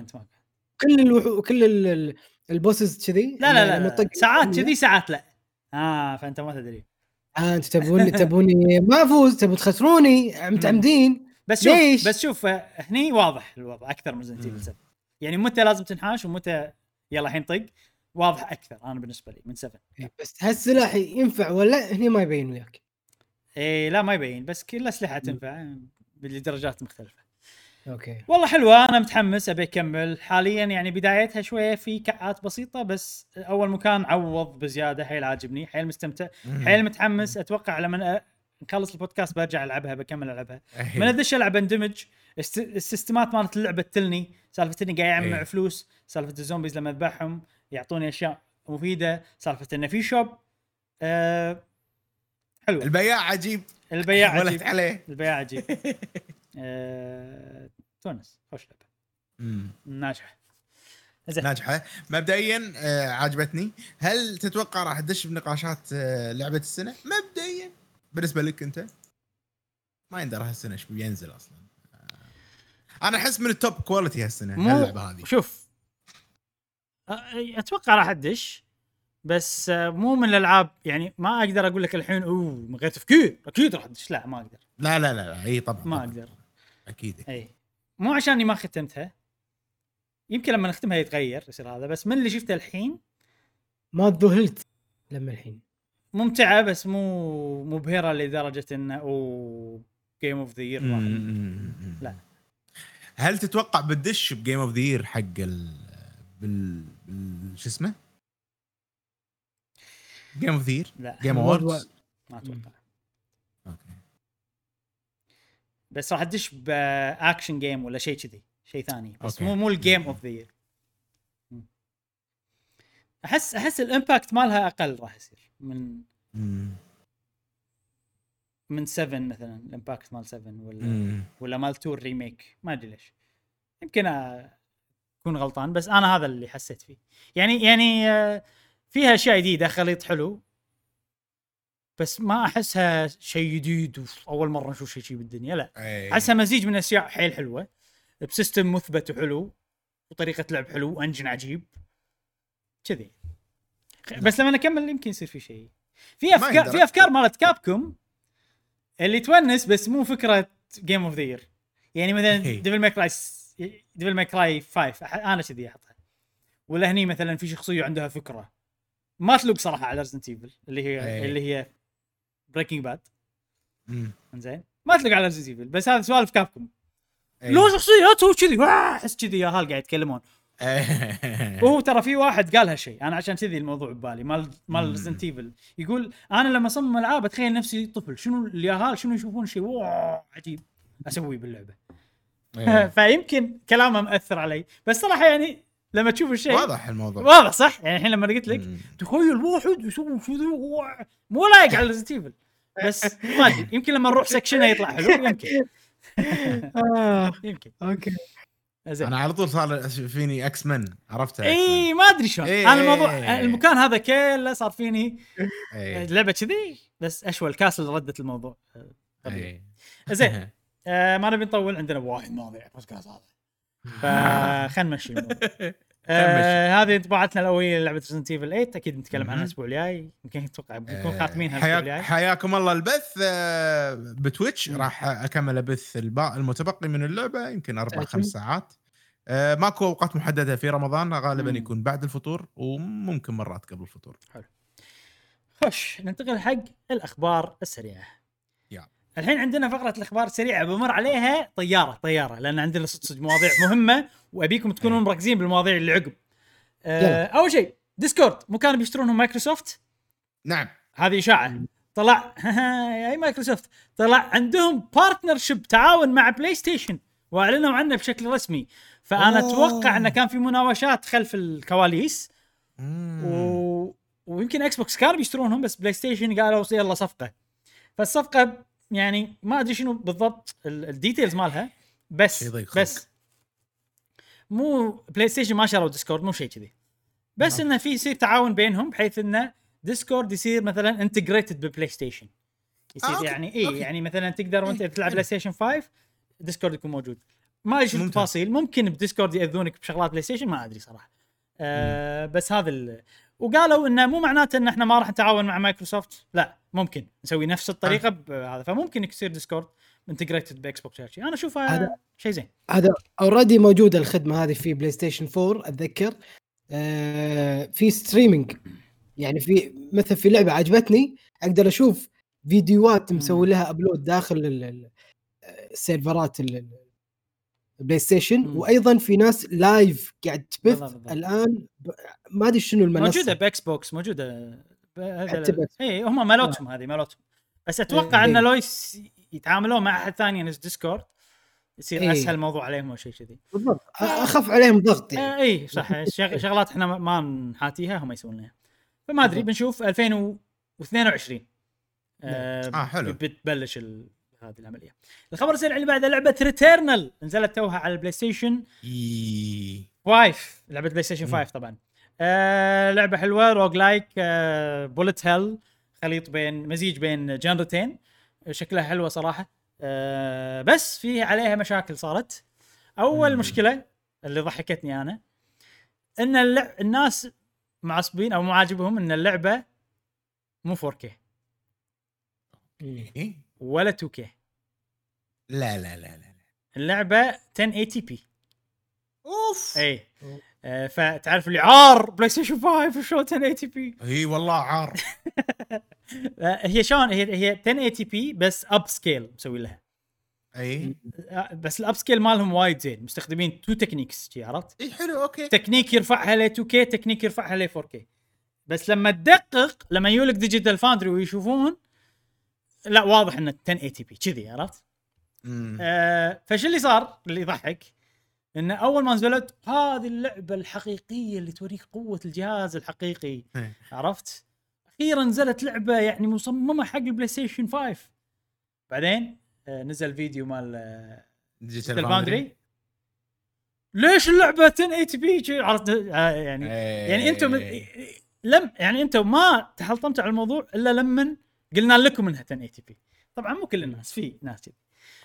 كل البوسز كذي لا ساعات كذي ساعات لا فانت ما تدري انت تبوني ما افوز تبون تخسروني متعمدين بس شوف هني واضح الوضع اكثر من ريزنت ايفل 7 يعني متى لازم تنحاش ومتى يلا الحين طق واضح اكثر انا بالنسبه لي من 7 بس هالسلاح ينفع ولا هني ما يبين وياك لا ما يبين بس كل الاسلحه تنفع بدرجات مختلفه اوكي والله حلوه انا متحمس ابي اكمل حاليا يعني بدايتها شويه في كعات بسيطه بس اول مكان عوض بزياده حيل عاجبني حيل مستمتع حيل متحمس اتوقع لما نخلص البودكاست برجع العبها بكمل العبها من ادش العب اندمج السيستمات مالت اللعبه تلني سالفه اني قاعد اجمع فلوس سالفه الزومبيز لما اذبحهم يعطوني اشياء مفيده سالفه انه في شوب حلو البياع عجيب ولفت عليه البياع عجيب تونس خوش لعبه ناجحه مبدئيا عجبتني. هل تتوقع راح تدش بنقاشات لعبه السنه مبدئيا بالنسبه لك انت؟ ما يندرى هالسنه ايش بينزل اصلا. انا احس من التوب كواليتي هالسنه اللعبه هذه. شوف اتوقع راح ادش بس مو من الالعاب يعني ما اقدر اقول لك الحين من غير تفكير اكيد راح ادش لا ما اقدر لا اي طبعا ما اقدر اكيد اي مو عشاني ما ختمتها يمكن لما نختمها يتغير يصير هذا بس من اللي شفته الحين ما تذهلت لما الحين ممتعه بس مو مبهره لدرجه انه جيم اوف ذا يير لا. هل تتوقع بتدش بجيم اوف ذا يير حق شو اسمه جيم اوف ذا يير جيم اووردز؟ ما اتوقع اوكي بس راح ادش باكشن جيم ولا شيء كذي شيء ثاني بس مو الجيم اوف ذا يير. احس الامباكت مالها اقل راح يصير من 7 مثلا الامباكت مال 7 ولا مال 2 ريميك ما ادري ليش يمكن اكون غلطان بس انا هذا اللي حسيت فيه يعني فيها اشياء جديده خليط حلو بس ما احسها شيء جديد اول مره نشوف شيء بالدنيا لا احسها مزيج من اشياء حيل حلوه بسيستم مثبت وحلو وطريقه لعب حلو وانجن عجيب كذي بس لما نكمل يمكن يصير في شيء في افكار مالت كابكوم اللي تونس بس مو فكره جيم اوف ذا يير يعني مثلا ديفل ماي كراي 5 انا كذي احطها ولا هني مثلا في شخصيه عندها فكره ما تلوق صراحه على ريزنت ايفل اللي هي بريكنج باد زين ما تلوق على ريزنت ايفل بس هذا سوالف كابكوم لو شخصيات هو كذي احس كذي يا هال قاعد يتكلمون وهو ترى في واحد قال هالشيء انا عشان كذي الموضوع ببالي مال ريزنت ايفل يقول انا لما اصمم العاب اتخيل نفسي طفل شنو الياهال شنو يشوفون شيء عجيب اسوي باللعبه فيمكن كلامه مأثر علي بس صراحه يعني لما تشوف الشيء واضح الموضوع واضح صح يعني الحين لما قلت لك تخيل واحد يسوي كذي مو لايق على ريزنت ايفل بس ما ادري يمكن لما نروح سكشنه يطلع حلو يمكن يمكن اوكي انا على طول صار فيني اكس مان عرفتها اي ما ادري شلون انا الموضوع المكان هذا كله صار فيني لعبه كذي بس اشوى الكاسل ردت الموضوع زين ما نبي نطول، عندنا وايد مواضيع بودكاست هذا، فخلنا نمشي الموضوع. هذه طباعتنا الأولية للعبة ريزنت ايفل 8، أكيد نتكلم عنها الأسبوع الجاي، يمكن أتوقع بنكون خاتمينها الأسبوع الجاي. حياكم الله. البث بتويتش راح أكمل بث المتبقي من اللعبة، يمكن 4-5 ساعات. ماكو أوقات محددة في رمضان، غالبا يكون بعد الفطور وممكن مرات قبل الفطور. حلو. خش ننتقل حق الأخبار السريعة. الحين عندنا فقرة الأخبار السريعة بمر عليها طيارة لأن عندنا صدق مواضيع مهمة وأبيكم تكونون مركزين بالمواضيع اللي عقب. أول شيء ديسكورد مو كانوا بيشترونهم مايكروسوفت؟ نعم، هذه إشاعة. طلع أي مايكروسوفت طلع عندهم بارتنرشيب، تعاون مع بلاي ستيشن، وأعلنوا عنه بشكل رسمي. فأنا أتوقع أنه كان في مناوشات خلف الكواليس ويمكن اكس بوكس كانوا بيشترونهم، بس بلاي ستيشن قالوا يلا صفقة. فالصفقة يعني ما ادري شنو بالضبط الديتيلز مالها، بس مو بلاي ستيشن ما شروا ديسكورد، مو شيء كذي، بس انه في يصير تعاون بينهم بحيث انه ديسكورد يصير مثلا انتجريتد ببلاي ستيشن، يصير يعني يعني مثلا تقدر وانت تلعب بلاي ستيشن 5 ديسكورد يكون موجود. ما ادري شو التفاصيل، ممكن بديسكورد ياذونك بشغلات بلاي ستيشن، ما ادري صراحه. بس هذا وقالوا انه مو معناته ان احنا ما راح نتعاون مع مايكروسوفت، لا ممكن نسوي نفس الطريقه بهذا، فممكن يصير ديسكورد انتجريتد باكس بوكس شيء. انا اشوفها شيء زين. هذا اوريدي موجوده الخدمه هذه في بلاي ستيشن 4 اتذكر. في ستريمينج، يعني في مثل في لعبه عجبتني اقدر اشوف فيديوهات مسوي لها ابلود داخل السيرفرات البلاي ستيشن، وايضا في ناس لايف قاعد تبث الان ما ادري شنو المنصه موجوده باكس بوكس، موجوده اي هم مالوتهم هذه مالوتهم، بس اتوقع ان لو يتعاملون مع احد ثاني نفس ديسكورد يصير اسهل الموضوع عليهم او شيء كذي. بالضبط، اخف عليهم ضغط يعني. اي صح، شغلات احنا ما نحاتيها هم يسوونها. فما ادري بنشوف 2022 حلو بتبلش هذه العمليه. الخبر السريع اللي بعده لعبه ريتيرنال، نزلت توها على البلاي ستيشن 5، لعبه بلاي ستيشن 5 طبعا. لعبه حلوه روج لايك، بولت هيل، خليط بين مزيج بين جانرتين، شكلها حلوه صراحه. بس في عليها مشاكل صارت. اول مشكله اللي ضحكتني انا ان الناس معصبين او معاجبهم ان اللعبه مو 4K ولا 2K. لا اللعبه 1080p. اوف. اي فتعرف اللي عار بلاي ستيشن 5 وشو 1080p. اي والله عار. هي شلون هي 1080p بس اب سكيل مسوي لها. اي بس الاب سكيل مالهم وايد زين، مستخدمين تو تكنيكس، عرفت؟ اي حلو اوكي. تكنيك يرفعها ل 2K، تكنيك يرفعها ل 4K. بس لما تدقق لما يولك ديجيتال فاوندري ويشوفون لا واضح انه 1080p كذي، عرفت؟ فش اللي صار اللي يضحك ان اول ما نزلت هذه اللعبه الحقيقيه اللي توريك قوه الجهاز الحقيقي، عرفت؟ اخيرا نزلت لعبه يعني مصممه حق البلاي ستيشن 5. بعدين نزل فيديو مال ديجيتال فاوندري، ليش اللعبه 1080p عرفت؟ يعني انتم يعني انتم ما تحلطمتوا على الموضوع الا لما قلنا لكم انها 1080p. طبعا مو كل الناس، في ناس كذي.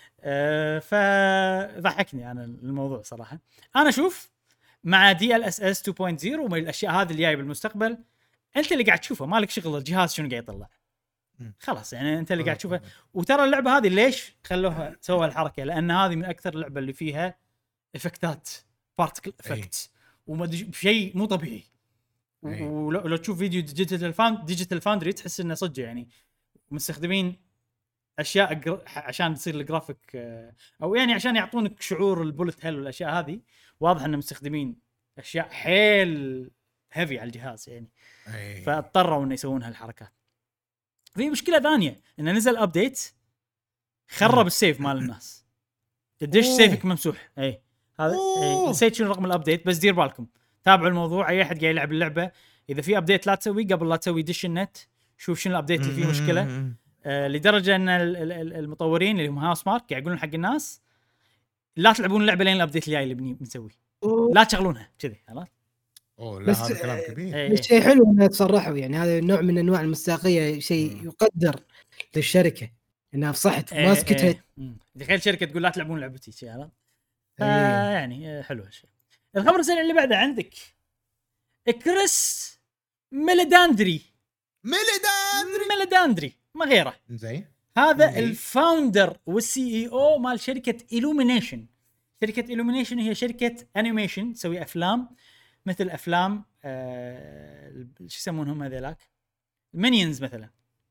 فضحكني انا الموضوع صراحه. انا اشوف مع DLSS 2.0 ومن الاشياء هذه اللي جايه بالمستقبل، انت اللي قاعد تشوفه، مالك شغل الجهاز شنو قاعد يطلع. خلاص يعني انت اللي قاعد تشوفه. وترى اللعبه هذه ليش خلوها سووا الحركه؟ لان هذه من اكثر اللعبه اللي فيها افكتات، بارتكل افكتس، وما شيء مو طبيعي. ولو تشوف فيديو ديجيتال فاوندري تحس انه صدق يعني مستخدمين اشياء عشان تصير الجرافيك، او يعني عشان يعطونك شعور البولت هيل والاشياء هذه. واضح انهم مستخدمين اشياء حيل هيفي على الجهاز يعني. فاضطروا ان يسوون هالحركات. في مشكله ثانيه ان نزل ابديت خرب السيف مال الناس. تدش سيفك ممسوح. اي هذا نسيت شنو رقم الابديت، بس دير بالكم تابعوا الموضوع. اي احد قاعد يلعب اللعبه اذا في ابديت لا تسوي قبل لا تسوي دش النت، شوف شنو الابديت اللي فيه مشكله. لدرجه ان المطورين اللي هم هاوس مارك قاعد يقولون حق الناس لا تلعبون اللعبه لين الابديت الجاي اللي بنسويه، لا تشغلونها كذي. خلاص لا هذا كلام كبير. بس شيء حلو انها تصرحوا، يعني هذا نوع من انواع المصداقيه، شيء يقدر للشركه انها فصحت ما سكتت. تخيل شركه تقول لا تلعبون لعبتي شيء هذا. يعني حلو هالشيء. الخبر السريع اللي بعده عندك كريس ميليداندري ما غيره. زين هذا الفاوندر والسي اي او مال شركه إلومينيشن. شركه إلومينيشن هي شركه انيميشن تسوي افلام مثل افلام شو يسمونهم هذيلاك مينيونز مثلا.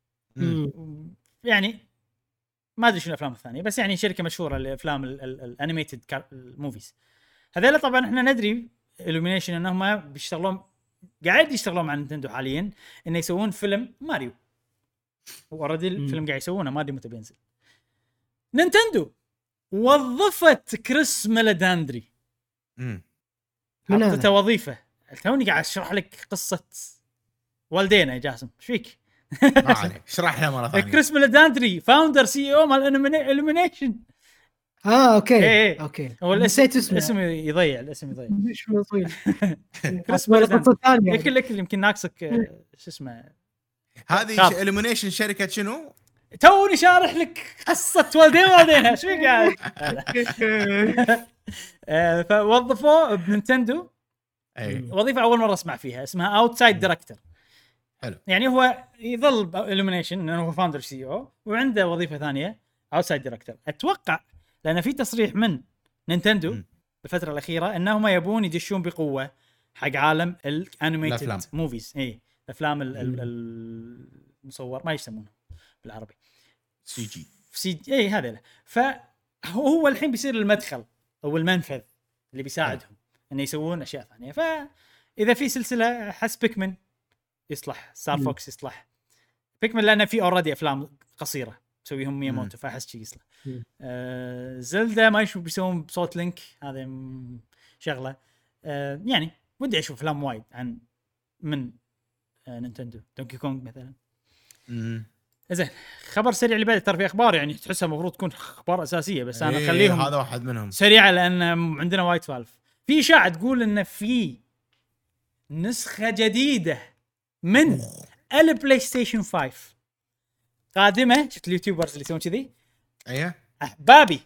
يعني ما ادري شو الافلام الثانيه بس يعني شركه مشهوره لافلام الانيميتد الموفيز. هذول طبعا احنا ندري إلومينيشن انهم بيشتغلون قاعد يشتغلون مع نينتندو حاليا انه يسوون فيلم ماريو. واوريدي الفيلم قاعد يسوونه ما ادري متى بينزل. نينتندو وظفت كريس ميليداندري. حطته وظيفه. توني قاعد اشرح لك قصه والدينا يا جاسم ايش فيك؟ ما عليك اشرح لها مره ثانيه. كريس ميليداندري فاوندر سي او مال إلومينيشن. اوكي اوكي هو الاسم يضيع مش طويل. كريس ميليداندري لك يمكن ناقصك شو اسمه. هذه إلومينيشن شركه شنو؟ توني شارح لك قصه والدينا ايش فيك قاعد. فوظفوه بنينتندو. وظيفه اول مره اسمع فيها اسمها اوتسايد دايركتور. حلو. يعني هو يظل إلومينيشن انه هو فاوندر سي او وعنده وظيفه ثانيه اوتسايد دايركتور. اتوقع لان في تصريح من نينتندو الفتره الاخيره انهم يبون يدشون بقوه حق عالم الانيميتد موفيز. الافلام المصور ما يسمونه بالعربي سي جي هذا. فهو الحين بيصير المدخل او المنفذ اللي بيساعدهم انه يسوون اشياء ثانيه. فاذا في سلسله حس بيكمن يصلح، ستار فوكس يصلح. بيكمن لانه في اوريدي افلام قصيره تسويهم مياموتو فاحس شيء يصلح. زلدا ما يشوف بيسوون بصوت لينك هذا شغله. يعني ودي اشوف افلام وايد عن من نينتندو. دونكي كونغ مثلا. زين خبر سريع اللي بعد ترى في اخبار يعني تحسها المفروض تكون اخبار اساسيه بس انا اخليهم هذا واحد منهم سريعه لان عندنا وايد سوالف. في اشاعه تقول ان في نسخه جديده من البلاي ستيشن 5 قادمه. شفت اليوتيوبرز اللي يسوون كذي؟ ايوه احبابي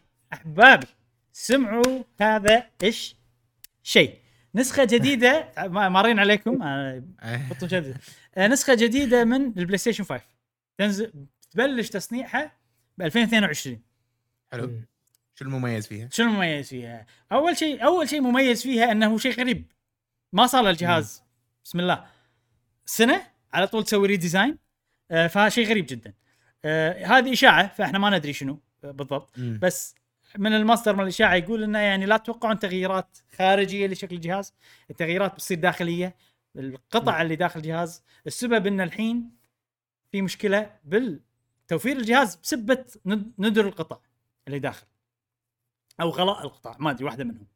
سمعوا هذا ايش شيء. نسخه جديده مارين عليكم بطوا جديد. نسخه جديده من البلاي ستيشن 5 تنزل تبلش تصنيعها ب 2022. حلو. شو المميز فيها؟ اول شيء مميز فيها انه شيء غريب ما صار للجهاز. بسم الله سنه على طول تسوي ريديزاين. فشيء غريب جدا. هذه اشاعه فاحنا ما ندري شنو بالضبط. بس من المصدر من الاشاعه يقول انه يعني لا تتوقعون تغييرات خارجيه لشكل الجهاز. التغييرات بتصير داخليه القطع اللي داخل الجهاز. السبب ان الحين في مشكله بالتوفير الجهاز بسبه ندر القطع اللي داخل او غلاء القطع ما ادري واحده منهم.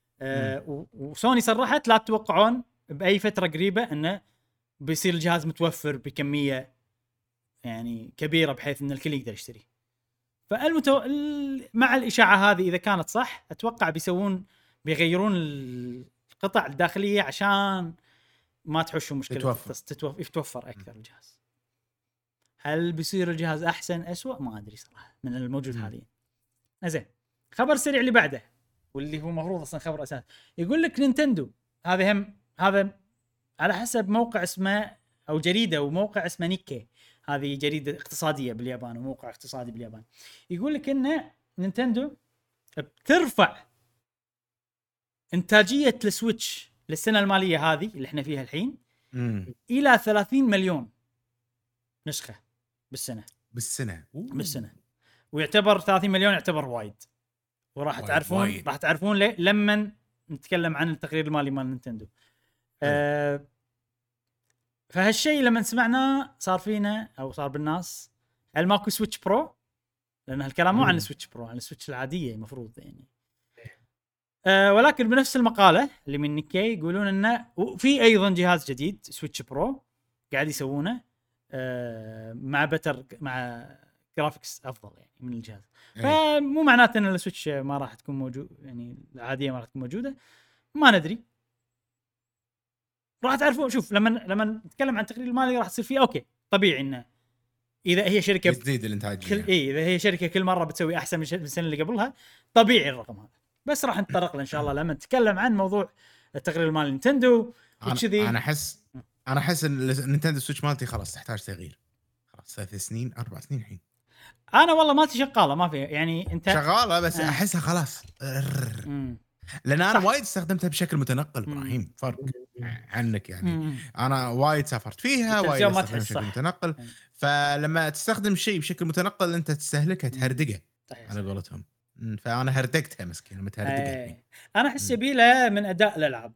وسوني صرحت لا تتوقعون باي فتره قريبه انه بيصير الجهاز متوفر بكميه يعني كبيره بحيث ان الكل يقدر يشتري. مع الاشاعه هذه اذا كانت صح اتوقع بيغيرون القطع الداخليه عشان ما تحوشوا مشكله يتوفر اكثر الجهاز. هل بيصير الجهاز احسن اسوأ ما ادري صراحه من الموجود حاليا. زين خبر سريع اللي بعده واللي هو مفروض اصلا خبر اساس. يقول لك نينتندو هذا على حسب موقع اسمه او جريده وموقع اسمه نيكي. هذه جريده اقتصاديه باليابان وموقع اقتصادي باليابان. يقول لك ان نينتندو بترفع انتاجيه السويتش للسنه الماليه هذه اللي احنا فيها الحين الى 30 مليون نسخه بالسنه. ويعتبر 30 مليون يعتبر وايد. وراح تعرفون لما نتكلم عن التقرير المالي مال نينتندو. فهالشيء لما سمعناه صار فينا او صار بالناس هل ماكو سويتش برو؟ لان هالكلام مو عن السويتش برو، عن السويتش العاديه المفروض يعني. ولكن بنفس المقاله اللي من نيكي يقولون انه في ايضا جهاز جديد سويتش برو قاعد يسوونه مع مع جرافيكس افضل يعني من الجهاز. فمو معناته ان السويتش ما راح تكون موجود يعني العاديه ما راح تكون موجوده. ما ندري راح تعرفوا. شوف لما نتكلم عن التقرير المالي راح تصير فيه اوكي طبيعي انه اذا هي شركه يزيد الانتاج اذا هي شركه كل مره بتسوي احسن من السنه اللي قبلها طبيعي الرقم هذا. بس راح نتطرق له ان شاء الله لما نتكلم عن موضوع التقرير مال نينتندو وكذي. انا احس ان النينتندو سويتش مالتي خلاص تحتاج تغيير. خلاص 3 سنين 4 سنين الحين انا والله مالتي شغاله ما في يعني انت شغاله بس احسها خلاص لان انا وايد استخدمتها بشكل متنقل ابراهيم فرق عنك يعني انا وايد سافرت فيها وايد استخدمتها بشكل متنقل فلما تستخدم شيء بشكل متنقل انت تستهلكه تهردقه على قولتهم فانا هردقتها مسكينه متهردقه انا احس يبي له من اداء الالعاب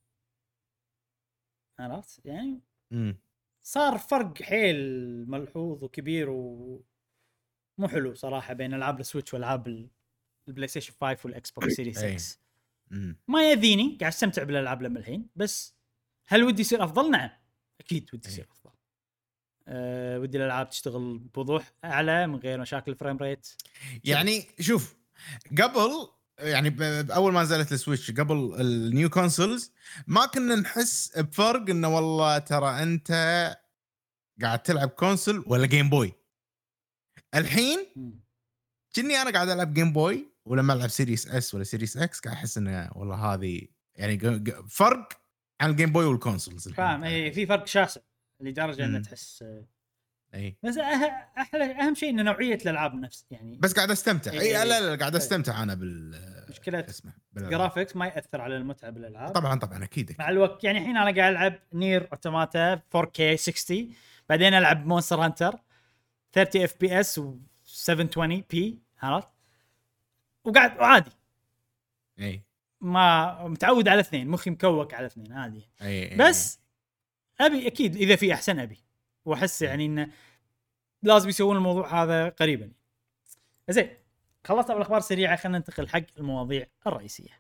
عرفت يعني صار فرق حيل ملحوظ وكبير ومو حلو صراحه بين العاب السويتش والعاب البلاي ستيشن 5 والاكس بوكس سيريس 6 ما يذيني قاعد استمتع بالالعاب لما الحين بس هل ودي يصير افضل؟ نعم اكيد ودي يصير افضل. ودي الالعاب تشتغل بوضوح اعلى من غير مشاكل الفريم ريت. يعني شوف قبل يعني باول ما نزلت السويتش قبل النيو كونسولز ما كنا نحس بفرق انه والله ترى انت قاعد تلعب كونسول ولا جيم بوي. الحين كني انا قاعد العب جيم بوي ولما العب سيريس اس ولا سيريس اكس قاعد احس انه والله هذه يعني فرق عن الجيم بوي والكونسولز. فاهم اي في فرق شاسع لدرجه ان تحس اي بس اهم شيء ان نوعيه الالعاب نفس يعني بس قاعد استمتع اي لا قاعد استمتع انا مشكله الجرافيكس ما ياثر على المتعه بالالعاب طبعا اكيد مع الوقت. يعني الحين انا قاعد العب نير اوتوماتا 4K 60 بعدين العب مونستر هانتر 30 FPS و 720p عرفت وقاعد عادي اي ما متعود على اثنين مخي مكوك على اثنين عادي بس ابي اكيد اذا في احسن ابي واحس يعني انه لازم يسوون الموضوع هذا قريبا. زين خلصت بالاخبار سريعه خلينا ننتقل حق المواضيع الرئيسيه.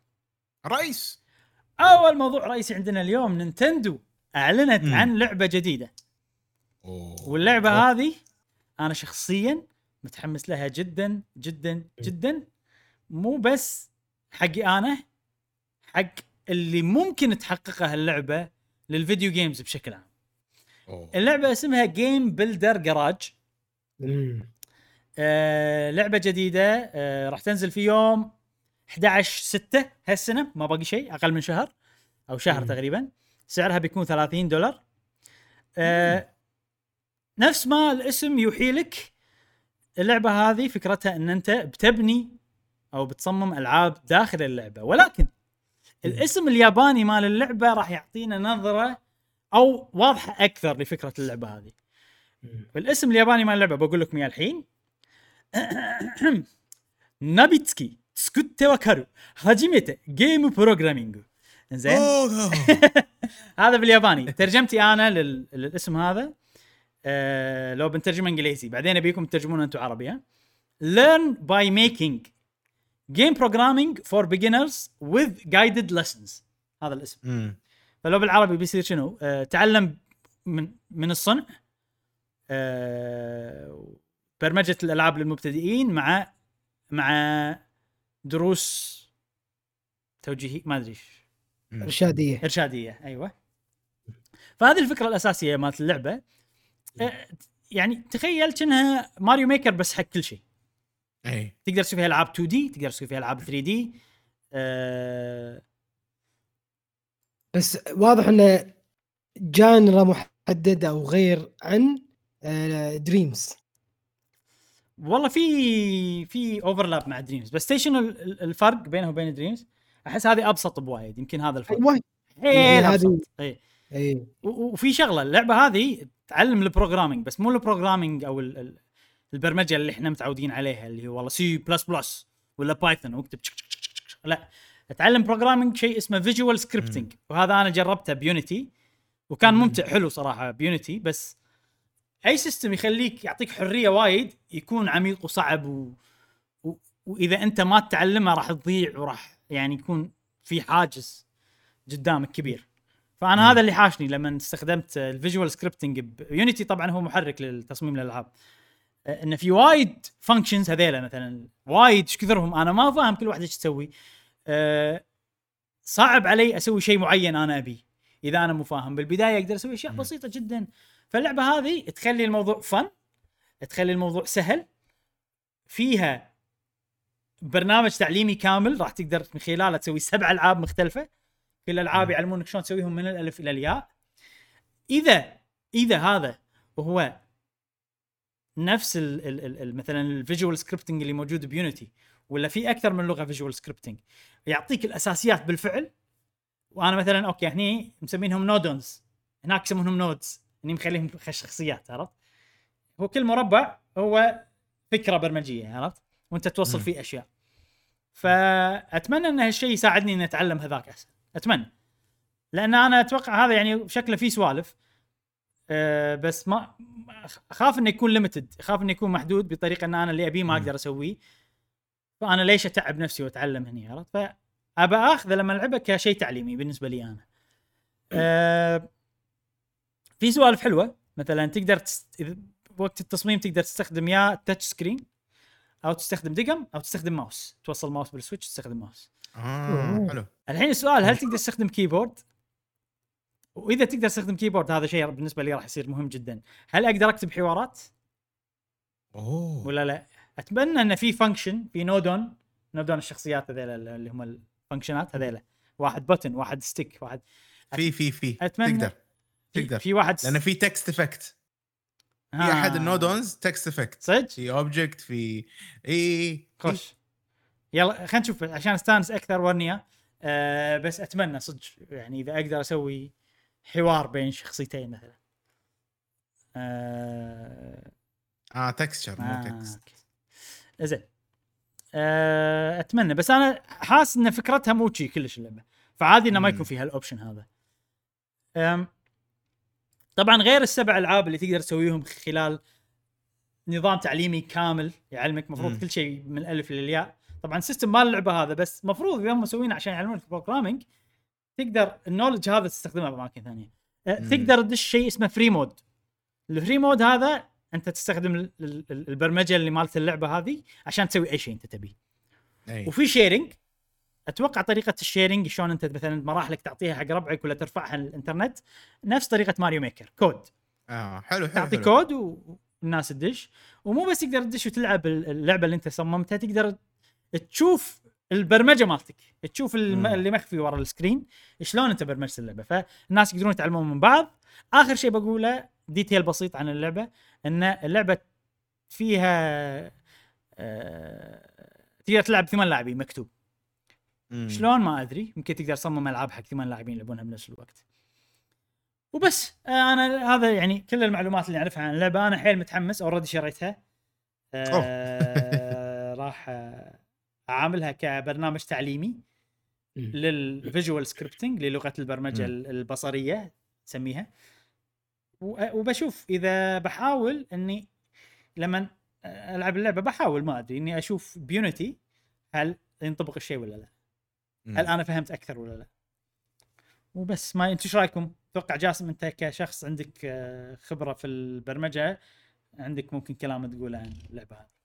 اول موضوع رئيسي عندنا اليوم نينتندو اعلنت عن لعبه جديده واللعبه هذه انا شخصيا متحمس لها جدا جدا جدا مو بس حقي انا حق اللي ممكن تحققها اللعبه للفيديو جيمز بشكل عام. اللعبه اسمها جيم بيلدر جراج. لعبه جديده راح تنزل في يوم 11/6 هالسنه ما باقي شيء اقل من شهر او شهر تقريبا. سعرها بيكون $30. نفس ما الاسم يوحي لك اللعبه هذه فكرتها ان انت بتبني او بتصمم العاب داخل اللعبه ولكن الاسم الياباني مال اللعبه راح يعطينا نظره او واضحه اكثر لفكره اللعبه هذه. الاسم الياباني مال اللعبه بقول لكم اياه الحين نابيتسكي تسكوتي وكارو هاجيميته جيم بروجرامينج. زين هذا بالياباني. ترجمتي انا للاسم هذا لو بنترجمه انجليزي بعدين ابيكم تترجمونه انتم عربي. learn by making game programming for beginners with guided lessons. هذا الاسم. فلو بالعربي بيصير شنو تعلم من الصنع برمجة الألعاب للمبتدئين مع دروس توجيهي ما أدري إرشادية أيوة. فهذه الفكرة الأساسية مالت اللعبة. يعني تخيل كأنها ماريو ميكر بس حق كل شيء. تقدر تسوي فيها ألعاب 2D تقدر تسوي فيها ألعاب 3D. بس واضح انه جانرا محدده او غير عن دريمز. والله في اوفرلاب مع دريمز بس ستيشن الفرق بينه وبين دريمز احس هذه ابسط بوايد يمكن هذا الفرق. ايوه ابسط اي وفي شغله اللعبه هذه تعلم البروجرامينج بس مو البروجرامينج او البرمجه اللي احنا متعودين عليها اللي هو والله C++ ولا بايثون واكتب لا اتعلم بروجرامينج شيء اسمه فيجوال سكريبتنج وهذا انا جربته بيونيتي وكان ممتع حلو صراحه بيونيتي. بس اي سيستم يخليك يعطيك حريه وايد يكون عميق وصعب واذا انت ما تتعلمه راح تضيع وراح يعني يكون في حاجز قدامك كبير. فانا هذا اللي حاشني لما استخدمت الفيجوال سكريبتنج بيونيتي. طبعا هو محرك للتصميم الالعاب ان في وايد فانكشنز هذيلا مثلا وايد ايش كثرهم انا ما فاهم كل واحده ايش تسوي. صعب علي اسوي شيء معين انا ابي اذا انا مو فاهم بالبدايه اقدر اسوي اشياء بسيطه جدا. فاللعبه هذه تخلي الموضوع فن تخلي الموضوع سهل، فيها برنامج تعليمي كامل راح تقدر من خلاله تسوي 7 ألعاب مختلفه، كل الالعاب يعلمونك شلون تسويهم من الالف الى الياء. اذا هذا وهو نفس مثلا الفيجوال سكريبتنج اللي موجود بيونيتي، ولا في اكثر من لغه فيجوال سكريبتنج يعطيك الاساسيات بالفعل. وانا مثلا اوكي هني مسمينهم نودونز، هناك يسمونهم نودز، اني مخليهم شخصيات، عرفت؟ هو كل مربع هو فكره برمجيه، عرفت؟ وانت توصل فيه اشياء. فاتمنى ان هالشيء يساعدني ان اتعلم هذاك اسهل، اتمنى، لان انا اتوقع هذا يعني بشكله فيه سوالف، بس ما اخاف انه يكون ليميتد، اخاف انه يكون محدود بطريقه ان انا اللي ابيه ما اقدر اسويه. فانا ليش اتعب نفسي واتعلم هني، عرفت؟ فابى اخذه لما العبه كشيء تعليمي بالنسبه لي انا. في سوالف حلوه، مثلا تقدر وقت التصميم تقدر تستخدم يا تاتش سكرين او تستخدم دقم او تستخدم ماوس، توصل ماوس بالسويتش تستخدم ماوس. حلو. الحين السؤال، هل تقدر تستخدم كيبورد؟ واذا تقدر تستخدم كيبورد هذا شيء بالنسبه لي راح يصير مهم جدا. هل اقدر اكتب حوارات ولا لا؟ اتمنى ان في فانكشن في نودون الشخصيات هذول اللي هم الفانكشنات هذول، واحد بوتن واحد ستيك واحد في اتمنى تقدر في واحد لان في تكست افكت في احد النودونز تكست افكت صدق في اوبجكت في خش يلا خلينا نشوف عشان استانس اكثر ورنيا. بس اتمنى صدق يعني اذا اقدر اسوي حوار بين شخصيتين مثلا. تكستشر مو تكست. زين. اتمنى، بس انا حاسس ان فكرتها مو شيء كلش اللعبه، فعادي انه ما يكون فيها الاوبشن هذا. طبعا غير ال7 ألعاب اللي تقدر تسويهم خلال نظام تعليمي كامل يعلمك مفروض كل شيء من الالف للياء. طبعا سيستم مال اللعبه هذا، بس مفروض اذا هم مسوينه عشان يعلمونك البروجرامينج تقدر النولج هذا تستخدمه باماكن ثانيه. تقدر تدش شيء اسمه فري مود. الفري مود هذا انت تستخدم البرمجه اللي مالت اللعبه هذه عشان تسوي اي شيء انت تبيه. وفي شيرنج، اتوقع طريقه الشيرنج شلون انت مثلا مراحلك تعطيها حق ربعك ولا ترفعها الانترنت نفس طريقه ماريو ميكر، كود. حلو تعطي كود والناس تدش. ومو بس تقدر تدش وتلعب اللعبه اللي انت صممتها، تقدر تشوف البرمجه مالتك، تشوف اللي مخفي ورا السكرين شلون انت برمجت اللعبه، فالناس يقدرون يتعلمون من بعض. اخر شيء بقوله ديتيل بسيط عن اللعبه، ان اللعبه فيها تقدر تلعب 8 لاعبين مكتوب. شلون ما ادري، يمكن تقدر تصمم العاب حق 8 لاعبين يلعبونها بنفس الوقت. وبس انا هذا يعني كل المعلومات اللي اعرفها عن اللعبه. انا حيل متحمس، اوريدي شريتها. راح اعاملها كبرنامج تعليمي للفيجوال سكريبتنج، للغه البرمجه البصريه نسميها. وبشوف اذا بحاول اني لما العب اللعبه بحاول ما ادري اني اشوف بيونيتي هل ينطبق الشيء ولا لا، هل انا فهمت اكثر ولا لا. وبس. ما انتم ايش رايكم؟ اتوقع جاسم انت كشخص عندك خبره في البرمجه، عندك ممكن كلام تقوله عن اللعبه هذه.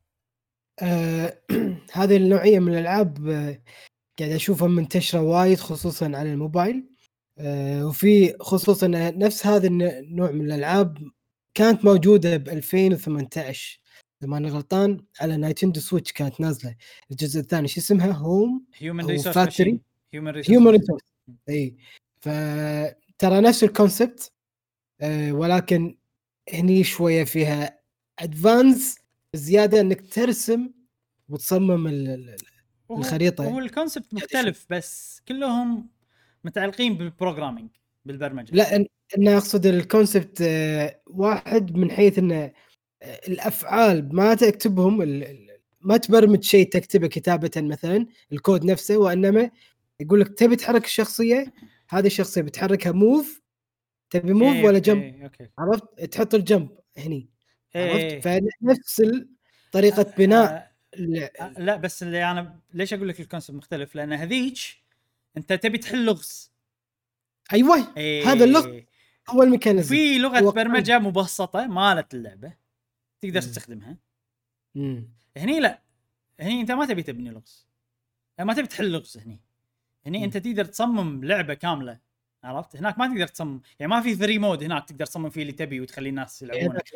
هذه النوعيه من الالعاب قاعد اشوفها منتشره وايد خصوصا على الموبايل. وفي خصوصا نفس هذا النوع من الالعاب كانت موجوده ب 2018 اذا ماني غلطان على نايتندو سويتش، كانت نازله الجزء الثاني. شو اسمها؟ هيومن ريسورس. اي فترى نفس الكونسبت، ولكن هني شويه فيها ادفانس زياده انك ترسم وتصمم الخريطه. هو الكونسبت مختلف بس كلهم متعلقين بالبروجرامينج بالبرمجه. لا انا اقصد الكونسبت واحد من حيث ان الافعال ما تكتبهم، ما تبرمج شيء تكتبه كتابه مثلا الكود نفسه، وانما يقول لك تبي تحرك الشخصيه، هذه الشخصيه بتحركها موف، تبي موف ولا جمب. عرفت؟ تحط الجمب هني. عرفت؟ فنفس طريقه بناء لا بس اللي انا ليش اقول لك الكونسبت مختلف، لان هذيك انت تبي تحل لغز. ايوه هذا اللغز هو الميكانيزم. في لغه برمجه مبسطه مالت اللعبه تقدر تستخدمها. هني لا، هني انت ما تبي تبني لغز، ما تبي تحل لغز. هني انت تقدر تصمم لعبه كامله. عرفت؟ هناك ما تقدر تصمم، يعني ما في فري مود هناك تقدر تصمم فيه اللي تبي وتخلي الناس يلعبونه.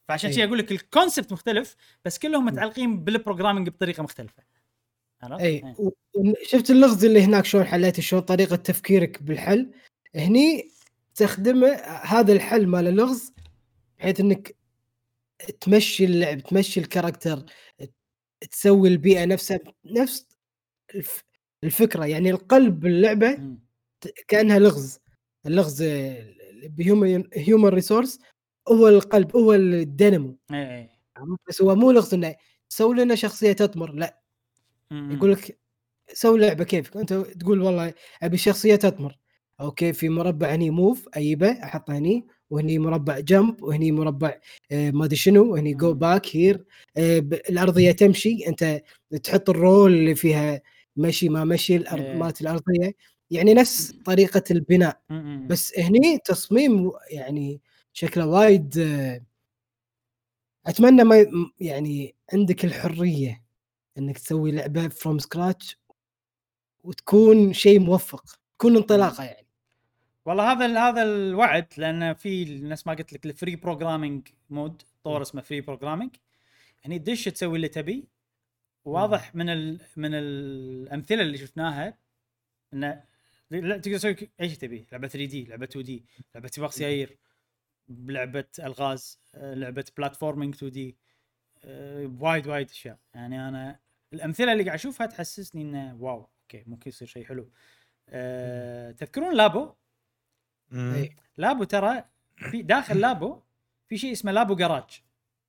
فعشان شيء اقول لك الكونسبت مختلف بس كلهم متعلقين بالبروجرامينج بطريقه مختلفه. اي شفت اللغز اللي هناك شلون حليته، شلون طريقه تفكيرك بالحل هني تستخدمه هذا الحل مال اللغز بحيث انك تمشي اللعب، تمشي الكاركتر، تسوي البيئه نفسها نفس الفكره. يعني القلب اللعبه كانها لغز. اللغز هيومن ريسورس هو القلب، هو الدينامو. بس هو مو لغز انه تسوي لنا شخصيه تطمر، لا يقول لك سوي لعبه كيفك انت، تقول والله ابي شخصيه تطمر، اوكي في مربع هني موف ايبه احطه هني، وهني مربع جمب، وهني مربع ما ادري شنو، وهني جو باك هير. الارضيه تمشي، انت تحط الرول اللي فيها مشي ما مشي الارض مالت الارضيه، يعني نفس طريقه البناء. بس هني تصميم يعني شكله وايد. اتمنى ما يعني عندك الحريه انك تسوي لعبه فروم سكراتش وتكون شيء موفق، تكون انطلاقه يعني. والله هذا الوعد، لان في الناس ما قلت لك الفري بروجرامينج مود طور اسمه فري بروجرامينج، يعني تدش تسوي اللي تبي. واضح من الامثله اللي شفناها انه لا تقدر تسوي اي شيء تبي، لعبه 3 دي، لعبه 2 دي، لعبه سباق سيايير، لعبه الغاز، لعبه بلاتفورمينج 2 دي، وايد اشياء. يعني انا الامثله اللي قاعد اشوفها تحسسني انه واو اوكي ممكن يصير شيء حلو. تذكرون لابو؟ لابو ترى في داخل لابو في شيء اسمه لابو جراج.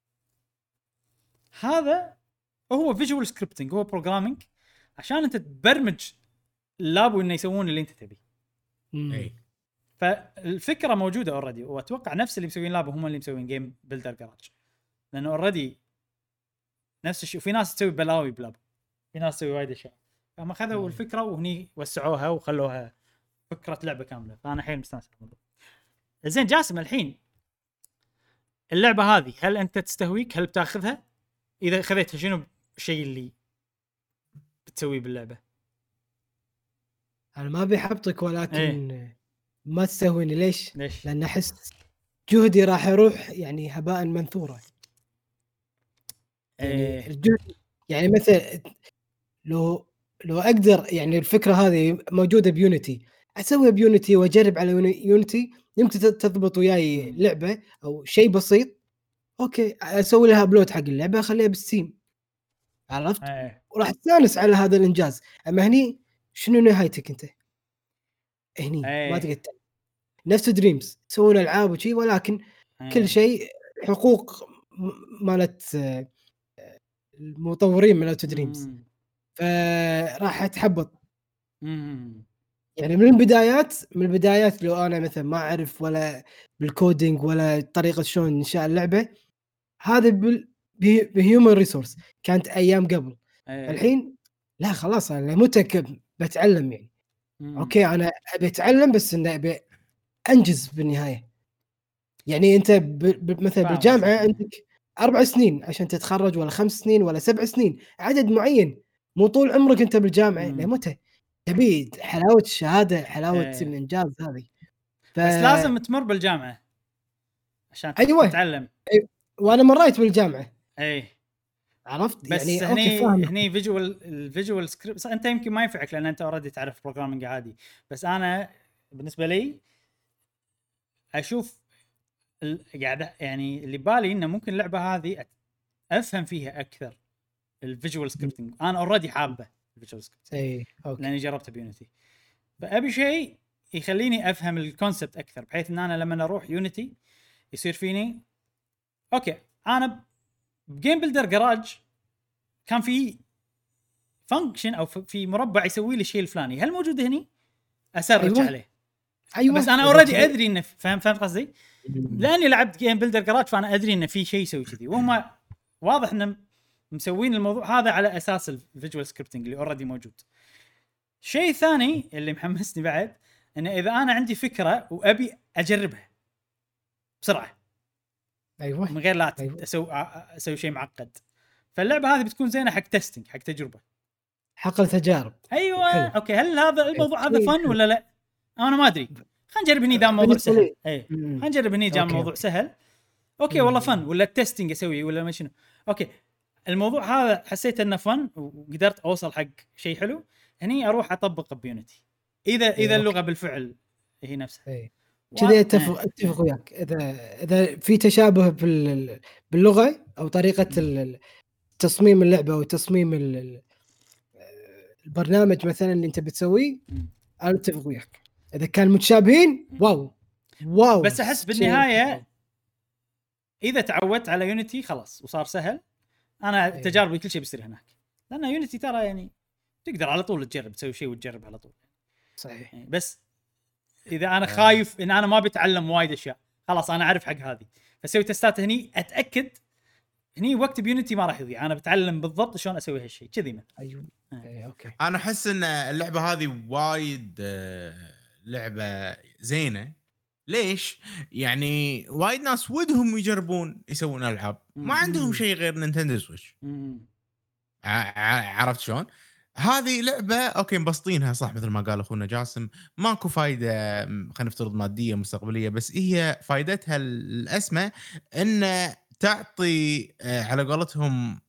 هذا هو فيجوال سكريبتنج، هو بروجرامينج عشان انت تبرمج اللابو انه يسوون اللي انت تبي. فالفكره موجوده اوريدي، واتوقع نفس اللي مسوين لابو هم اللي مسوين جيم بيلدر جراج، لانه اوريدي نفس الشيء. وفي ناس تسوي بلاوي بلابو، في ناس تسوي وايد اشياء، فهم اخذوا الفكره وهني وسعوها وخلوها فكره لعبه كامله. فانا حيل مستانس بالموضوع. زين جاسم، الحين اللعبه هذه هل انت تستهويك؟ هل بتاخذها؟ اذا خذيتها شنو الشيء اللي بتسويه باللعبه؟ انا ما بيحبطك ولكن ما تستهويني. ليش؟ لان احس جهدي راح يروح يعني هباء منثورا. يعني الجهد يعني مثلا لو اقدر، يعني الفكره هذه موجوده بيونيتي، اسويها بيونيتي واجرب على يونيتي، يمكن تضبط وياي لعبه او شيء بسيط، اوكي اسوي لها ابلود حق اللعبه اخليها بالستيم، عرفت؟ وراح استانس على هذا الانجاز. اما هني شنو نهايتك انت؟ هني ما تقدر نفس دريمز تسوون العاب وشي، ولكن كل شيء حقوق مالت المطورين من اوت دريمز، فراح اتحبط. يعني من البدايات لو انا مثلا ما اعرف ولا بالكودينج ولا طريقه شلون انشاء اللعبه، هذا بهيومن ريسورس كانت ايام قبل. الحين لا خلاص انا متى بتعلم يعني. اوكي انا ابي اتعلم بس اني ابي انجز بالنهايه. يعني انت مثلا بالجامعه عندك 4 سنين عشان تتخرج، ولا 5 سنين ولا 7 سنين، عدد معين، مو طول عمرك انت بالجامعه. لمتى تبي حلاوه الشهاده، حلاوه الانجاز هذه؟ بس لازم تمر بالجامعه عشان تتعلم. وانا مريت بالجامعه عرفت. بس يعني هني الفيجوال سكريبت انت يمكن ما ينفعك لان انت اوريدي تعرف بروجرامينج عادي. بس انا بالنسبه لي اشوف قاعده يعني اللي بالي انه ممكن اللعبه هذه افهم فيها اكثر الفيجوال سكريبتنج. انا اوريدي حابه الفيجوال سكريبتنج لاني جربته بيونيتي، فابي شيء يخليني افهم الكونسبت اكثر، بحيث ان انا لما اروح يونيتي يصير فيني اوكي. انا بجيم بيلدر جراج كان في فانكشن او في مربع يسوي لي الشيء الفلاني، هل موجود هني؟ اسرج عليه. بس انا اوريدي ادري انه فهمت قصدي، لاني لعبت جيم بيلدر جراج، فانا ادري انه في شيء يسوي كذي، وهم واضح انهم مسوين الموضوع هذا على اساس الفيجوال سكريبتنج اللي اوريدي موجود. شيء ثاني اللي محمسني بعد انه اذا انا عندي فكره وابي اجربها بسرعه من غير لا اسوي شيء معقد، فاللعبه هذه بتكون زينه حق تيستينج، حق تجربه، حق التجارب. اوكي هل هذا الموضوع هذا فن ولا لا؟ انا ما ادري. خلينا نجرب هني ذا الموضوع سهل. خلينا نجرب هني جاء الموضوع سهل، اوكي والله فن، ولا التستنج اسوي ولا ما شنو. اوكي الموضوع هذا حسيت انه فن وقدرت اوصل حق شيء حلو، هني اروح اطبق بيونتي اذا اللغه بالفعل هي نفسها. كذا اتفق وياك. اذا في تشابه باللغه او طريقه تصميم اللعبه او تصميم البرنامج مثلا اللي انت بتسويه، انا اتفق وياك. اذا كان متشابهين واو بس احس بالنهايه اذا تعودت على يونيتي خلاص وصار سهل. انا تجاربي كل شيء بيصير هناك، لان يونيتي ترى يعني تقدر على طول تجرب تسوي شيء وتجرب على طول. صحيح. يعني بس اذا انا خايف ان انا ما بتعلم وايد اشياء، خلاص انا اعرف حق هذه فسوي تستات هني، اتاكد هني وقت بيونيتي ما راح يضيع، انا بتعلم بالضبط شلون اسوي هالشيء كذي مثلا. ايوه اوكي. انا احس ان اللعبه هذه وايد لعبه زينه. ليش؟ يعني وايد ناس ودهم يجربون يسوون العاب ما عندهم شيء غير نينتندو سويتش. عرفت شلون؟ هذه لعبه اوكي مبسطينها صح مثل ما قال اخونا جاسم، ماكو فايده خلينا نفترض ماديه مستقبليه، بس هي فائدتها الاسمى ان تعطي على قولتهم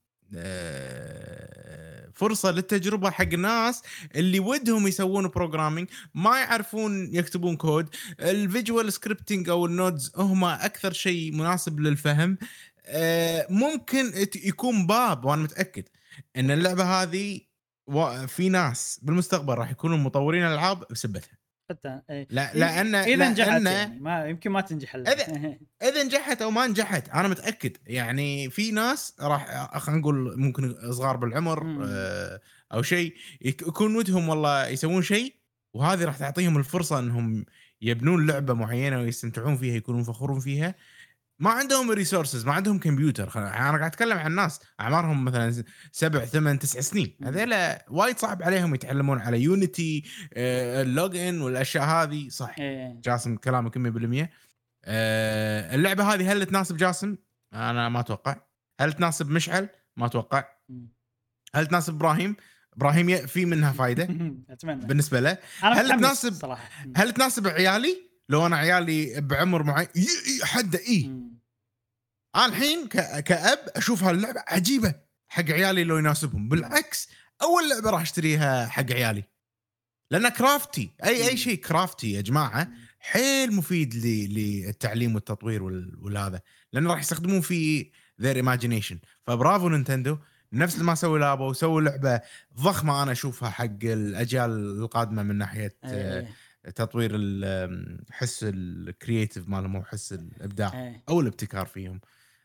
فرصه للتجربه حق الناس اللي ودهم يسوون بروجرامينج ما يعرفون يكتبون كود. الفيجوال سكريبتنج او النودز هم اكثر شيء مناسب للفهم. ممكن يكون باب، وانا متاكد ان اللعبه هذه في ناس بالمستقبل راح يكونوا مطورين العاب بسبتها. حتى لان اذا نجحت يعني ما يمكن ما تنجح اذا نجحت او ما نجحت انا متاكد يعني في ناس راح خلينا نقول ممكن صغار بالعمر او شيء يكون ودهم والله يسوون شيء، وهذه راح تعطيهم الفرصه انهم يبنون لعبه معينه ويستمتعون فيها يكونون فخورون فيها. ما عندهم ريسورسز، ما عندهم كمبيوتر. انا قاعد اتكلم عن ناس اعمارهم مثلا 7 8 9 سنين، هذول وايد صعب عليهم يتعلمون على يونيتي اللوجن والاشياء هذه صح. جاسم كلامك 100%. اللعبه هذه هل تناسب جاسم؟ انا ما اتوقع. هل تناسب مشعل؟ ما اتوقع. هل تناسب ابراهيم في منها فايده اتمنى بالنسبه له. هل تناسب صراحة. هل تناسب عيالي؟ لو انا عيالي بعمر معين حد انا الحين كأب اشوف هاللعبه عجيبه حق عيالي لو يناسبهم. بالعكس اول لعبه راح اشتريها حق عيالي لان كرافتي اي شيء كرافتي يا جماعه حيل مفيد للتعليم والتطوير والهذا، لان راح يستخدمون فيه their imagination. فبرافو نينتندو، نفس ما سووا لعبه وسووا لعبه ضخمه انا اشوفها حق الاجيال القادمه من ناحيه تطوير الحس الكرييتيف مالهم وحس الابداع او الابتكار فيهم.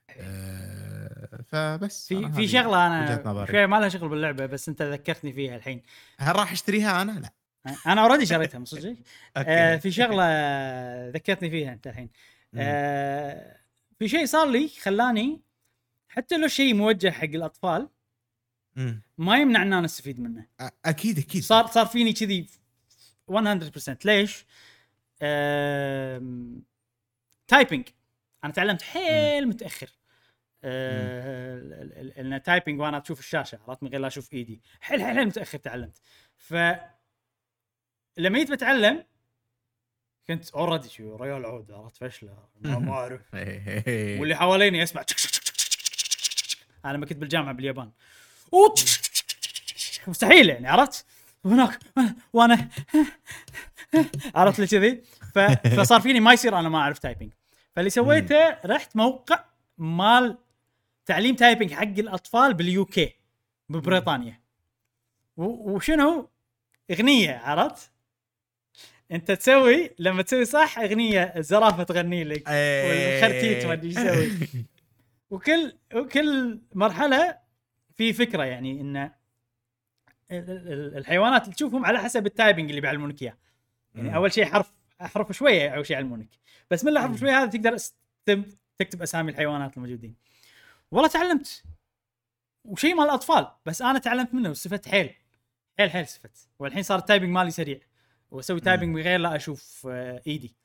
فبس في شغله انا شويه ما لها شغل باللعبه بس انت ذكرتني فيها الحين. هل راح اشتريها انا؟ لا انا اوريدي شريتها من صدق. في شغله ذكرتني فيها انت الحين. في شيء صار لي خلاني حتى لو شيء موجه حق الاطفال ما يمنع ان انا استفيد منه. اكيد صار فيني كذي 100%. ليش؟ تايبنج انا تعلمت حيل متاخر. لان تايبنج وانا اشوف الشاشه، عرفت، من غير لا اشوف ايدي. حيل متاخر تعلمت. لما جيت بتعلم كنت اوريدي شو ريال عود، عرفت، فشله ما اعرف. واللي حواليني اسمع انا لما كنت بالجامعه باليابان مستحيل يعني، عرفت، هناك وانا عرفت لي كذي. فصار فيني ما يصير انا ما اعرف تايبنج. فاللي سويته رحت موقع مال تعليم تايبنج حق الاطفال باليو كي ببريطانيا. وشنو اغنيه، عرفت، انت تسوي لما تسوي صح اغنيه الزرافه تغني لك والخرتيت ما ادري ايش يسوي. وكل مرحله في فكره، يعني ان الحيوانات اللي تشوفهم على حسب التايبنج اللي بيعلمونك اياه. يعني اول شيء احرف شويه اول شيء يعلمونك، بس من الحرف شويه هذا تقدر تكتب اسامي الحيوانات الموجودين. والله تعلمت وشيء مال الاطفال، بس انا تعلمت منه واستفدت حيل استفدت. والحين صار التايبنج مالي سريع واسوي تايبنج من غير لا اشوف ايدي.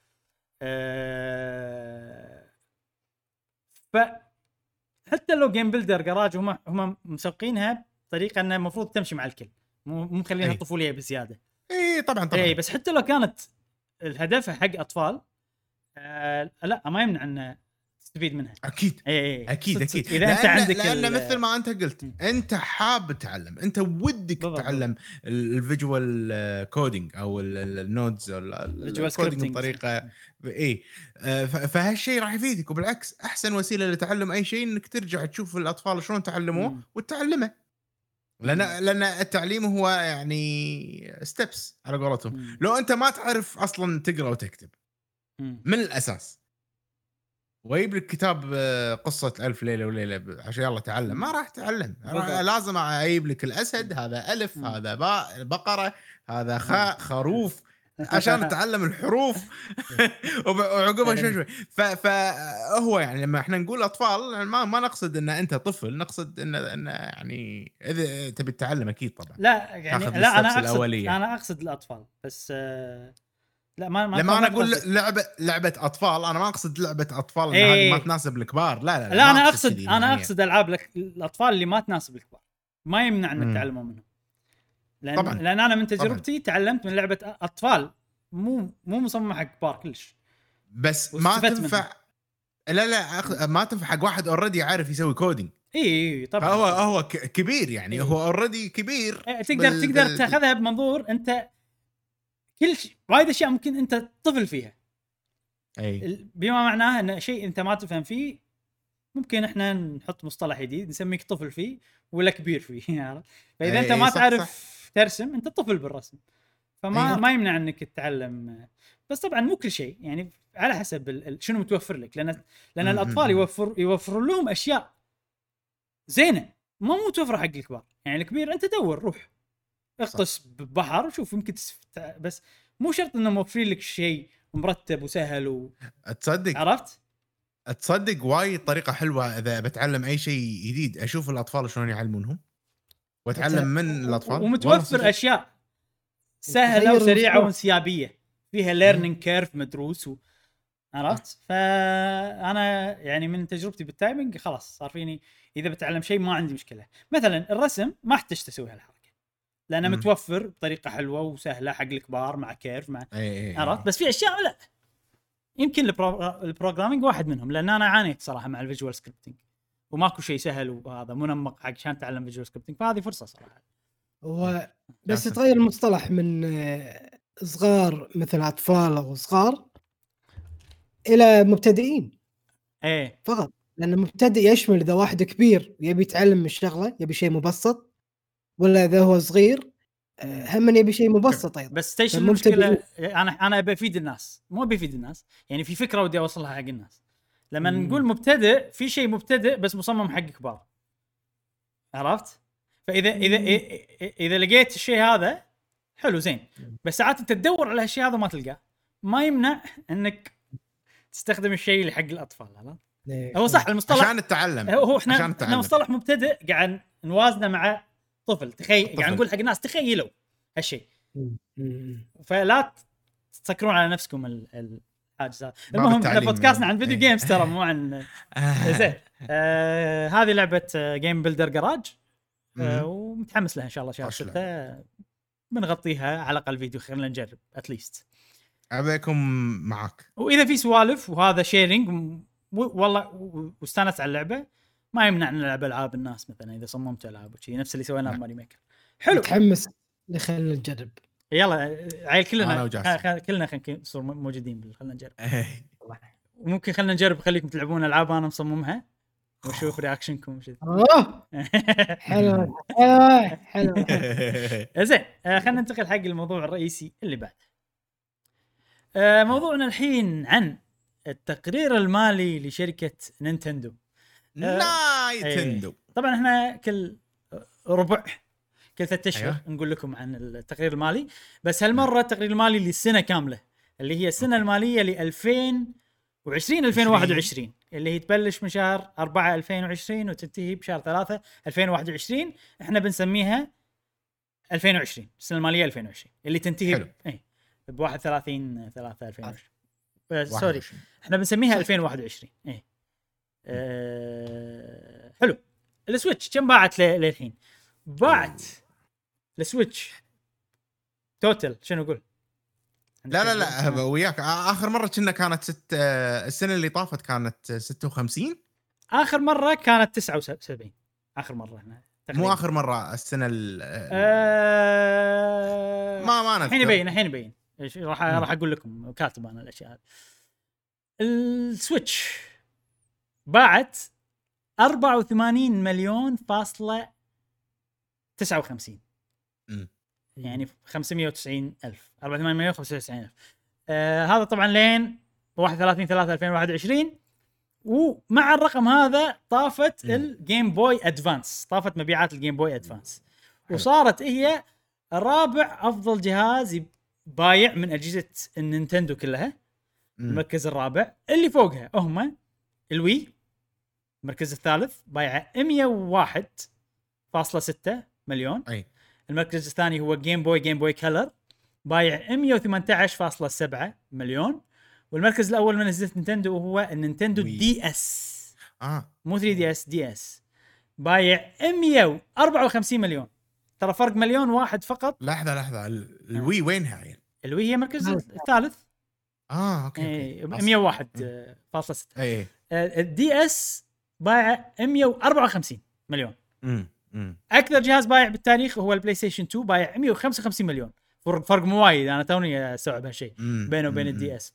فحتى لو جيم بيلدر جراج هم مسوقينها بطريقه انها المفروض تمشي مع الكل، مو مخلينها طفوليه بزياده. طبعا بس حتى لو كانت الهدف حق اطفال لا ما يمنع ان تستفيد منها. اكيد اي اكيد اكيد اذا انت عندك لان مثل ما انت قلت انت حاب تتعلم، انت ودك تتعلم الفيجوال كودينج او النودز او الكودينج بطريقه اي فهالشيء راح يفيدك. وبالعكس احسن وسيله لتعلم اي شيء انك ترجع تشوف الاطفال شلون تعلموه وتتعلمه، لان التعليم هو يعني ستيبس على قولتهم. لو انت ما تعرف اصلا تقرا وتكتب من الاساس ويجيب لك كتاب قصة ألف ليلة وليلة عشان يلا تعلم، ما راح تعلم. لازم أجيب لك الأسد، هذا ألف، هذا باء، بقرة، هذا خاء، خروف، عشان نتعلم الحروف وعقبها شوي. فهو يعني لما احنا نقول أطفال ما نقصد إن أنت طفل، نقصد إن يعني إذا تبي تتعلم أكيد طبعا. لا يعني لا أنا أقصد الأطفال بس. لا ما لما انا اقول لعبه اطفال انا ما اقصد لعبه اطفال إيه. هذه ما تناسب الكبار. لا انا اقصد العاب الاطفال اللي ما تناسب الكبار، ما يمنع انك تعلموا منهم. لان انا من تجربتي تعلمت من لعبه اطفال مو مصممه حق كبار كلش، بس ما تنفع لا ما تنفع حق واحد اوريدي عارف يسوي كودينج. اي طبعا هو كبير يعني. هو اوريدي كبير. تقدر تاخذها بمنظور انت كل شيء، وايد اشياء ممكن انت طفل فيها، اي بما معناه ان شيء انت ما تفهم فيه ممكن احنا نحط مصطلح جديد نسميك طفل فيه ولا كبير فيه يعني. فاذا انت ما تعرف ترسم انت طفل بالرسم، فما ما يمنع انك تتعلم. بس طبعا مو كل شيء يعني على حسب شنو متوفر لك، لان الاطفال يوفر لهم اشياء زينه ما متوفره حق الكبار. يعني الكبير انت دور روح اغطس ببحر وشوف يمكن بس مو شرط انه موفرين لك شيء مرتب وسهل تصدق عرفت؟ تصدق وايد طريقه حلوه اذا بتعلم اي شيء جديد اشوف الاطفال شلون يعلمونهم واتعلم من الاطفال. ومتوفر اشياء سهله وسريعه وانسيابيه فيها ليرنينج كيرف مدروس عرفت؟ فانا يعني من تجربتي بالتايمينج خلاص صار فيني اذا بتعلم شيء ما عندي مشكله. مثلا الرسم ما احتاج تسوي هالحركه لانه متوفر بطريقه حلوه وسهله حق الكبار مع كيرف مع عرفت. بس في اشياء لا يمكن البروجرامينج واحد منهم، لان انا عانيت صراحه مع الفيجوال سكريبتنج وماكو شيء سهل وهذا منمق حق عشان تعلم فيجوال سكريبتنج، فهذه فرصه صراحه. بس تغير المصطلح من صغار مثل اطفال او صغار الى مبتدئين فقط، لان المبتدئ يشمل اذا واحد كبير يبي يتعلم الشغله يبي شيء مبسط، ولا اذا هو صغير هم يبي شيء مبسط ايضا. بس تيش المشكله انا ابي افيد الناس مو بفيد الناس، يعني في فكره ودي اوصلها حق الناس. لما نقول مبتدئ في شيء مبتدئ بس مصمم حق كبار عرفت. فاذا اذا لقيت الشيء هذا حلو زين، بس ساعات انت تدور على هالشيء هذا ما تلقاه، ما يمنع انك تستخدم الشيء اللي حق الاطفال. هو صح المصطلح عشان التعلم، هو احنا مصطلح مبتدئ قاعد نوازنه مع طفل. قاعد نقول حق الناس تخيلوا هالشيء، فلا تسكرون على نفسكم الحاجز هذا. المهم احنا بودكاستنا عن فيديو جيمز ترى مو عن زين. هذه لعبه جيم بيلدر جراج ومتحمس لها ان شاء الله شهر 6 بنغطيها على الاقل فيديو، خلينا نجرب اتليست ابيكم معك. واذا في سوالف وهذا شيرنج والله واستانست على اللعبه ما يمنع ان نلعب العاب الناس مثلا اذا صممت العاب وشي نفس اللي سويناه بماري ميكر. حلو متحمس خلينا نجرب. يلا عيل كلنا خلينا نصير موجودين خلينا نجرب. وممكن خلينا نجرب خليكم تلعبون العاب انا مصممها ونشوف رياكشنكم وشي. حلو زين خلينا ننتقل حق الموضوع الرئيسي اللي بعد. موضوعنا الحين عن التقرير المالي لشركة نينتندو. طبعا احنا كل ربع كل 3 أشهر نقول لكم عن التقرير المالي، بس هالمرة التقرير المالي للسنة كاملة اللي هي السنة المالية ل 2020 اللي هي تبلش من شهر 4 2020 وتنتهي بشهر 3 2021. احنا بنسميها 2020 السنة المالية 2020 اللي تنتهي ب 31/3/2020. سوري احنا بنسميها 2021. حلو. السويتش كم باعت للحين؟ باعت السويتش توتال شنو اقول لا وياك اخر مره كنا كانت السنه اللي طافت كانت 56. اخر مره كانت 79 اخر مره هنا تقريباً. مو اخر مره السنه ما نذكر. الحين يبين راح اقول لكم كاتب انا الاشياء هذه. السويتش باعت 84 مليون فاصلة 59 يعني 590 ألف. 84 مليون 95 ألف. هذا طبعا لين 31/3/2021. ومع الرقم هذا طافت الجيم بوي ادفانس، طافت مبيعات الجيم بوي ادفانس، وصارت هي رابع افضل جهاز بايع من اجهزه النينتندو كلها. المركز الرابع. اللي فوقها هم الوي، المركز الثالث بايع 101.6 مليون. المركز الثاني هو جيم بوي كلر بايع 118.7 مليون. والمركز الاول من اجهزه نينتندو هو النينتندو دي اس، مو 3 دي اس، دي اس، بايع 154 مليون. ترى فرق مليون واحد فقط. لحظه الوي وينها يعني؟ الوي هي المركز الثالث. اوكي 101.6. الدي اس بايع 154 مليون. اكثر جهاز بايع بالتاريخ هو البلاي ستيشن 2 بايع 155 مليون. فرق مو وايد، انا توني استوعب هالشيء بينه وبين الدي اس.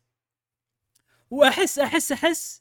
واحس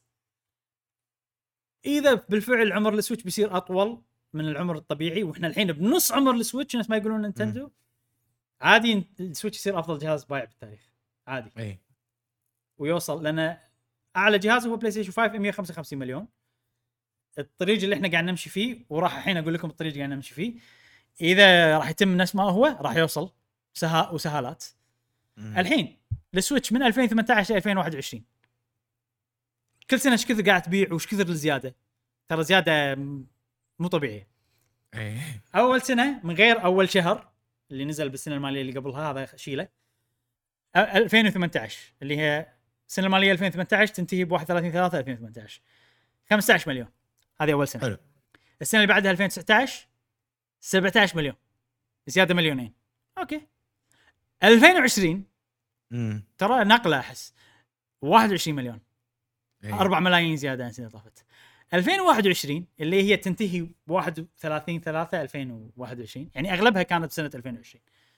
اذا بالفعل عمر السويتش بيصير اطول من العمر الطبيعي، واحنا الحين بنص عمر السويتش نفس ما يقولون نينتندو، عادي السويتش يصير افضل جهاز بايع بالتاريخ عادي. ويوصل، لان اعلى جهاز هو بلاي ستيشن 5 155 مليون. الطريق اللي احنا قاعد نمشي فيه، وراح الحين اقول لكم الطريق اللي قاعد نمشي فيه، اذا راح يتم نفس ما هو راح يوصل وسهالات. الحين السويتش من 2018 ل 2021 كل سنه ايش كثر قاعد تبيع وش كثر الزياده. ترى زياده مو طبيعيه. اول سنه من غير اول شهر اللي نزل بالسنه الماليه اللي قبلها، هذا شيله 2018 اللي هي السنه الماليه 2018 تنتهي ب 31/3/2018 15 مليون. هذه اول سنه. حلو. السنه اللي بعدها 2019 17 مليون، زياده مليونين. اوكي. 2020 ترى نقله احس 21 مليون، 4 ملايين زياده عن سنه طافت. 2021 اللي هي تنتهي ب 31/3/2021 يعني اغلبها كانت بسنه 2020.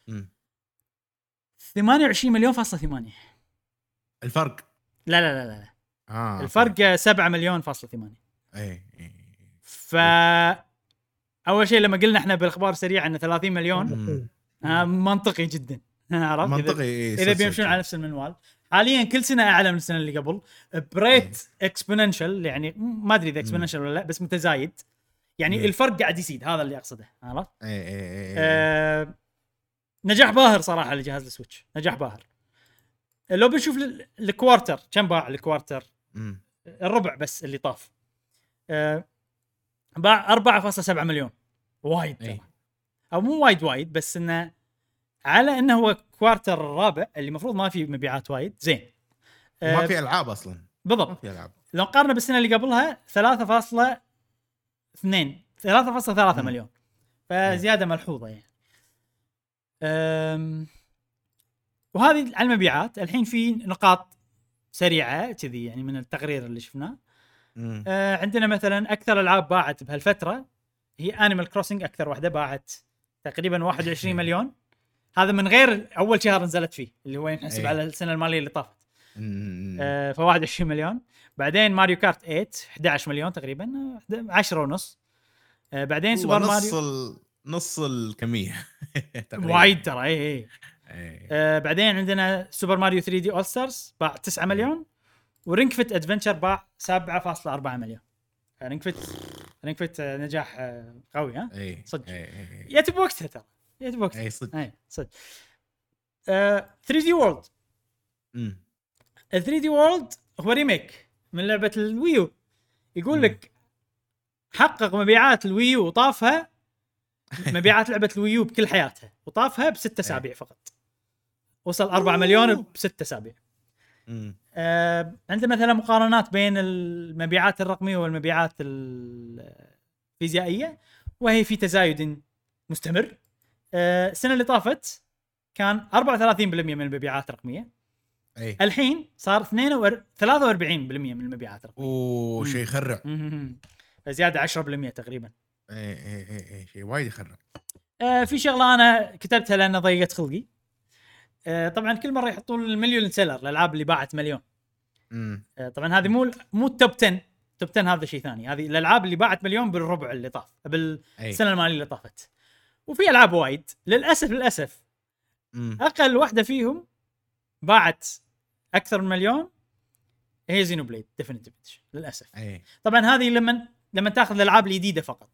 28 مليون فاصلة 8 الفرق. لا الفرق 7 مليون فاصلة 8. اول شيء لما قلنا احنا بالاخبار السريعه ان 30 مليون منطقي جدا. عرفت منطقي. اذا بيمشون على نفس المنوال. حاليا كل سنه اعلى من السنه اللي قبل بريت اكسبوننشال، يعني ما ادري اذا اكسبوننشال ولا لا، بس متزايد يعني. الفرق قاعد يزيد، هذا اللي اقصده. عرفت؟ نجاح باهر صراحه لجهاز السويتش، نجاح باهر. لو بنشوف الكوارتر كم باع الكوارتر، الربع بس اللي طاف باع 4.7 مليون. وايد او مو وايد بس انه على انه هو كوارتر الرابع اللي المفروض ما في مبيعات وايد زين. ما في العاب اصلا. بالضبط. ما في العاب. لو قارنا بالسنه اللي قبلها 3.3 مليون، فزياده ملحوظه يعني. وهذه على المبيعات. الحين في نقاط سريعه كذي يعني من التقرير اللي شفناه. عندنا مثلا اكثر العاب باعت بهالفتره هي انيمال كروسنج، اكثر واحده باعت تقريبا 21 مليون. هذا من غير اول شهر نزلت فيه اللي هو ينحسب على السنه الماليه اللي طافت. ف 21 مليون. بعدين ماريو كارت 8 11 مليون تقريبا، 10 ونص. بعدين سوبر ماريو نص الكميه. وايد ترى. بعدين عندنا سوبر ماريو 3 دي اول ستارز باع 9 مليون. ورينج فيت ادفنتشر باع 7.4 مليون. رينج فيت نجاح قوي. ها صدق. يا بوقتها ترى، يا بوقتها. صدق. 3 دي وورلد. ال 3 دي وورلد هو ريميك من لعبه الويو. يقول لك حقق مبيعات الويو وطافها مبيعات لعبه الويو بكل حياتها، وطافها ب6 اسابيع فقط. وصل 4 مليون ب6 اسابيع. عندنا مثلا مقارنات بين المبيعات الرقميه والمبيعات الفيزيائيه، وهي في تزايد مستمر. السنه اللي طافت كان 34% من المبيعات الرقميه، اي الحين صار 43% من المبيعات اوه شيء يخرع. زياده 10% تقريبا. اي شيء وايد يخرع. في شغله انا كتبتها لان ضيقت خلقي. طبعا كل مره يحطون المليون سيلر الالعاب اللي باعت مليون. طبعا هذه مو التوب 10. توب 10 هذا شيء ثاني. هذه الالعاب اللي باعت مليون بالربع اللي طاف بالسنه الماليه اللي طافت. وفي العاب وايد للاسف اقل واحده فيهم باعت اكثر من مليون هي زينو بليد ديفينيتيف اديشن للاسف. طبعا هذه لما تاخذ الالعاب الجديده فقط.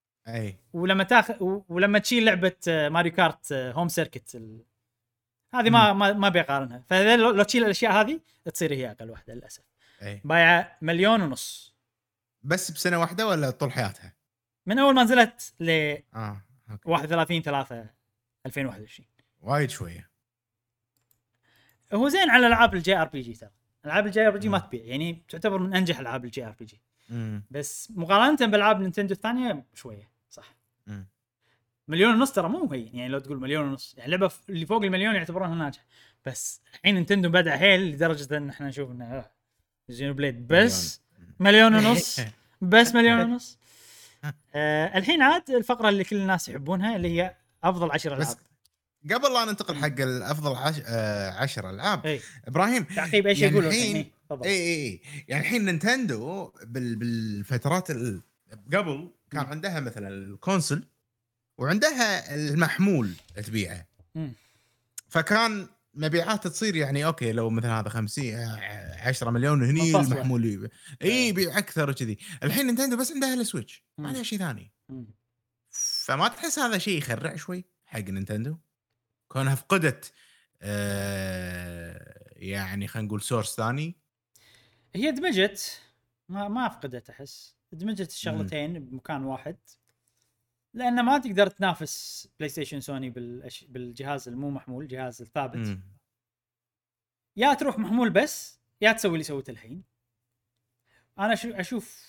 ولما تشيل لعبه ماريو كارت هوم سيركت هذه ما بيقارنها. فلو تشيل الاشياء هذه تصير هي اقل واحده للاسف. بايعه 1.5 مليون بس بسنه واحده ولا طول حياتها؟ من اول ما نزلت ل 31/3/2021. وايد شويه. هو زين على العاب الجي ار بي جي. ترى العاب الجي ار بي جي ما تبيع، يعني تعتبر من انجح العاب الجي ار بي جي. بس مقارنه بالالعاب نينتندو الثانيه شويه صح. 1.5 مليون ترى مو هي، يعني لو تقول 1.5 مليون يعني لعبه اللي فوق المليون يعتبرونها ناجحه. بس الحين نينتندو بدع حيل لدرجه ان احنا نشوف انه زينو بليد بس 1.5 مليون بس 1.5 مليون. الحين عاد الفقره اللي كل الناس يحبونها اللي هي افضل 10 العاب. قبل لا ننتقل حق الافضل 10 العاب ابراهيم تعقيب ايش يقولوا الحين؟ اي يعني الحين نينتندو بالفترات قبل كان عندها مثلا الكونسول وعندها المحمول تبيعه. فكان مبيعات تصير يعني اوكي لو مثلا هذا 10 مليون هني المحمول يبيع اكثر كذي. الحين نينتندو بس عندها السويتش ما عندها شيء ثاني. فما تحس هذا شيء يخرع شوي حق نينتندو كونها فقدت يعني خلينا نقول سورس ثاني؟ هي دمجت ما فقدت. احس دمجت الشغلتين بمكان واحد لان ما تقدر تنافس بلاي ستيشن سوني بالجهاز المو محمول، الجهاز الثابت. يا تروح محمول بس يا تسوي اللي سويته الحين. انا اشوف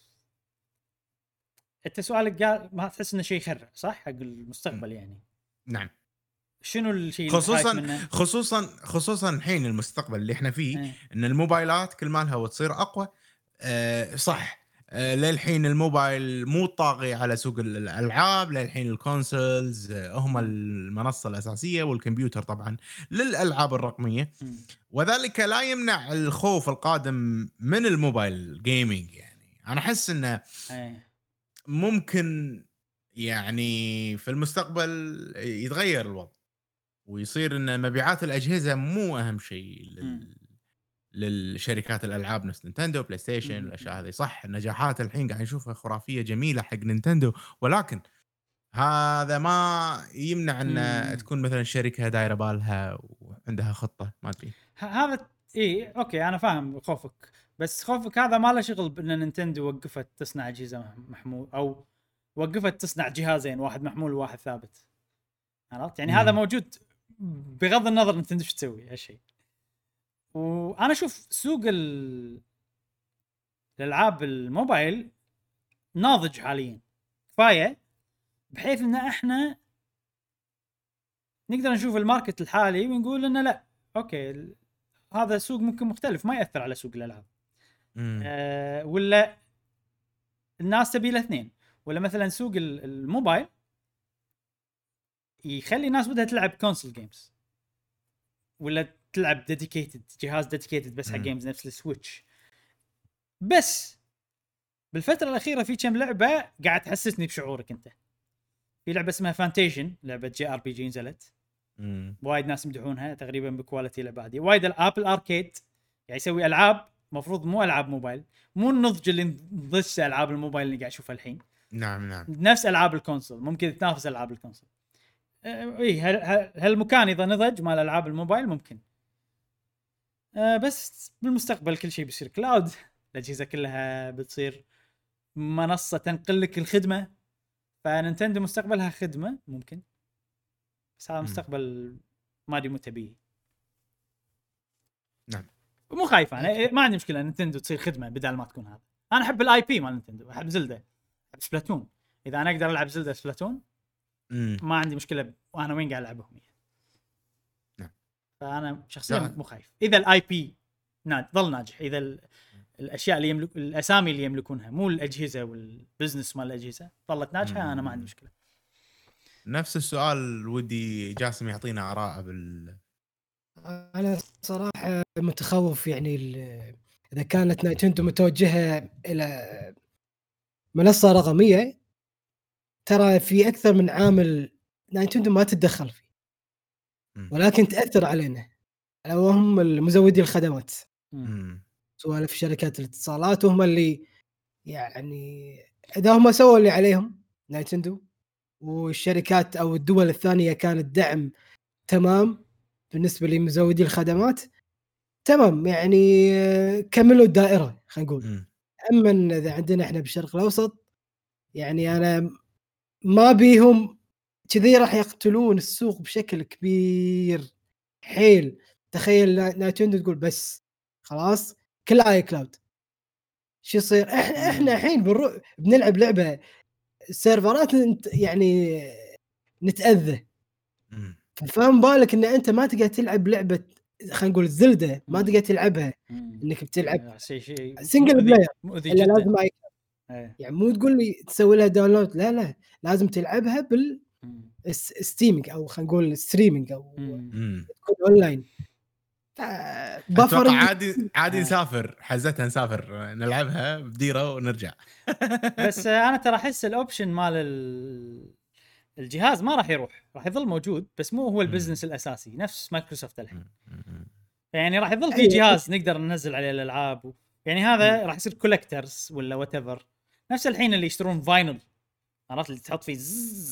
انت سؤالك قال ما تحس انه شيء يخرع صح حق المستقبل يعني؟ نعم. شنو الشيء خصوصا الحين المستقبل اللي احنا فيه ان الموبايلات كل مالها وتصير اقوى. صح. للحين الموبايل مو طاغي على سوق الالعاب. للحين الكونسولز هم المنصه الاساسيه والكمبيوتر طبعا للالعاب الرقميه. وذلك لا يمنع الخوف القادم من الموبايل جيمينج. يعني انا احس انه ممكن يعني في المستقبل يتغير الوضع ويصير ان مبيعات الاجهزه مو اهم شيء للشركات الالعاب نفس نينتندو بلاي ستيشن الاشياء هذه. صح النجاحات الحين قاعد نشوفها خرافيه جميله حق نينتندو، ولكن هذا ما يمنع ان تكون مثلا شركه دايره بالها وعندها خطه ما ادري. هذا اوكي انا فاهم خوفك، بس خوفك هذا ما له شغل بان نينتندو وقفت تصنع اجهزه محمول او وقفت تصنع جهازين، واحد محمول وواحد ثابت. عرفت يعني؟ هذا موجود بغض النظر نينتندو ايش تسوي هالشيء. وانا اشوف سوق الالعاب الموبايل ناضج حاليا كفايه بحيث ان احنا نقدر نشوف الماركت الحالي ونقول انه لا اوكي هذا سوق ممكن مختلف ما ياثر على سوق الالعاب. ولا الناس تبي الاثنين، ولا مثلا سوق الموبايل يخلي الناس بدها تلعب كونسول جيمز ولا تلعب ديديكيتد جهاز ديديكيتد بس حق جيمز نفس السويتش. بس بالفتره الاخيره في كم لعبه قاعد تحسسني بشعورك انت. في لعبه اسمها فانتيجن، لعبه جي ار بي جي نزلت وايد ناس يمدحونها تقريبا بكواليتي لعبه عاديه. وايد الابل اركيد يعني يسوي العاب مفروض مو العاب موبايل، مو النضج اللي نضج العاب الموبايل اللي قاعد اشوفها الحين. نعم نفس العاب الكونسول ممكن تنافس العاب الكونسول. هالمكان اذا نضج مال العاب الموبايل ممكن. بس بالمستقبل كل شيء بيصير كلاود، الاجهزه كلها بتصير منصه تنقل لك الخدمه. فنينتندو مستقبلها خدمه ممكن، بس هذا مستقبل ما ادري متى بيه. نعم مو خايف انا، ما عندي مشكله نينتندو تصير خدمه بدل ما تكون هذا. انا احب الاي بي مال نينتندو، احب زلدة، احب سبلاتون. اذا انا اقدر العب زلدة سبلاتون ما عندي مشكله وانا وين قاعد العبهم. نعم فانا شخصيا مو خايف اذا الاي بي ظل ناجح، اذا الاشياء اللي يملك الاسامي اللي يملكونها مو الاجهزه والبزنس مال الاجهزه ظلت ناجحه، انا ما عندي مشكله. نفس السؤال ودي جاسم يعطينا آراء انا صراحه متخوف يعني اذا كانت نايتندو متوجهه الى منصه رقميه، ترى في اكثر من عامل نايتندو ما تتدخل فيه ولكن تاثر علينا، لو هم المزودي الخدمات سوالف شركات الاتصالات، وهم اللي يعني اذا هم سووا اللي عليهم نايتندو، والشركات او الدول الثانيه كانت دعم تمام بالنسبه لمزودي الخدمات، تمام يعني كملوا الدائره خلينا نقول. اما اذا عندنا احنا بالشرق الاوسط يعني انا ما بيهم كذي، راح يقتلون السوق بشكل كبير حيل. تخيل نايتندو تقول بس خلاص كل اي كلاود، شو يصير؟ احنا الحين بنلعب لعبه السيرفرات يعني نتاذى. فاهم بالك ان انت ما تقدر تلعب لعبه خلينا نقول زلدة، ما تقدر تلعبها انك بتلعب شيء سنجل بلاير مؤذي الا جدا. لازم يعني مو تقول لي تسوي لها داونلود، لا لازم تلعبها بالستيمينج او خلينا نقول ستريمينج او تكون اونلاين. اتوقع عادي نسافر حزتها، نسافر نلعبها بديره ونرجع. بس انا ترى احس الاوبشن مال الجهاز ما راح يروح، راح يظل موجود، بس مو هو البزنس الاساسي نفس مايكروسوفت الحين. يعني راح يظل في جهاز نقدر ننزل عليه الالعاب يعني هذا راح يصير كولكترز ولا وات ايفر، نفس الحين اللي يشترون فاينل، عرفت اللي تحط فيه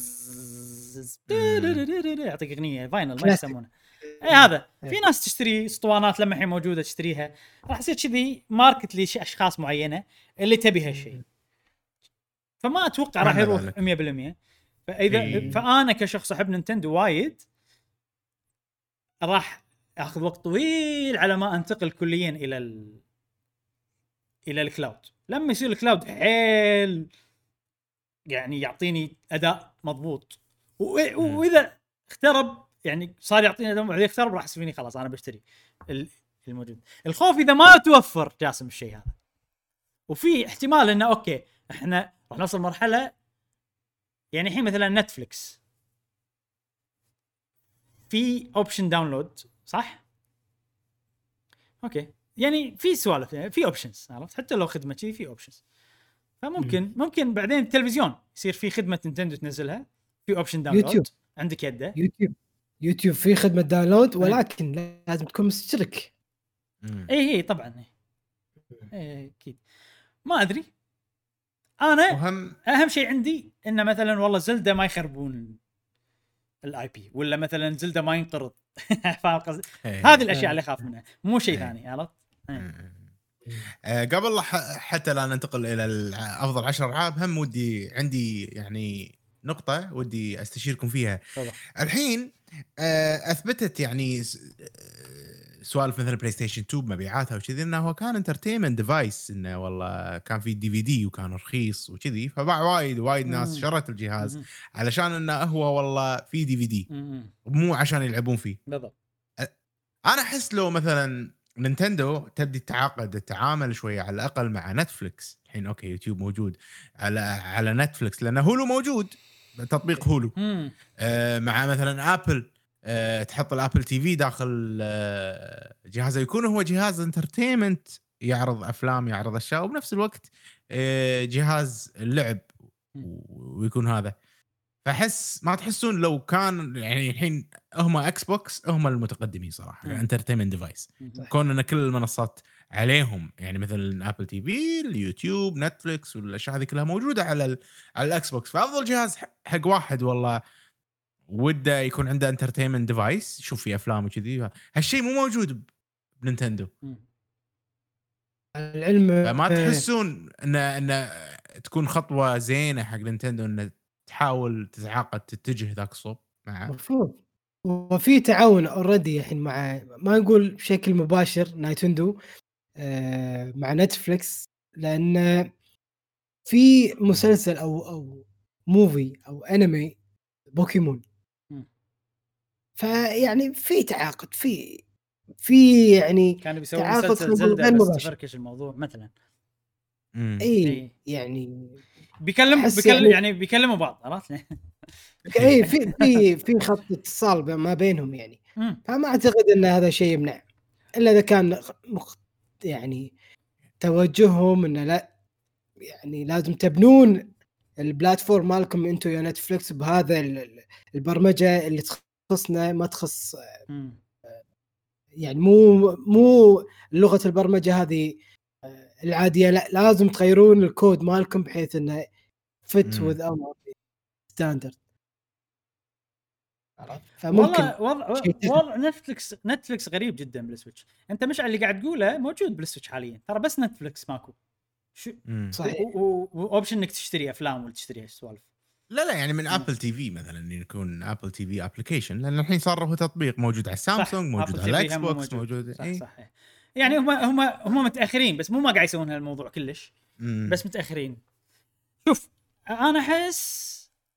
يعطيك اغنيه فاينل ما يسمونه هذا. في ناس تشتري اسطوانات لما الحين موجوده تشتريها، راح يصير كذي ماركت لاشخاص معينه اللي تبي هالشيء، فما اتوقع راح يروح 100%. فاذا فانا كشخص احب نينتندو وايد، راح اخذ وقت طويل على ما انتقل كليا الى الكلاود. لما يصير الكلاود حيل يعني يعطيني اداء مضبوط، واذا اخترب يعني صار يعطيني اداء بعدين اخترب، راح يصير فيني خلاص انا بشتري الموجود. الخوف اذا ما توفر جاسم الشيء هذا، وفي احتمال انه اوكي احنا راح نوصل مرحله يعني الحين مثلا نتفليكس في اوبشن داونلود صح؟ اوكي يعني في سوالف يعني في اوبشنز، عرفت؟ حتى لو خدمه شيء في اوبشنز، فممكن بعدين التلفزيون يصير في خدمه نينتندو تنزلها في اوبشن داونلود يوتيوب. عندك يده يوتيوب في خدمه داونلود، ولكن لازم تكون مشترك. اي طبعا اي اكيد. ما ادري انا اهم شيء عندي انه مثلا والله زلدة ما يخربون الاي بي، ولا مثلا زلدة ما ينقرض. فاهم قصدي؟ هذه الاشياء اللي اخاف منها، مو شيء ثاني، عرفت؟ قبل حتى لا ننتقل الى افضل 10 العاب، هم ودي عندي يعني نقطه ودي استشيركم فيها. الحين اثبتت يعني سوالف مثل بلاي ستيشن 2 بمبيعاتها وكذي، انه هو كان انترتينمنت ديفايس، انه والله كان في دي في دي وكان رخيص وكذي، فباع وايد ناس شرت الجهاز علشان انه هو والله في دي في دي، مو عشان يلعبون فيه. بالضبط. انا احس لو مثلا نينتندو تبدي تتعامل شويه على الاقل مع نتفليكس الحين، اوكي يوتيوب موجود على نتفليكس لانه هولو موجود، تطبيق هولو مع مثلا ابل، تحط الابل تي في داخل جهازه، يكون هو جهاز انترتينمنت يعرض افلام يعرض اشياء، وبنفس الوقت جهاز اللعب ويكون هذا. فحس ما تحسون لو كان يعني الحين هم اكس بوكس هم المتقدمين صراحه انترتينمنت ديفايس، كون ان كل المنصات عليهم يعني مثل ابل تي في اليوتيوب نتفليكس والاشياء هذه كلها موجوده على الاكس بوكس، فافضل جهاز حق واحد والله وده يكون عنده انترتينمنت ديفايس يشوف فيه افلام وكذي، هالشيء مو موجود بنينتندو. العلم فما تحسون ان تكون خطوه زينه حق نينتندو ان تحاول تتعاقد تتجه ذاك الصوب معه؟ مفروض وفي تعاون اوريدي الحين مع، ما نقول بشكل مباشر نايتندو مع نتفليكس، لان في مسلسل او موفي او انمي بوكيمون، فيعني في تعاقد في يعني كانوا بيسوون تعاقد مسلسل زلدة غير بس مباشر. تفركش الموضوع مثلا. اي يعني أحس يعني بيكلموا بعض، عرفت؟ اي في خط اتصال ما بينهم يعني. فما اعتقد ان هذا شيء يمنع، الا اذا كان يعني توجههم انه لا، يعني لازم تبنون البلاتفورم مالكم انتم يا نتفليكس بهذا البرمجه اللي تخصنا، ما تخص يعني مو لغه البرمجه هذه العاديه، لا لازم تغيرون الكود مالكم بحيث انه فيت وذ اور ستاندرد. فممكن والله وضع نتفلكس غريب جدا بالسويتش. انت مش اللي قاعد تقوله موجود بالسويتش حاليا ترى، بس نتفلكس ماكو شو صحيح. واوبشن انك تشتري افلام ولا تشتري سوالف. لا يعني من ابل تي في مثلا يكون ابل تي في ابلكيشن، لان الحين صار له تطبيق موجود على السامسونج، موجود على الاكس بوكس، موجود. صح. يعني هم متاخرين، بس مو ما قاعد يسوون هالموضوع كلش. بس متاخرين. شوف انا احس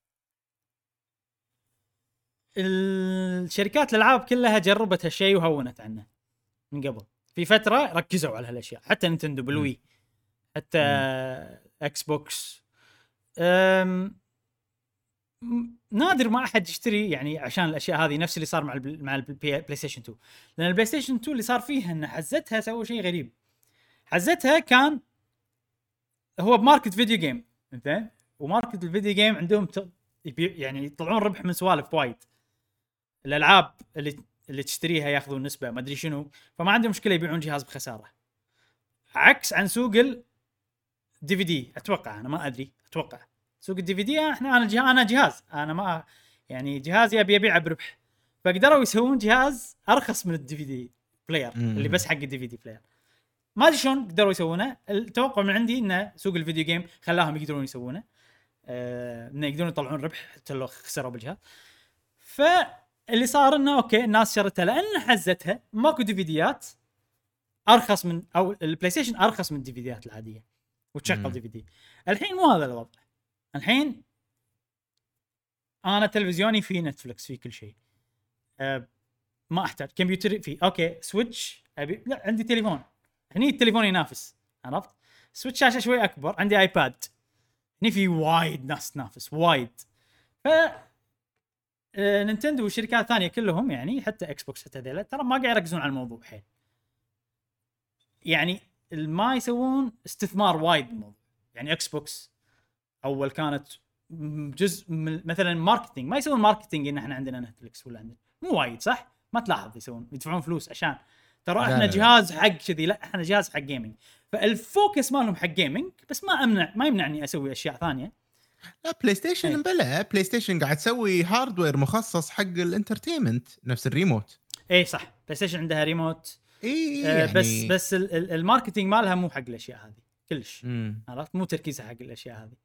الشركات الالعاب كلها جربت هالشيء وهونت عنه من قبل. في فتره ركزوا على هالاشياء، حتى نينتندو بالوي، حتى اكس بوكس. نادر ما احد يشتري يعني عشان الاشياء هذه، نفس اللي صار مع البلاي ستيشن 2. لان البلاي ستيشن 2 اللي صار فيها ان حزتها سووا شيء غريب. حزتها كان هو بماركت فيديو جيم، زين، وماركت الفيديو جيم عندهم يعني يطلعون ربح من سوالف وايد. الالعاب اللي تشتريها ياخذون نسبه ما ادري شنو، فما عندهم مشكله يبيعون جهاز بخساره. عكس عن سوق الدي في دي. اتوقع، انا ما ادري، اتوقع سوق الدي في دي انا جهاز، انا ما يعني جهازي ابي ابيعه بربح، فقدروا يسوون جهاز ارخص من الدي في دي بلاير اللي بس حق الدي في دي بلاير. ما ادري شلون قدروا يسوونه. التوقع من عندي ان سوق الفيديو جيم خلاهم يقدرون يسوونه، انه يقدرون يطلعون ربح حتى لو خسروا بالجهاز. فاللي صار انه اوكي الناس شرتها لان حزتها ماكو دي فيديات ارخص من، او البلاي ستيشن ارخص من الدي فيديات العاديه وتشغل دي في دي. الحين مو هذا الوضع. الحين انا تلفزيوني فيه نتفلكس، فيه كل شيء، ما احتاج كمبيوتر فيه. اوكي سويتش ابي، لا عندي تليفون، هني التليفون ينافس، عرفت؟ سويتش شاشه شوي اكبر، عندي ايباد، هني في وايد ناس تنافس وايد. ف نينتندو والشركات الثانيه كلهم يعني حتى اكس بوكس حتى ذيلا ترى ما قاعد يركزون على الموضوع حيل، يعني ما يسوون استثمار وايد بالموضوع. يعني اكس بوكس اول كانت جزء من مثلا ماركتينج، ما يسوون ماركتينج ان احنا عندنا نتفلكس ولا عندنا، مو وايد صح، ما تلاحظ يدفعون فلوس عشان ترى احنا جهاز حق كذي، لا احنا جهاز حق جيمنج. فالفوكس مالهم حق جيمنج، بس ما يمنعني اسوي اشياء ثانيه. لا بلاي ستيشن بلا بلاي ستيشن قاعد تسوي هاردوير مخصص حق الانترتينمنت نفس الريموت. اي صح، بلاي ستيشن عندها ريموت. يعني بس الماركتينج مالها مو حق الاشياء هذه كلش، عرفت؟ مو تركيزها حق الاشياء هذه.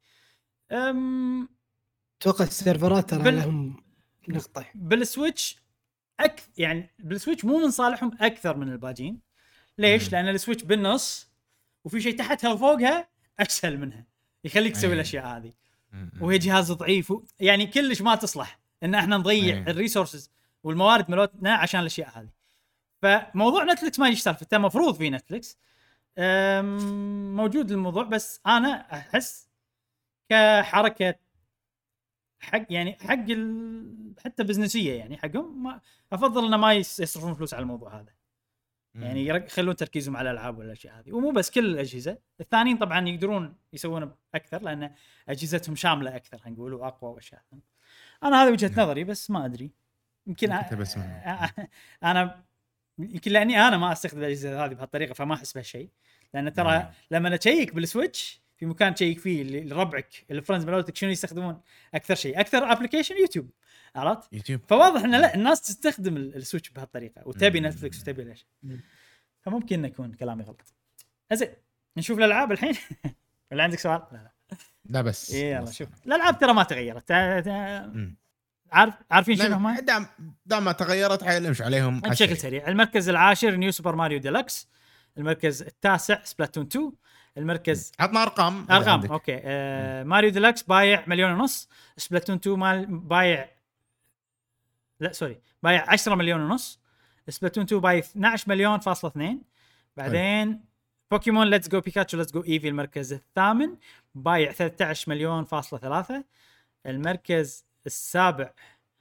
اتوقع السيرفرات ترى لهم نقطه بالسويتش يعني بالسويتش مو من صالحهم اكثر من الباجين. ليش؟ لان السويتش بالنص وفي شيء تحتها وفوقها اسهل منها، يخليك تسوي الاشياء هذه، وهي جهاز ضعيف يعني كلش ما تصلح ان احنا نضيع الريسورسز والموارد مالتنا عشان الاشياء هذه. فموضوع نتفلكس ما يشتغل في مفروض في نتفلكس موجود الموضوع، بس انا احس كحركه حق يعني حق حتى بزنسيه يعني حقهم، ما افضل انه ما يصرفون فلوس على الموضوع هذا. يعني يخلون تركيزهم على الالعاب والاشياء هذه. ومو بس كل الاجهزه الثانيين طبعا يقدرون يسوون اكثر لان اجهزتهم شامله اكثر، هنقول واقوى واشياء. انا هذه وجهه نظري، بس ما ادري يمكن انا يمكن لاني انا ما استخدم الاجهزه هذه بهالطريقه فما احس بهالشيء. لان ترى لما اشيك بالسويتش في مكان تشيك فيه لربعك الفرندز مالتك شنو يستخدمون اكثر شيء، اكثر ابلكيشن يوتيوب، عرفت؟ فواضح ان لا الناس تستخدم السويتش بهالطريقه وتبي نتفلكس وتبي ليش. فممكن يكون كلامي غلط. زين نشوف الالعاب الحين. ولا عندك سؤال؟ لا بس يلا شوف الالعاب ترى ما تغيرت. عارفين شنو هم؟ دام ما تغيرت حيلمش عليهم بشكل سريع. المركز العاشر نيو سوبر ماريو ديلكس. المركز التاسع سبلاتون 2. المركز عطنا ارقام اوكي. ماريو ديلكس بايع 1.5 مليون. سبلاتون 2 بايع لا سوري بايع 10 مليون ونص. سبلاتون 2 بايع 12 مليون فاصلة 2. بعدين بوكيمون ليتس جو بيكاتشو ليتس جو ايفي المركز الثامن بايع 13 مليون فاصلة 3. المركز السابع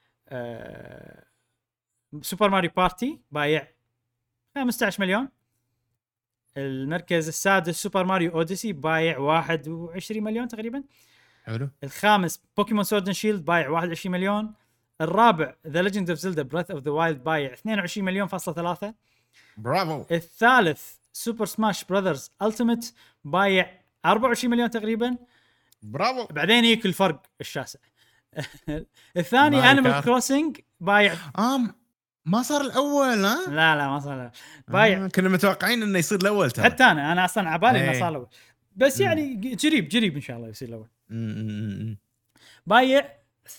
سوبر ماريو بارتي بايع 15 مليون. المركز السادس سوبر ماريو اوديسي بايع 21 مليون تقريبا. حلو. الخامس بوكيمون سورد اند شيلد بايع 21 مليون. الرابع ذا ليجند اوف زلدا بريث اوف ذا وايلد بايع 22 مليون فاصلة 3. برافو. الثالث سوبر سماش براذرز التيميت بايع 24 مليون تقريبا. برافو. بعدين يجيك الفرق الشاسع. الثاني انيمال كروسنج بايع ما صار الاول. ها لا ما صار بايع. كنا متوقعين انه يصير الاول ترى. حتى انا اصلا عبالي انه صار الاول بس يعني قريب ان شاء الله يصير الاول. بايع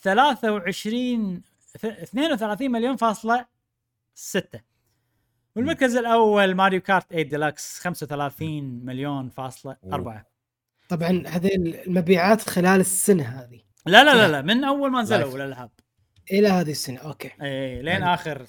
32 مليون فاصلة 6. والمركز الاول ماريو كارت 8 ديلكس 35 مليون فاصلة 4. طبعا هذه المبيعات خلال السنه هذه. لا من اول ما نزلوا الالعاب الى هذه السنه. اوكي اي لين اخر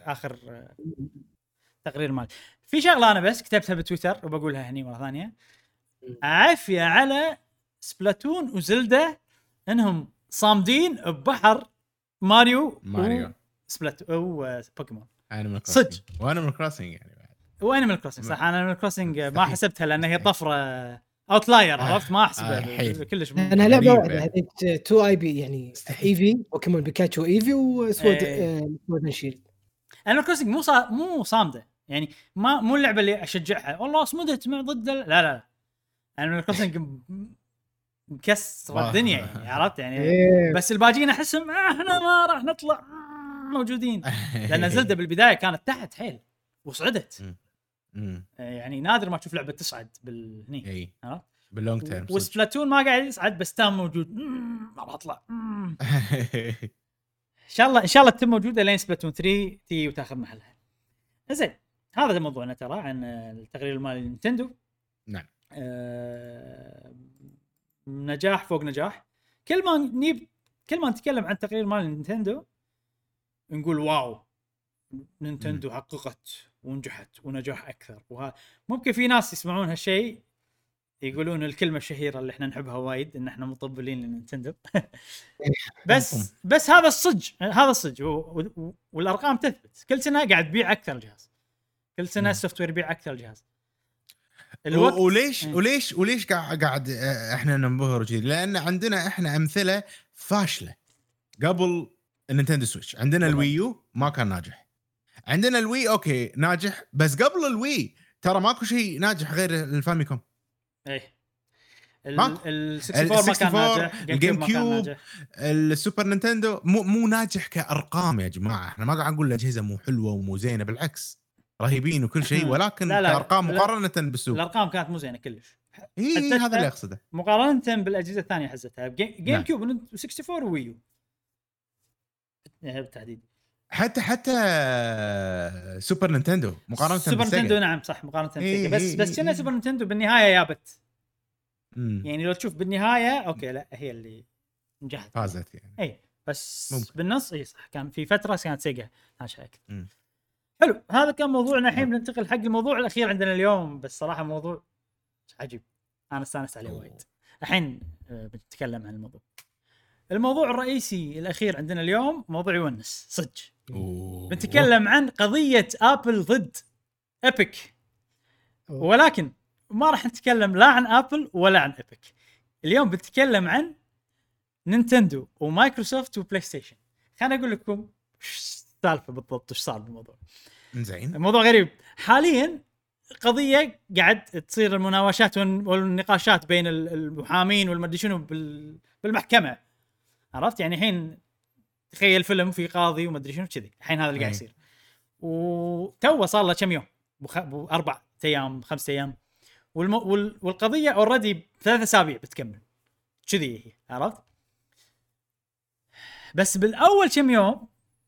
تقرير مال. في شغله انا بس كتبتها بتويتر وبقولها هني مره ثانيه. عافيه على سبلاتون وزلدا انهم صامدين ببحر ماريو سبلاتون وبوكيمون صدق. وانيمال كروسنج يعني بعد. وانيمال كروسنج صح. انا انيمال كروسنج ما حسبتها لان هي طفره اوتلاير عرفت ما احسبها كلش. انا لعبه واحده هذيك 2 اي بي يعني ايفي بوكيمون بيكاتشو ايفي وسوود سوود شيلد. انيمال كروسنج مو صامده يعني مو اللعبه اللي اشجعها والله صمدت مع ضد لا انيمال كروسنج مكسر الدنيا يعني عرفت يعني. بس الباجين احسهم احنا ما راح نطلع موجودين لان زلدة بالبدايه كانت تحت حيل وصعدت. يعني نادر ما تشوف لعبه تصعد بالهني عرفت باللونج تيرم. وسبلاتون ما قاعد يصعد بس تام موجود ما بطلع. ان شاء الله تتم موجوده لين سبلاتون 3 تي وتاخذ محلها. زين هذا موضوعنا ترى عن التقرير مال نينتندو. نعم. نجاح فوق نجاح. كل ما نتكلم عن تقرير مال نينتندو نقول واو نينتندو حققت ونجحت ونجاح اكثر. ممكن في ناس يسمعون هالشيء يقولون الكلمه الشهيره اللي احنا نحبها وايد ان احنا مطبلين لنينتندو. بس هذا الصج والارقام تثبت. كل سنه قاعد تبيع اكثر جهاز. كل سنه السوفت وير يبيع اكثر جهاز. وليش قاعد احنا ننبهر كذي؟ لان عندنا احنا امثله فاشله قبل النينتندو سويتش. عندنا الويو ما كان ناجح. عندنا الوي اوكي ناجح بس قبل الوي ترى ماكو شيء ناجح غير الفاميكوم. ايه ال64 ما كان ناجح. الجيم كيوب السوبر نينتندو مو ناجح كارقام يا جماعه. احنا ما قاعد نقول الاجهزه مو حلوه ومو زينه بالعكس رهيبين وكل شيء ولكن كارقام مقارنه بالسوق الارقام كانت مو زينه كلش. هذا اللي اقصده مقارنه بالاجهزه الثانيه حزتها جيم كيوب و64 وويو بالتحديد. حتى سوبر نينتندو مقارنه سوبر نينتندو نعم صح مقارنه بس كنا سوبر نينتندو بالنهايه يابت. يعني لو تشوف بالنهايه اوكي لا هي اللي نجحت فازت يعني. اي بس ممكن. بالنص اي صح كان في فتره كانت سيجا ناجحه اكثر. حلو هذا كان موضوعنا. الحين بننتقل حق الموضوع الاخير عندنا اليوم. بس صراحه موضوع عجيب انا استانست عليه وايد. الحين بنتكلم عن الموضوع الرئيسي الاخير عندنا اليوم. موضوع يونس صدق. بنتكلم عن قضيه ابل ضد ايبك. ولكن ما راح نتكلم لا عن ابل ولا عن ايبك. اليوم بنتكلم عن نينتندو ومايكروسوفت وبلاي ستيشن. خليني اقول لكم ايش السالفه بالضبط ايش صار بالموضوع. زين الموضوع غريب. حاليا قضيه قاعد تصير المناوشات والنقاشات بين المحامين والمدري شنو بالمحكمه عرفت يعني. الحين تخيل فيلم في قاضي ومدري شنو كذي. الحين هذا اللي قاعد يصير وتو صار له كم يوم 4 ايام 5 ايام والقضيه اوريدي 3 أسابيع بتكمل كذي هي عرفت. بس بالاول كم يوم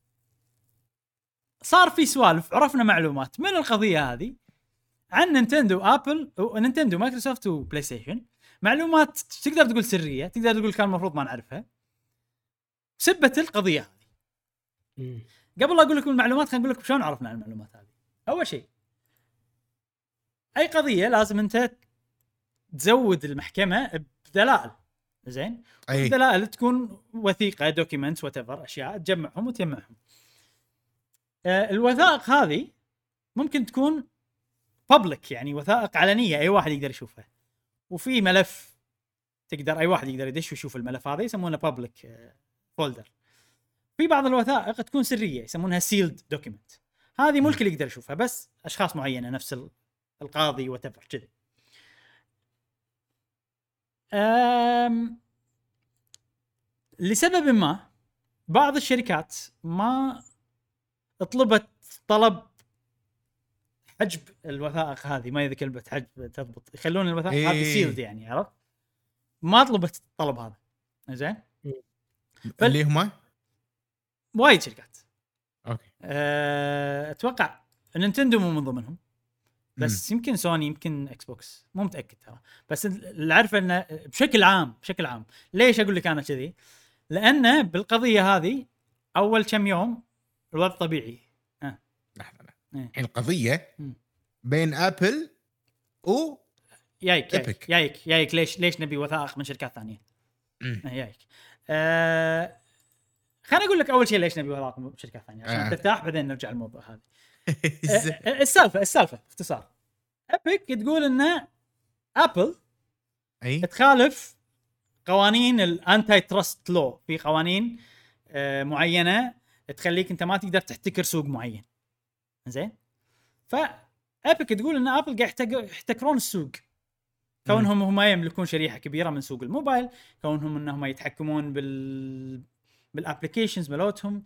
صار في سوالف عرفنا معلومات من القضيه هذه عن نينتندو ابل ونينتندو مايكروسوفت وبلاي ستيشن. معلومات تقدر تقول سريه تقدر تقول كان المفروض ما نعرفها. سبت القضيه هذه قبل لا اقول لكم المعلومات خلينا نقول لكم شلون عرفنا عن المعلومات هذه. اول شيء اي قضيه لازم انت تزود المحكمه بدلائل، زين؟ الدلائل تكون وثيقه دوكيمنت واتيفر، اشياء تجمعهم وتجمعهم. الوثائق هذه ممكن تكون بابليك، يعني وثائق علنيه اي واحد يقدر يشوفها، وفي ملف تقدر اي واحد يقدر يدش ويشوف الملف هذا يسمونه بابليك فولدر. في بعض الوثائق تكون سريه يسمونها سيلد دوكيمنت، هذه مو الكل يقدر يشوفها، بس اشخاص معينه نفس القاضي واتيفر كذا. لسبب ما بعض الشركات ما طلبت طلب حجب الوثائق هذه، ما اذا كلمه حجب تضبط، يخلون الوثائق هذه سيلد، يعني عرفت؟ ما طلبت الطلب هذا، زين؟ اللي هم وايد شركات. اوكي. اتوقع نينتندو مو من ضمنهم، بس يمكن سوني، يمكن اكس بوكس، مو متاكد ترى. بس اللي عارفه انه بشكل عام ليش اقول لك انا كذي؟ لانه بالقضيه هذه اول كم يوم الوضع طبيعي. لحظه الحين القضيه بين ابل و يايك ليش نبي وثائق من شركات ثانيه؟ يايك. خليني اقول لك اول شيء ليش نبي وثائق من شركات ثانيه عشان ترتاح، بعدين نرجع الموضوع هذا. السالفه باختصار، ابيك تقول ان ابل تخالف قوانين الانتي تراست لو، في قوانين معينه تخليك انت ما تقدر تحتكر سوق معين، زين؟ فابيك تقول ان ابل قاعد يحتكرون السوق، كونهم هم يملكون شريحه كبيره من سوق الموبايل، كونهم انهم يتحكمون بالابلكيشنز مالتهم،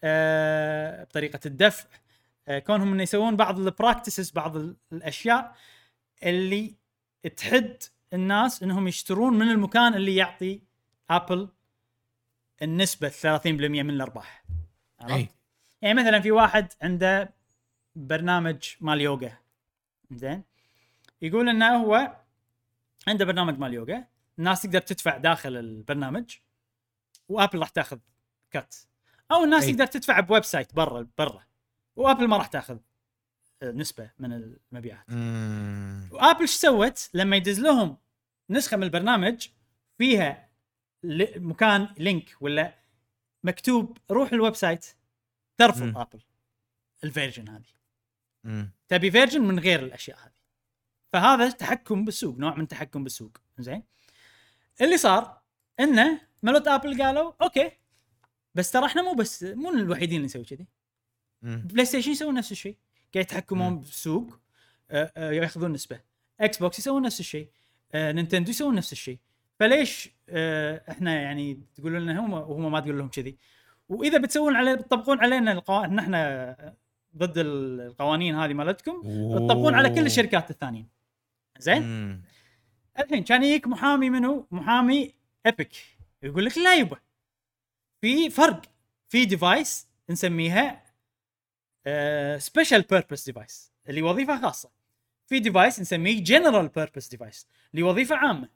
بطريقه الدفع، كونهم انه يسوون بعض البراكتسز، بعض الاشياء اللي تحد الناس انهم يشترون من المكان اللي يعطي ابل النسبه 30% من الارباح. يعني مثلا في واحد عنده برنامج مال يوغا، زين؟ يقول انه هو عنده برنامج مال يوغا، الناس تقدر تدفع داخل البرنامج وابل راح تاخذ كت، او الناس تقدر تدفع بويب سايت برا وابل ما راح تاخذ نسبه من المبيعات. وابل ايش سوت لما يدز لهم نسخه من البرنامج فيها مكان لينك ولا مكتوب روح الويب سايت، ترفض ابل الفيرجن هذه، تبي فيرجن من غير الاشياء هذه. فهذا تحكم بالسوق، نوع من تحكم بالسوق، زين؟ اللي صار انه ملوت ابل قالوا اوكي، بس ترى احنا مو الوحيدين اللي نسوي كذي. بلاي ستيشن يسوون نفس الشيء، قاعد يتحكمون بالسوق، ياخذون نسبه. اكس بوكس يسوون نفس الشيء، نينتندو يسوون نفس الشيء. فليش احنا يعني تقولون لنا هم ما تقول لهم كذي؟ واذا بتطبقون علينا ان احنا ضد القوانين هذه مالتكم، تطبقون على كل الشركات الثانيين، زين؟ الحين كان يجيك محامي، منو محامي ايبك، يقول لك لا يبا، في فرق، في ديفايس نسميها سبيشال بيربس ديفايس اللي وظيفه خاصه، في ديفايس نسميه جنرال بيربس ديفايس اللي وظيفه عامه.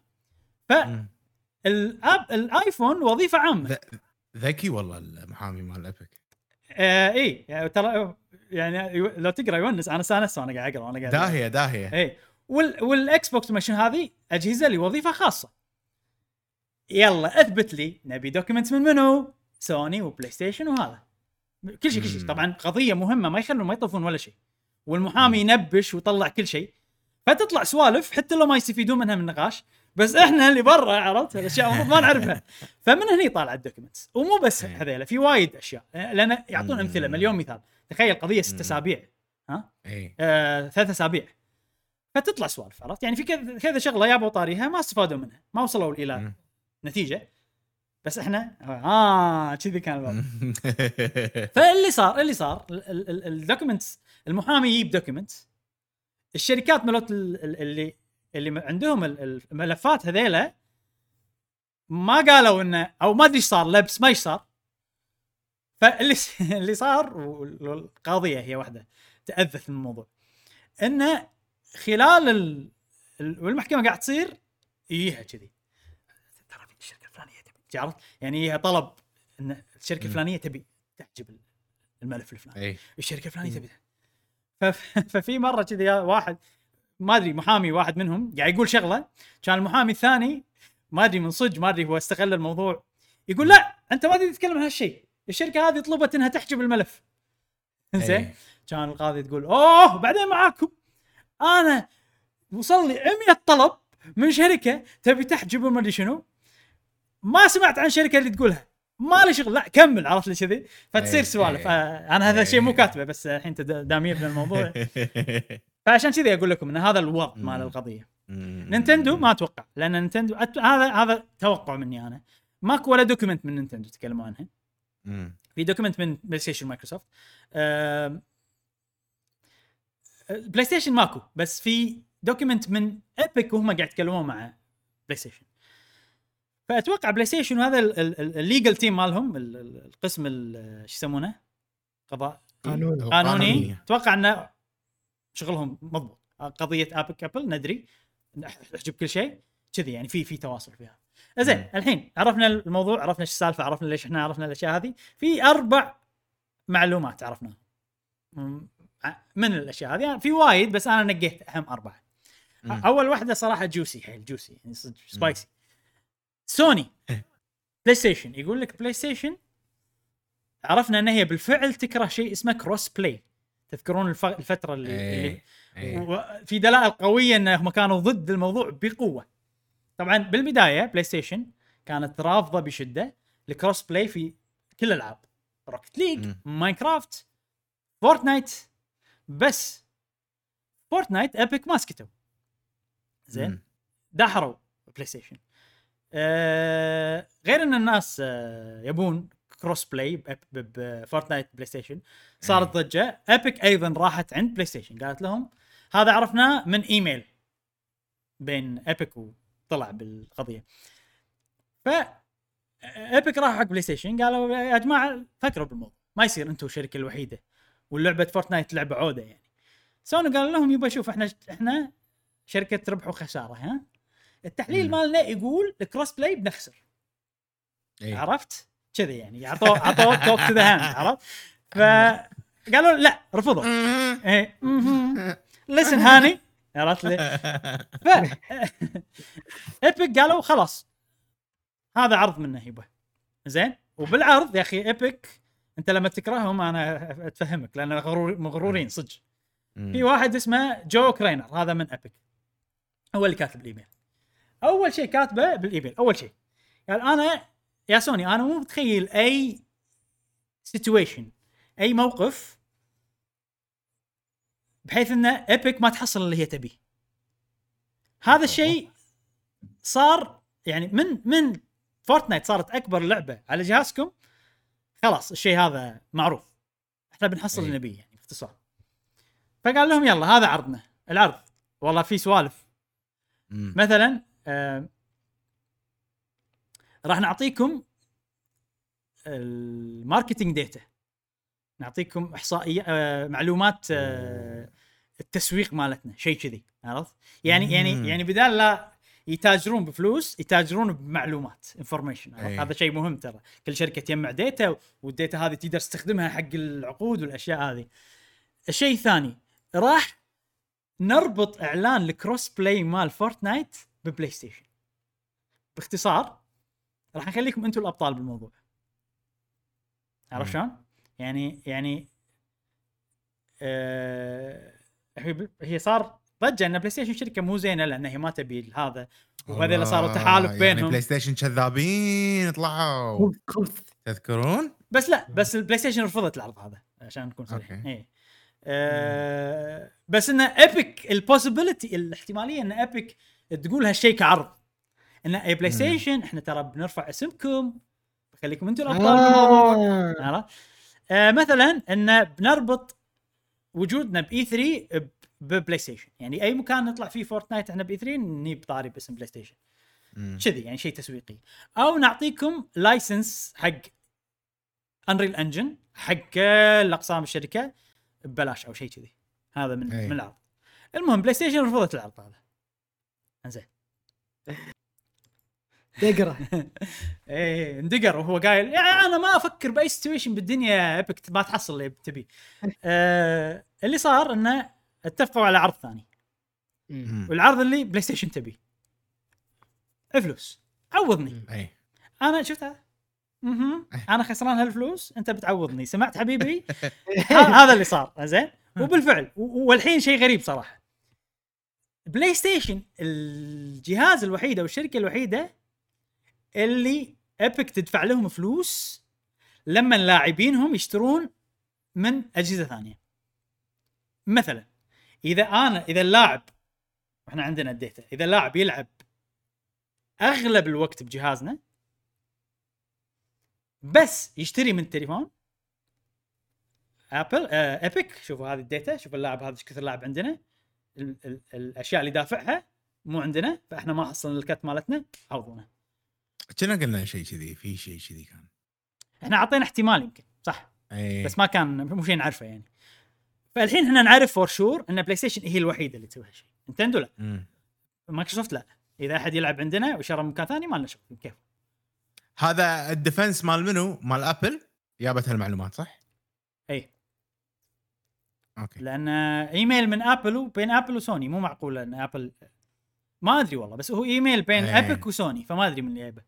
الايفون وظيفه عامه. ذكي والله المحامي مال ايبك. اي يعني ترى يعني لو تقرا يونس، انا سانس وانا قاعد اقرا، انا قاعد داهيه. اي والاكس بوكس ماشين هذه اجهزه لوظيفه خاصه. يلا اثبت لي، نبي دوكيومنتس من منو؟ سوني وبلاي ستيشن وهذا كل شيء. طبعا قضيه مهمه، ما يخلون ما يطوفون ولا شيء، والمحامي ينبش ويطلع كل شيء، فتطلع سوالف حتى لو ما يستفيدون منها من النقاش، بس احنا اللي برا عرفت الاشياء ما نعرفها. فمن هنا طالع الدوكيومنتس. ومو بس هذيلا، في وايد اشياء، لان يعطون امثله مليون مثال. تخيل قضيه 6 اسابيع، 3 اسابيع، فتطلع سوالف، عرفت؟ يعني في كذا شغله يابوا طاريها ما استفادوا منها، ما وصلوا الى نتيجه، بس احنا كذي كان الوضع. فاللي صار الدوكيومنتس، المحامي يجيب دوكيومنتس، الشركات مالت اللي عندهم الملفات هذيلا ما قالوا انه، او ما ادري ايش صار، لبس ما ايش صار. فاللي صار، والقضيه هي واحده تأذت من الموضوع، انه خلال والمحكمه قاعد تصير يجيها كذي، ترى في الشركه الفلانيه تبي، عرفت؟ يعني هي طلب ان الشركه الفلانيه تبي تحجب الملف الفلاني اي الشركه الفلانيه تبي ففي مره كذي واحد ما ادري محامي واحد منهم قاعد يقول شغله، كان المحامي الثاني ما ادري من صج ما ادري هو استغل الموضوع يقول لا انت ما تقدر تتكلم عن هالشيء، الشركه هذه طلبت انها تحجب الملف. زين كان القاضي تقول اوه بعدين معاكم انا وصل لي 100 طلب من شركه تبي تحجب ما ادري شنو، ما سمعت عن شركه اللي تقولها ما لي شغل، لا كمل، عرفت لي كذي فتصير سوالف. انا هذا الشيء مو كاتبه بس الحين دامير في الموضوع فعشان كذي اقول لكم ان هذا الوضع مال القضيه. نينتندو ما اتوقع، لان نينتندو هذا توقع مني انا، ماكو ولا دوكيمنت من نينتندو تكلموا عنها. في دوكيمنت من بلاي ستيشن مايكروسوفت، بلاي ستيشن ماكو، بس في دوكيمنت من ايبك وهم قاعد يتكلمون مع بلاي ستيشن. فاتوقع بلاي ستيشن وهذا الليجل تيم مالهم القسم شو يسمونه قضاء قانوني اتوقع انه شغلهم مضبوط. قضيه ابل ندري نحجب كل شيء كذي، يعني في تواصل فيها. زين الحين عرفنا الموضوع، عرفنا ايش السالفه، عرفنا ليش احنا عرفنا الاشياء هذه. في 4 معلومات عرفناها من الاشياء هذه، يعني في وايد بس انا نقيت اهم 4. اول واحده صراحه جوسي، حيل جوسي يعني صدق سبايسي. سوني بلاي ستيشن يقول لك بلاي ستيشن عرفنا ان هي بالفعل تكره شيء اسمه كروس بلاي. تذكرون الفتره اللي في دلائل قويه انهم كانوا ضد الموضوع بقوه. طبعا بالبدايه بلاي ستيشن كانت رافضه بشده الكروس بلاي في كل الالعاب، روكت ليج، ماينكرافت، فورتنايت، بس فورتنايت ابيك ما سكتوا. زين دحروا بلاي ستيشن. غير ان الناس يبون كروس بلاي بفورتنايت بلاي ستيشن، صارت ضجه. ابيك ايضا راحت عند بلاي ستيشن قالت لهم هذا عرفناه من ايميل بين ابيك وطلع بالقضيه. ف ابيك راح حق بلاي ستيشن قالوا يا جماعه فكروا بالموضوع، ما يصير انتم الشركه الوحيده واللعبه فورتنايت لعبه عوده يعني. سوني قال لهم يبا شوف احنا شركه ربح وخساره، ها التحليل مالنا يقول الكروس بلاي بنخسر. عرفت كذا يعني عطوا توك تو ذا هاند، عرفت؟ فقالوا لا رفضوا. ايه لسن هاني، عرفت لي؟ ف ايبك قالوا خلاص هذا عرض منه يبا زين. وبالعرض يا اخي ايبك انت لما تكرههم انا اتفهمك لان مغرورين صدق. في واحد اسمه جو كرينر هذا من ايبك هو اللي كاتب الايميل. اول شيء كاتبه بالايميل اول شيء قال انا يا سوني انا مو متخيل اي سيتويشن اي موقف بحيث ان ايبك ما تحصل اللي هي تبيه. هذا الشيء صار يعني من فورتنايت صارت اكبر لعبه على جهازكم، خلاص الشيء هذا معروف احنا بنحصل اللي نبيه يعني باختصار. فقال لهم يلا هذا عرضنا. العرض والله في سوالف مثلا راح نعطيكم الماركتينج داتا، نعطيكم احصائيات معلومات التسويق مالتنا شيء كذي، عرفت؟ يعني بدال لا يتاجرون بفلوس يتاجرون بمعلومات انفورميشن. هذا شيء مهم ترى، كل شركه تجمع داتا والداتا هذه تقدر تستخدمها حق العقود والاشياء هذه. الشيء الثاني راح نربط اعلان الكروس بلاي مال فورتنايت ببلاي ستيشن. باختصار راح نخليكم انتم الابطال بالموضوع، عرفت شلون؟ يعني هي صار ضجه ان بلاي ستيشن شركه مو زينه لان هي ما تبي هذا، وهذا اللي صاروا تحالف بينهم. يعني بلاي ستيشن كذابين طلعوا تذكرون؟ بس لا بس البلاي ستيشن رفضت العرض هذا عشان نكون صريحين. ايه بس ان ايبك البوسيبيليتي الاحتماليه ان ايبك تقول هالشيء كعرض ان اي بلاي ستيشن احنا ترى بنرفع اسمكم بخليكم انتم الابطال بالموضوع، عرفت؟ مثلا ان بنربط وجودنا باي 3 ببلاي ستيشن، يعني اي مكان نطلع فيه فورتنايت احنا باي 3 نجيب طاري باسم بلاي ستيشن كذي، يعني شيء تسويقي. او نعطيكم لايسنس حق انريل انجن حق الاقسام الشركه ببلاش او شيء كذي. هذا من العرض. المهم بلاي ستيشن رفضت العرض هذا. انزين تقرا ايه اندقر وهو قايل يعني انا ما افكر باي سيتويشن بالدنيا ايبك ما تحصل اللي تبي. اللي صار انه اتفقوا على عرض ثاني، والعرض اللي بلاي ستيشن تبي فلوس عوضني. اي انا شفتها انا خسران هالفلوس انت بتعوضني، سمعت حبيبي؟ هذا اللي صار زين. وبالفعل والحين شيء غريب صراحه، بلاي ستيشن الجهاز الوحيد او الشركه الوحيده اللي ايبك تدفع لهم فلوس لما اللاعبينهم يشترون من اجهزه ثانيه. مثلا اذا اللاعب، احنا عندنا الداتا، اذا اللاعب يلعب اغلب الوقت بجهازنا بس يشتري من التليفون ابل ايبك، شوفوا هذه الداتا، شوفوا اللاعب هذا ايش كثر لاعب عندنا، الاشياء اللي دافعها مو عندنا، فاحنا ما حصلنا الكت مالتنا، عوضونا. كنا قلنا شيء كذي، في شيء كذي كان احنا عطينا احتمال يمكن صح أي. بس ما كان مو شيء نعرفه يعني. فالحين احنا نعرف فور شور ان بلاي ستيشن هي الوحيده اللي تسوي هالشيء. نينتندو لا، مايكروسوفت لا، اذا احد يلعب عندنا وشرى من مكان ثاني ما لنا شغل كيف. هذا الديفنس مال منو؟ مال ابل جابت هالمعلومات صح؟ اي اوكي. لان ايميل من ابل وبين ابل وسوني، مو معقول ان ابل ما ادري والله، بس هو ايميل بين ابيك وسوني، فما ادري من اللي جايبه.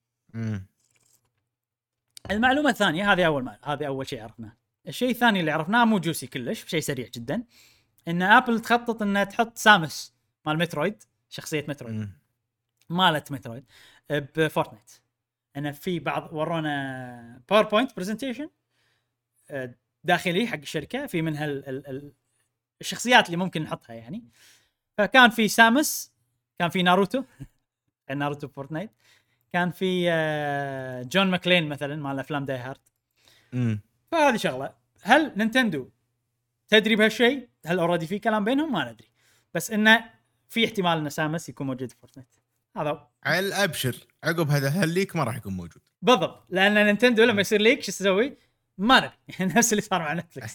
المعلومه الثانيه، هذه اول شيء عرفناه. الشيء الثاني اللي عرفناه مو جوسي كلش، شيء سريع جدا، ان ابل تخطط انها تحط سامس مال مترويد، شخصيه مترويد مالت مترويد بفورتنايت. انا في بعض ورونا باوربوينت برزنتيشن داخلي حق الشركه، في منها الشخصيات اللي ممكن نحطها يعني. فكان في سامس، كان في ناروتو ناروتو فورتنايت، كان في جون ماكلين مثلا مال افلام داي هارد. فهذه شغله. هل نينتندو تدري بهالشيء؟ هل اوريدي في كلام بينهم؟ ما ندري، بس انه في احتمال ان سامس يكون موجود في فورتنايت. هذا على ابشر عقب هذا الليك ما راح يكون موجود بالضبط، لان نينتندو لما يصير ليك شو تسوي؟ ما ندري نفس اللي صار مع نتفلكس.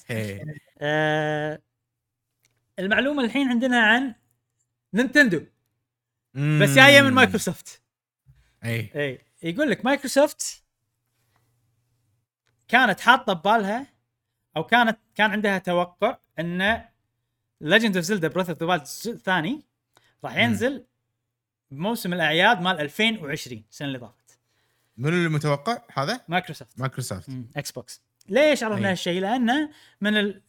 المعلومه الحين عندنا عن نينتندو بس جايه من مايكروسوفت. اي يقول لك مايكروسوفت كانت حاطه ببالها او كان عندها توقع ان Legend of Zelda Breath of the Wild الثاني راح ينزل بموسم الاعياد مال 2020 السنه اللي طافت. من اللي متوقع هذا؟ مايكروسوفت اكس بوكس. ليش عرفنا هالشيء؟ لانه من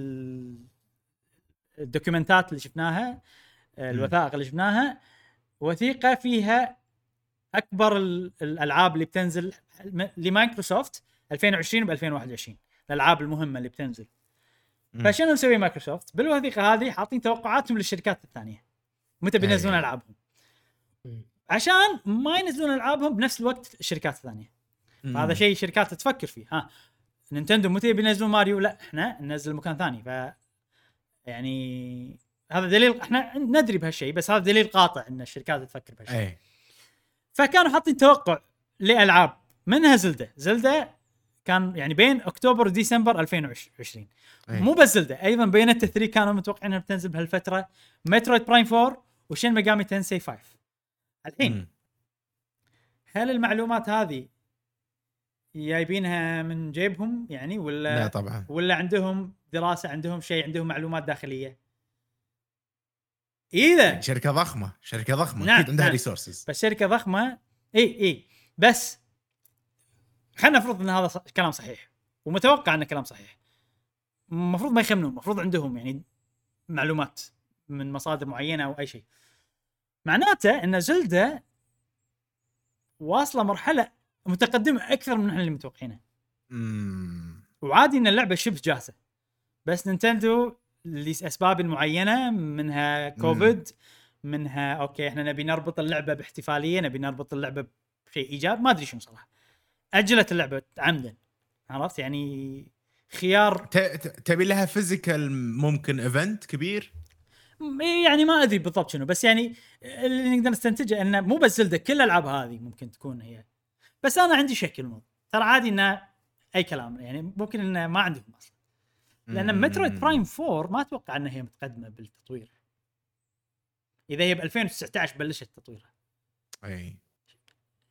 الدوكيومنتات اللي شفناها، الوثائق اللي شفناها، وثيقه فيها اكبر الالعاب اللي بتنزل لمايكروسوفت 2020 ب2021، الالعاب المهمه اللي بتنزل. فشنو مسوي مايكروسوفت بالوثيقه هذه؟ حاطين توقعاتهم للشركات الثانيه متى بينزلون العابهم، عشان ما ينزلون العابهم بنفس الوقت الشركات الثانيه. فهذا شيء الشركات تفكر فيه. نينتندو متى بينزلون ماريو؟ لا احنا ننزل مكان ثاني. ف يعني هذا دليل، احنا ندري بهالشيء، بس هذا دليل قاطع ان الشركات تفكر بهالشيء. فكانوا حاطين توقع لالعاب منها زلدة كان يعني بين اكتوبر وديسمبر 2020. مو بس زلدة، ايضا بينت 3 كانوا متوقعين انها بتنزل بهالفتره، مترويد برايم 4 وشين ميجامي تنسي 5. الحين هل المعلومات هذه جايبينها من جيبهم يعني ولا لا طبعا، ولا عندهم دراسه، عندهم شيء، عندهم معلومات داخليه؟ اذا شركه ضخمه نعم اكيد عندها ريسورسز، بس شركه ضخمه اي بس خلينا نفرض ان هذا كلام صحيح، ومتوقع انه كلام صحيح، المفروض ما يخمنون، المفروض عندهم يعني معلومات من مصادر معينه او اي شيء. معناته ان زلدة واصله مرحله متقدمه اكثر من اللي متوقعينه. وعادي ان اللعبه شبه جاهزه، بس نينتندو لاسباب معينه، منها كوفيد، منها اوكي احنا نبي نربط اللعبه باحتفاليه، نبي نربط اللعبه بشيء ايجاب، ما ادري شنو صراحه، اجلت اللعبه عمدا. عرفت يعني خيار تبي لها فيزيكال ممكن ايفنت كبير، يعني ما ادري بالضبط شنو، بس يعني اللي نقدر نستنتجه انه مو بس زلدة، كل الالعاب هذه ممكن تكون هي. بس انا عندي شك الموضوع، ترى عادي انه اي كلام، يعني ممكن انه ما عندهم اصلا، لان مترويد برايم 4 ما اتوقع انها هي متقدمه بالتطوير. اذا هي ب 2019 بلشت تطويرها، اي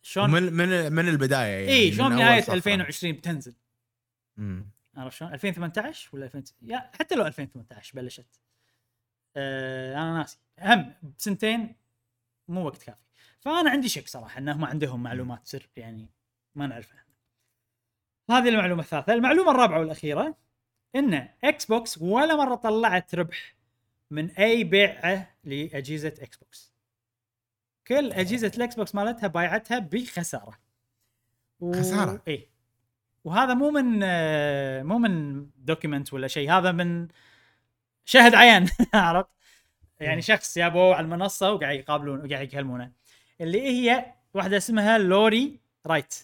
شلون من البدايه يعني اي شلون من نهايه أول صفرة. 2020 بتنزل مم. عرفت شلون 2018 ولا 2000 يا حتى لو 2018 بلشت انا ناسي اهم بسنتين مو وقت كافي. فانا عندي شك صراحه انهم عندهم معلومات سر يعني ما نعرفها. هذه المعلومه الثالثه. المعلومه الرابعه والاخيره ان اكس بوكس ولا مره طلعت ربح من اي بيعه لاجهزه اكس بوكس. كل اجهزه الاكس بوكس مالتها بايعتها بخساره. خساره اي وهذا مو من دوكيمنت ولا شيء، هذا من شاهد عيان عرفت يعني شخص جابوه على المنصه وقاعد يقابلون وقاعد يكلمونه اللي هي واحده اسمها لوري رايت.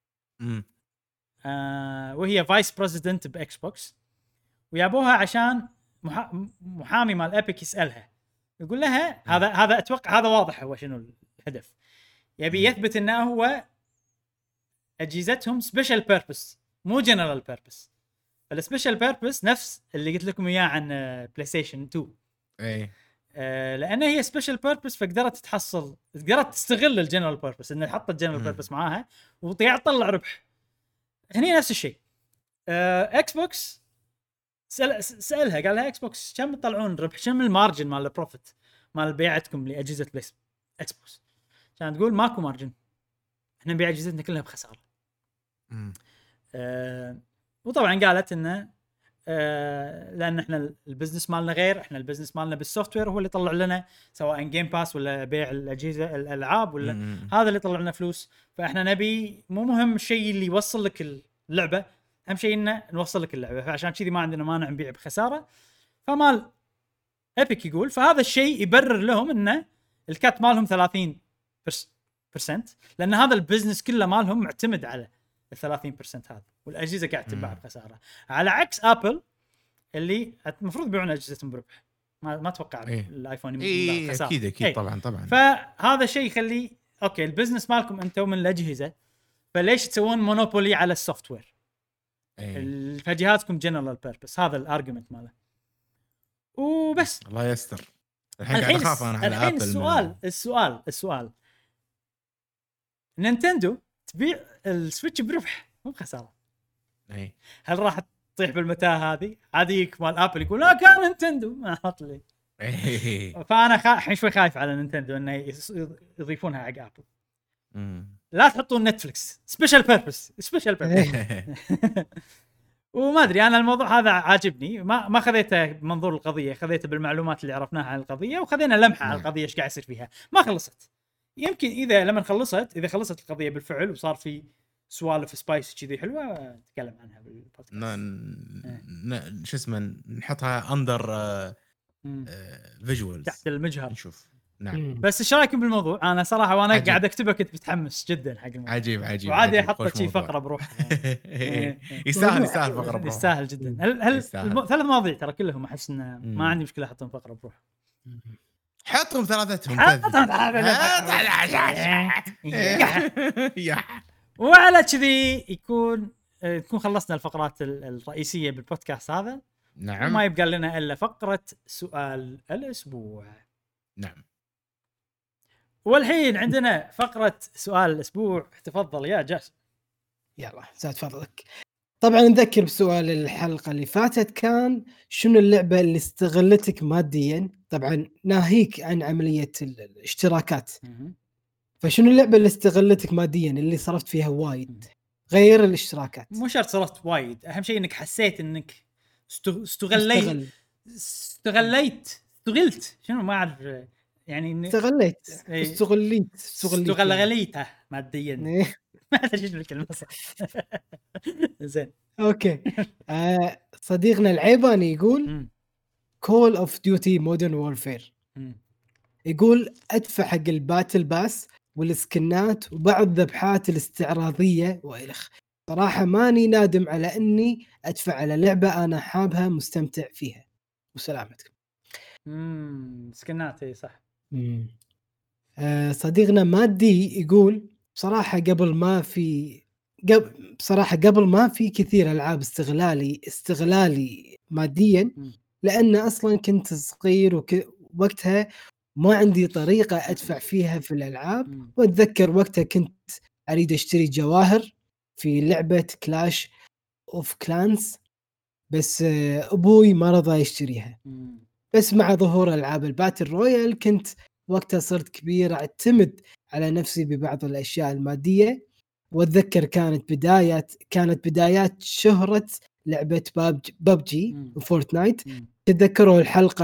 وهي فايس بريزيدنت باكس بوكس ويابوها عشان محامي مال ابيك يسالها يقول لها هذا اتوقع هذا واضح هو شنو الهدف. يبي يثبت انه هو اجهزتهم سبيشال بيربس مو جنرال بيربس. فالسبيشال بيربس نفس اللي قلت لكم اياه عن بلاي ستيشن 2 اي لان هي سبيشال بيربس فقدرت قدرت تستغل الجنرال بيربس انه حطت الجنرال بيربس معاها وتطلع ربح. هني نفس الشيء. اكس بوكس سألها قال لها اكس بوكس كم تطلعون ربح كم المارجن مال البروفيت مال بيعتكم لاجهزه بلاي اكس بوكس. كانت تقول ماكو مارجن احنا نبيع اجهزتنا كلها بخساره. وطبعا قالت انه لان احنا البزنس مالنا غير، احنا البزنس مالنا بالسوفت وير هو اللي يطلع لنا سواء جيم باس ولا بيع الاجهزه الالعاب ولا هذا اللي يطلع لنا فلوس. فاحنا نبي مو مهم الشيء اللي يوصل لك اللعبه، اهم شيء انه نوصل لك اللعبه. فعشان كذي ما عندنا مانع نبيع بخساره. فمال ايبك يقول فهذا الشيء يبرر لهم انه الكات مالهم 30% لان هذا البزنس كله مالهم معتمد على ال 30% هذا والاجهزه قاعده تنباع بخساره. على عكس ابل اللي المفروض يبيعون اجهزتهم بربح. ما اتوقع الايفون ينباع بخساره. اكيد طبعا. فهذا الشيء يخلي اوكي البزنس مالكم انتم من الاجهزه فليش تسوون مونوبولي على السوفت وير؟ فجهازكم جنرال بيربس. هذا الارجيومنت ماله وبس. الله يستر. الحين قاعد اخاف انا على ابل. السؤال نينتندو تبيع السويتش بربح مو بخساره. هل راح تطيح بالمتاهه هذه؟ عاديك مال ابل يقول لا كان نينتندو ما حط لي. فانا الحين شوي خايف على نينتندو انه يضيفونها حق ابل. لا تحطون نتفلكس سبيشال بيربس وما ادري انا الموضوع هذا عاجبني. ما خذيته بمنظور القضيه، خذيته بالمعلومات اللي عرفناها عن القضيه وخذينا لمحه على القضيه ايش قاعد يصير فيها. ما خلصت، يمكن اذا خلصت القضيه بالفعل وصار في سوالف سبايس كذي حلوه نتكلم عنها بالبودكاست. شو اسمه نحطها اندر فيجوالز تحت المجهر نشوف. نعم. بس ايش رايكم بالموضوع؟ انا صراحه وانا قاعد اكتبه كنت متحمس جدا حق الموضوع. عجيب وعادي احط شيء فقره بروحها. يستاهل فقره بروحها. يستاهل جدا. هل ثلاث مواضيع ترى كلهم احس انه ما عندي مشكله احطهم فقره بروحها. حطهم ثلاثتهم وعلى كذي تكون خلصنا الفقرات الرئيسيه بالبودكاست هذا. نعم. وما يبقى لنا الا فقره سؤال الاسبوع. نعم. والحين عندنا فقره سؤال الاسبوع. تفضل يا جاسم. يلا زاد فضلك. طبعا نذكر بسؤال الحلقه اللي فاتت كان شنو اللعبه اللي استغلتك ماديا، طبعا ناهيك عن عمليه الاشتراكات. فشنو اللعبه اللي استغلتك ماديا اللي صرفت فيها وايد غير الاشتراكات؟ مو شرط صرفت وايد، اهم شيء انك حسيت انك استغليت شنو ما اعرف يعني استغليته ماديا. ما ادري شنو الكلمه صح. زين اوكي. صديقنا العيباني يقول كول اوف ديوتي مودرن وورفير، يقول ادفع حق الباتل باس والسكنات وبعض ذبحات الاستعراضيه والخ. صراحه ماني نادم على اني ادفع على لعبه انا حابها مستمتع فيها. وسلامتكم. سكنات اي صح. صديقنا مادي يقول بصراحه قبل ما في كثير العاب استغلالي ماديا، لان اصلا كنت صغير وقتها ما عندي طريقه ادفع فيها في الالعاب. واتذكر وقتها كنت اريد اشتري جواهر في لعبه كلاش اوف كلانس، بس ابوي ما رضى يشتريها. بس مع ظهور العاب الباتل رويال كنت وقتها صرت كبير اعتمد على نفسي ببعض الاشياء الماديه. واتذكر كانت بدايات شهره لعبه ببجي وفورتنايت. تتذكروا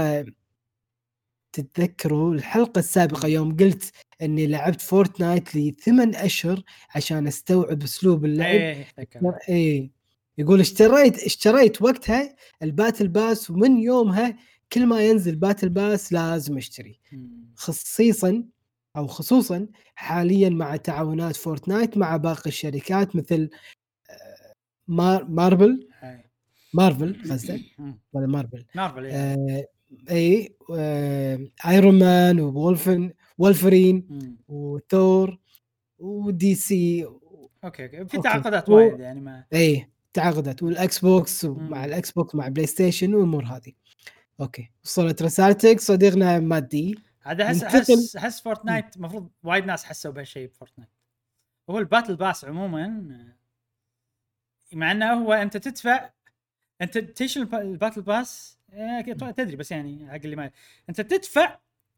الحلقه السابقه يوم قلت اني لعبت فورتنايت ل8 اشهر عشان استوعب اسلوب اللعب. ايه يقول اشتريت وقتها الباتل باس، ومن يومها كل ما ينزل باتل باس لازم اشتري. خصوصا حاليا مع تعاونات فورتنايت مع باقي الشركات مثل مارفل قصدي ولا مارفل اي ايرون مان وولفرين وثور ودي سي. اوكي في تعاقدات وايد يعني ما تعاقدات، والاكس بوكس ومع الاكس بوكس مع بلاي ستيشن والامور هذه. اوكي وصلت رسالتك صديقنا مادي. هذا احس فورتنايت المفروض وايد ناس حسوا بهالشيء بفورتنايت. هو الباتل باس عموما، مع انه هو انت تدفع، انت تيش الباتل باس تدري، بس يعني حق اللي ما انت تدفع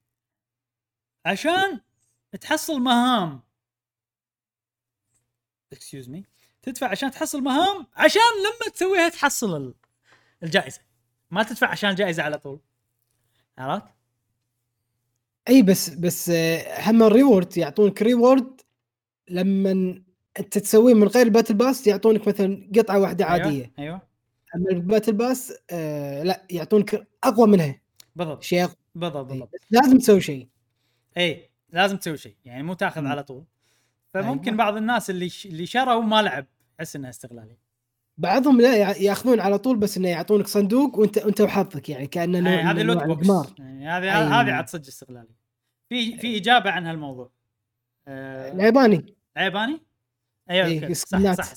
عشان تحصل مهام. اكسكيوز مي، تدفع عشان تحصل مهام، عشان لما تسويها تحصل الجائزه. ما تدفع عشان الجائزه على طول، عرفت؟ اي بس هم الريورد يعطونك ريورد لما انت تسويه من غير الباتل باس، يعطونك مثلا قطعه واحده عاديه. ايوه اما الباتل باس لا يعطونك اقوى منها. بالضبط شيء بالضبط. لازم تسوي شيء. لازم تسوي شيء، يعني مو تاخذ على طول. فممكن بعض الناس اللي شروا ما لعب حس انها استغلالي. بعضهم لا ياخذون على طول، بس انه يعطونك صندوق وانت وحظك، يعني كانه نوع من نوع القمار. يعني هذه عاد صدق استغلالي. في اجابه عن هالموضوع. العيباني ايوه صح.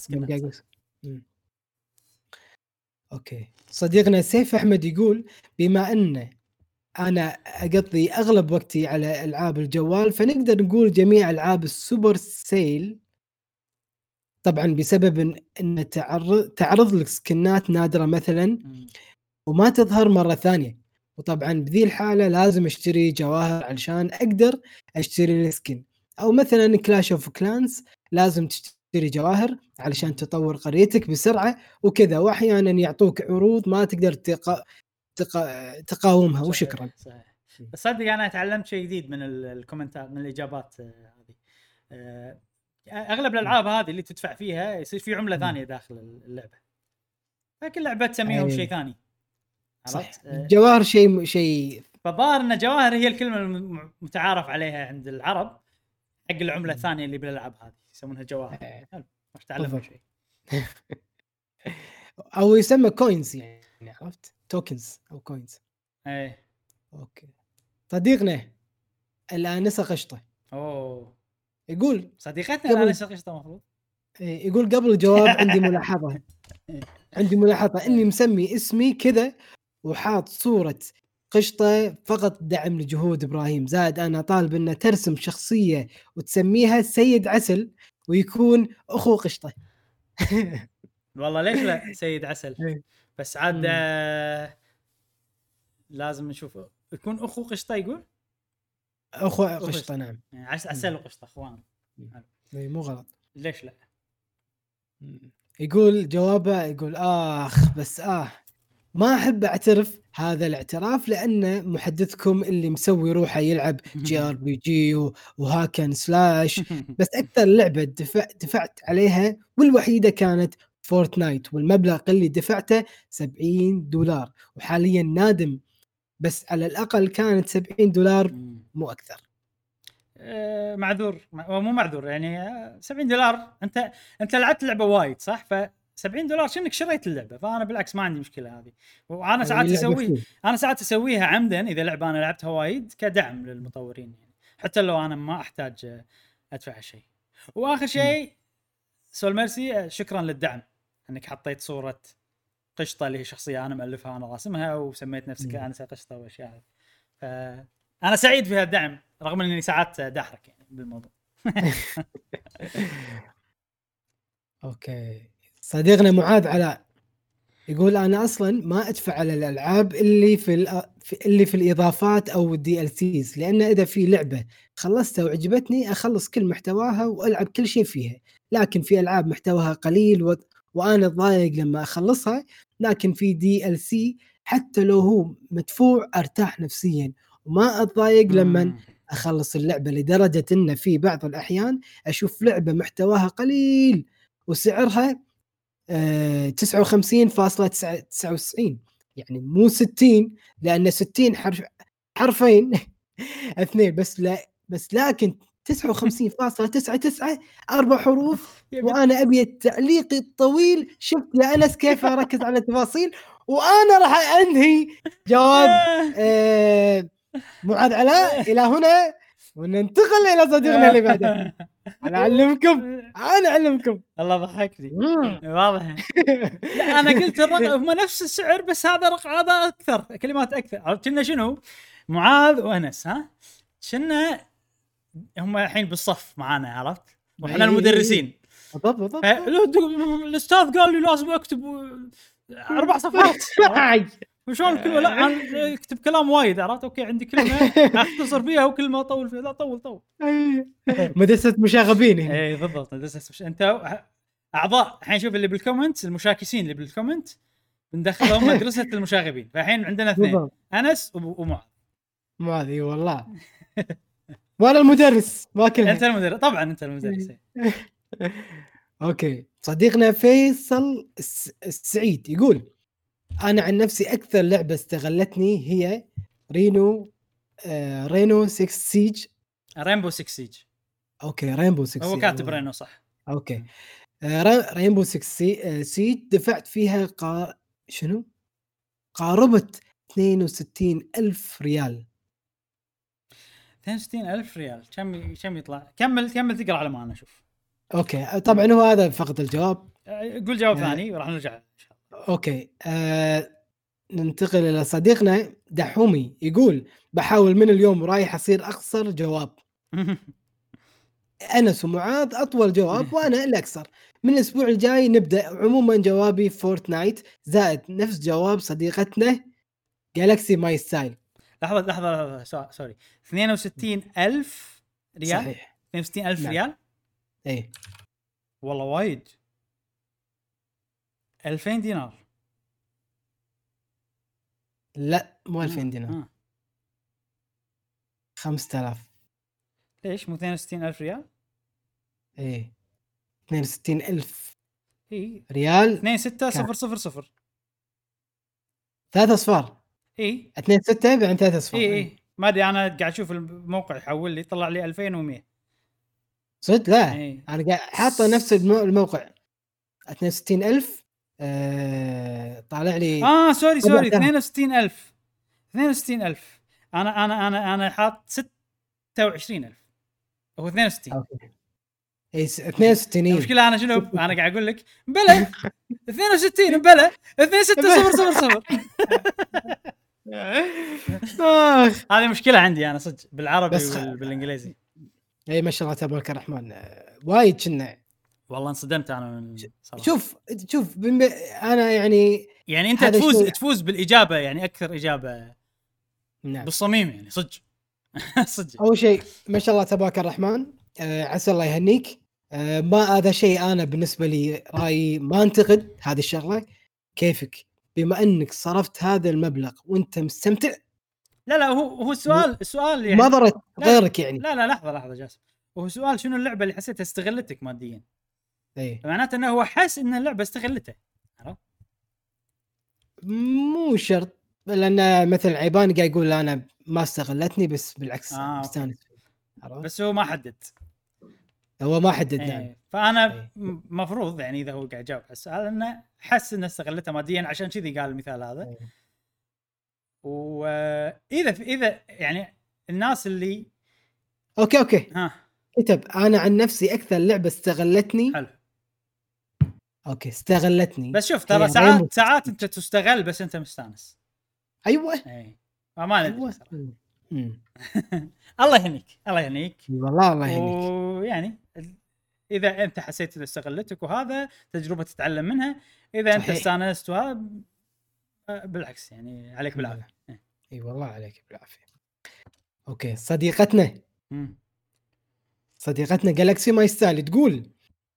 اوكي صديقنا سيف احمد يقول بما ان انا اقضي اغلب وقتي على العاب الجوال، فنقدر نقول جميع العاب السوبر سيل، طبعا بسبب ان تعرض لك سكنات نادره مثلا وما تظهر مره ثانيه. وطبعا بذي الحاله لازم اشتري جواهر علشان اقدر اشتري السكن. او مثلا كلاش اوف كلانس لازم تشتري جواهر علشان تطور قريتك بسرعه وكذا. واحيانا يعطوك عروض ما تقدر تقاومها. وشكرا. صحيح. بس صدق انا تعلمت شيء جديد من الكومنتات، من الاجابات هذه. اغلب الالعاب هذه اللي تدفع فيها يصير في عمله ثانيه داخل اللعبه، لكن لعبه تسميهم شيء ثاني. صح. الجواهر شيء فظاهر ان جواهر هي الكلمه المتعارف عليها عند العرب حق العمله الثانيه اللي بالالعاب هذه، يسمونها جواهر. حلو، مش تعلمنا شيء. او يسمى كوينز، يعني عرفت، توكنز او كوينز. اوكي صديقنا الآنسة قشطة يقول صديقتنا الآنسة قشطة مفروض يقول قبل الجواب عندي ملاحظة اني مسمي اسمي كذا وحاط صورة قشطة فقط دعم لجهود إبراهيم. زائد أنا طالب أنه ترسم شخصية وتسميها سيد عسل ويكون أخو قشطة. والله ليش لا سيد عسل، بس عاد لازم نشوف يكون أخو قشطة. يقول أخو قشطة نعم، عسل وقشطة أخوان. مو غلط. ليش لا؟ يقول جوابه يقول بس ما أحب أعترف هذا الاعتراف لأن محدثكم اللي مسوي روحه يلعب JRPG وهاكن سلاش، بس أكثر لعبة دفعت عليها والوحيدة كانت فورتنايت، والمبلغ اللي دفعته $70 وحاليا نادم، بس على الأقل كانت $70 مو أكثر. معذور مو معذور يعني $70 أنت لعبت لعبة وايد صح، $70 شنك شريت اللعبة. فأنا بالعكس ما عندي مشكلة هذه، وأنا ساعات أسويها عمدا إذا لعبة أنا لعبتها وايد كدعم للمطورين، يعني حتى لو أنا ما أحتاج أدفع شيء. وآخر شيء سول ميرسي، شكرا للدعم أنك حطيت صورة قشطة اللي هي شخصية أنا مؤلفها أنا راسمها وسميت نفسك أنسة قشطة وأشياء. أنا سعيد في هالدعم رغم أني ساعات داحرك يعني بالموضوع. اوكي، صديقنا معاذ علاء يقول انا اصلا ما ادفع على الالعاب اللي اللي في الاضافات او الدي ال سيز، لان اذا في لعبه خلصتها وعجبتني اخلص كل محتواها والعب كل شيء فيها، لكن في العاب محتواها قليل وانا ضايق لما اخلصها، لكن في دي ال سي حتى لو هو مدفوع ارتاح نفسيا وما اتضايق لما اخلص اللعبه، لدرجه ان في بعض الاحيان اشوف لعبه محتواها قليل وسعرها 59.99 يعني مو 60، لان 60 حرفين اثنين بس، لا بس لكن 59.99 اربع حروف، وانا ابي التعليق الطويل. شفت يا انس كيف اركز على التفاصيل؟ وانا راح انهي جواب معاذ علاء الى هنا، وننتقل الى صديقنا اللي بعده. انا اعلمكم الله ضحكني واضح. لا انا قلت الرقم هم نفس السعر، بس هذا رقم هذا اكثر كلمات اكثر. كنا شنو معاذ وانس ها كنا هم الحين بالصف معانا، عرفت؟ واحنا المدرسين بالضبط. الاستاذ قال لي لازم اكتب 4 صفحات وشلون كل لا اكتب كلام وايد، عرفت؟ اوكي عندي كلمه اختصر فيها وكلمه اطول فيها. لا طول مدرسه مشاغبين هنا. اي بالضبط مدرسه انت اعضاء الحين شوف اللي بالكومنت، المشاكسين اللي بالكومنت بندخلهم مدرسه المشاغبين. فالحين عندنا اثنين، انس ومعاذ. اي والله. وانا المدرس ما كلها. انت المدرس طبعا، انت المدرس. اوكي، صديقنا فيصل السعيد يقول انا عن نفسي اكثر لعبه استغلتني هي رينو 6 سيج. رينبو 6 سيج. اوكي رينبو 6 هو كاتب رينو صح. اوكي رينبو 6 سيج دفعت فيها شنو قاربة 62,000 ريال. 62,000 ريال كم يطلع؟ كمل تقرا على ما انا اشوف. اوكي طبعا هو هذا فقط الجواب. قول جواب ثاني وراح نرجع ان شاء الله. اوكي ننتقل الى صديقنا دحومي يقول بحاول من اليوم رايح اصير اقصر جواب. انس ومعاذ اطول جواب وانا الاقصر. من الاسبوع الجاي نبدا. عموما جوابي فورتنايت زائد نفس جواب صديقتنا جالكسي ماي ستايل. لحظه سوري 62,000 ريال. صحيح 62,000 نعم. ريال اي والله وايد. 2000 دينار. لا مو 2000 دينار 5000. ليش مو 62,000 ريال؟ ايه 62,000 ريال. 2600 3 اصفار. اي 26 يعني 3 اصفار. اي ما ادري انا قاعد اشوف الموقع يحول لي طلع لي 2100 صدق. لا انا قاعد حاطه نفس الموقع 62,000 طالع لي سوري 62,000 انا حاط 26,000 هو 62. اي 62. المشكله انا شنو انا قاعد اقول لك بلا 62 بلا 2600. هذه مشكله عندي انا صدق بالعربي بالانجليزي. اي ما شاء الله تبارك الرحمن وايد كنا والله انصدمت انا من صراحة. شوف انا يعني انت تفوز بالاجابه، يعني اكثر اجابه نعم. بالصميم يعني صدق. صدق اول شيء ما شاء الله تبارك الرحمن. عسى الله يهنيك. ما هذا شيء انا بالنسبه لي رايي ما انتقد هذه الشغله. كيفك بما انك صرفت هذا المبلغ وانت مستمتع؟ لا هو السؤال يعني ما ضرت غيرك يعني. لا لحظه جاسم، هو سؤال شنو اللعبه اللي حسيتها استغلتك ماديا؟ اي معناته انه هو حس ان اللعبه استغلته. عرفت؟ مو شرط، لان مثل عيبان قاعد يقول انا ما استغلتني بس بالعكس مستانس. بس هو ما حدد. نعم. فانا مفروض يعني اذا هو قاعد يجاوب على السؤال انه حس انه استغلته ماديا عشان كذي قال المثال هذا. واذا يعني الناس اللي اوكي كتب انا عن نفسي اكثر لعبه استغلتني. حلو اوكي استغلتني. بس شوف ترى ساعات انت تستغل بس انت مستانس. ايوه ما ندري. الله يهنيك الله يهنيك والله الله يهنيك. ويعني اذا انت حسيت انه استغلتك وهذا تجربه تتعلم منها، اذا انت صحيح. استانست وهذا بالعكس يعني عليك بالعافيه. اي والله عليك بالعافيه. اوكي صديقتنا جالكسي ما يستاهل تقول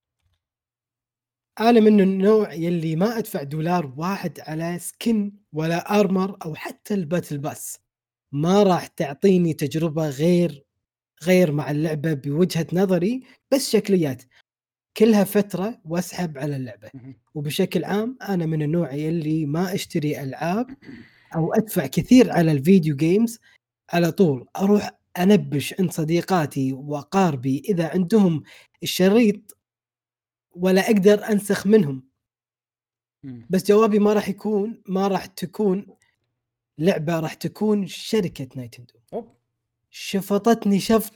انا من النوع يلي ما ادفع دولار واحد على سكن ولا ارمر او حتى الباتل باس، ما راح تعطيني تجربه غير مع اللعبه بوجهه نظري، بس شكليات كلها فتره واسحب على اللعبه. وبشكل عام انا من النوع يلي ما اشتري العاب او ادفع كثير على الفيديو جيمز، على طول اروح انبش عند صديقاتي واقاربي اذا عندهم الشريط ولا اقدر انسخ منهم. بس جوابي ما راح تكون لعبه، راح تكون شركه نايتندو. شفطتني شفط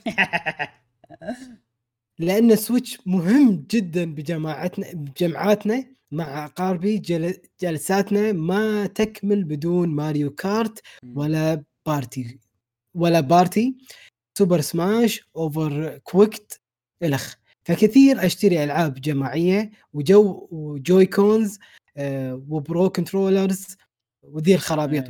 لان سويتش مهم جدا بجمعاتنا مع اقاربي. جلساتنا ما تكمل بدون ماريو كارت ولا بارتي سوبر سماش اوفر كويكت الخ. فكثير اشتري العاب جماعيه وجوي كونز وبرو كنترولرز وذي الخرابيط،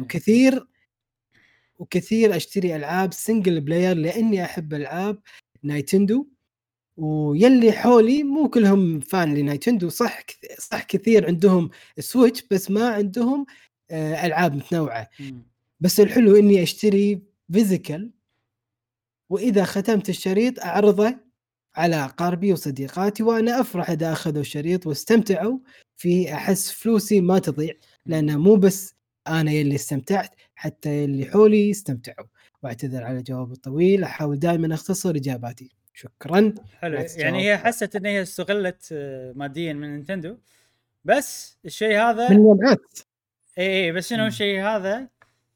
وكثير اشتري العاب سنجل بلاير لاني احب العاب نايتندو. ويلي حولي مو كلهم فان لنايتندو، صح كثير عندهم سويتش بس ما عندهم العاب متنوعه. بس الحلو اني اشتري فيزيكال، واذا ختمت الشريط اعرضه على اقاربي وصديقاتي، وانا افرح اذا اخذوا الشريط واستمتعوا فيه. احس فلوسي ما تضيع، لانه مو بس انا يلي استمتعت، حتى اللي حولي استمتعوا. واعتذر على جواب الطويل، احاول دائما اختصر اجاباتي. شكرا. حلو. يعني هي حست ان هي استغلت ماديا من نينتندو، بس الشيء هذا من وضعت اي بس شنو الشيء هذا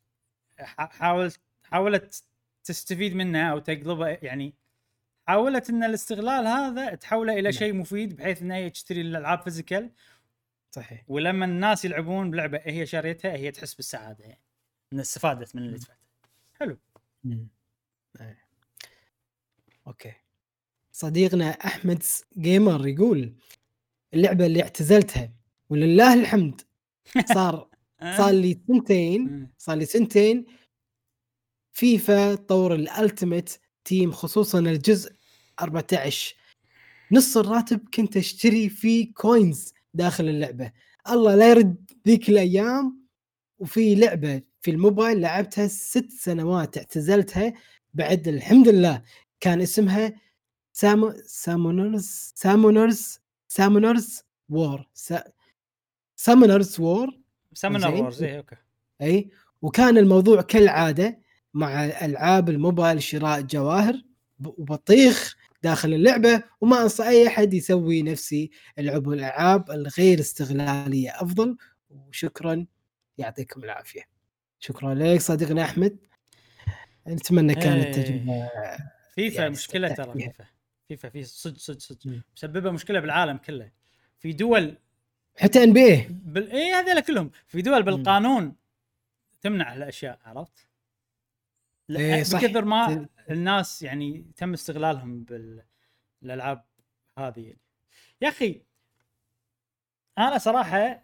حاولت تستفيد منه او تقلبه، يعني حاولت ان الاستغلال هذا تحوله الى شيء مفيد، بحيث ان هي تشتري الالعاب فيزيكال. صحيح. ولما الناس يلعبون بلعبه هي شاريتها، هي تحس بالسعاده، يعني ان استفادت من اللي دفعته. حلو. اوكي. صديقنا احمد جيمر يقول اللعبه اللي اعتزلتها ولله الحمد صار لي سنتين فيفا طور الالتيميت تيم، خصوصا الجزء 14. نص الراتب كنت اشتري فيه كوينز داخل اللعبه. الله لا يرد ذيك الايام. وفي لعبه في الموبايل لعبتها 6 سنوات اعتزلتها بعد، الحمد لله، كان اسمها سامونرز وور. سامونرز وور زي اوكي. اي. وكان الموضوع كالعاده مع العاب الموبايل، شراء جواهر وبطيخ داخل اللعبه، وما انصح اي احد يسوي نفسي. الالعاب الغير استغلاليه افضل. وشكرا، يعطيكم العافيه. شكرا لك صديقنا احمد. نتمنى كانت تجربه. فيفا يعني مشكله ترى فيفا في صدق مسببه مشكله بالعالم كله. في دول حتى ان بي اي هذول كلهم في دول بالقانون تمنع هالاشياء، عرفت؟ بكثر ما الناس يعني تم استغلالهم بالالعاب هذه. يا اخي انا صراحه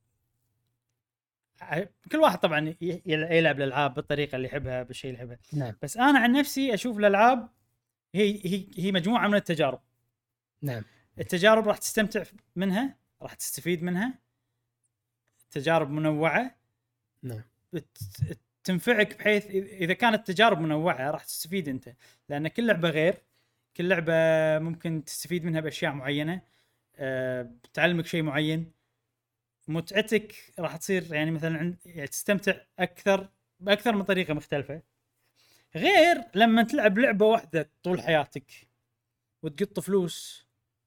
كل واحد طبعا يلعب الالعاب بالطريقه اللي يحبها بالشيء اللي يحبه. نعم. بس انا عن نفسي اشوف الالعاب هي مجموعه من التجارب. نعم. التجارب راح تستمتع منها، راح تستفيد منها، تجارب منوعه. نعم. تنفعك، بحيث اذا كانت تجارب منوعه راح تستفيد انت، لان كل لعبه غير، كل لعبه ممكن تستفيد منها باشياء معينه، بتعلمك شيء معين. متعتك راح تصير يعني مثلا يعني تستمتع باكثر من طريقه مختلفه، غير لما تلعب لعبه واحده طول حياتك وتقط فلوس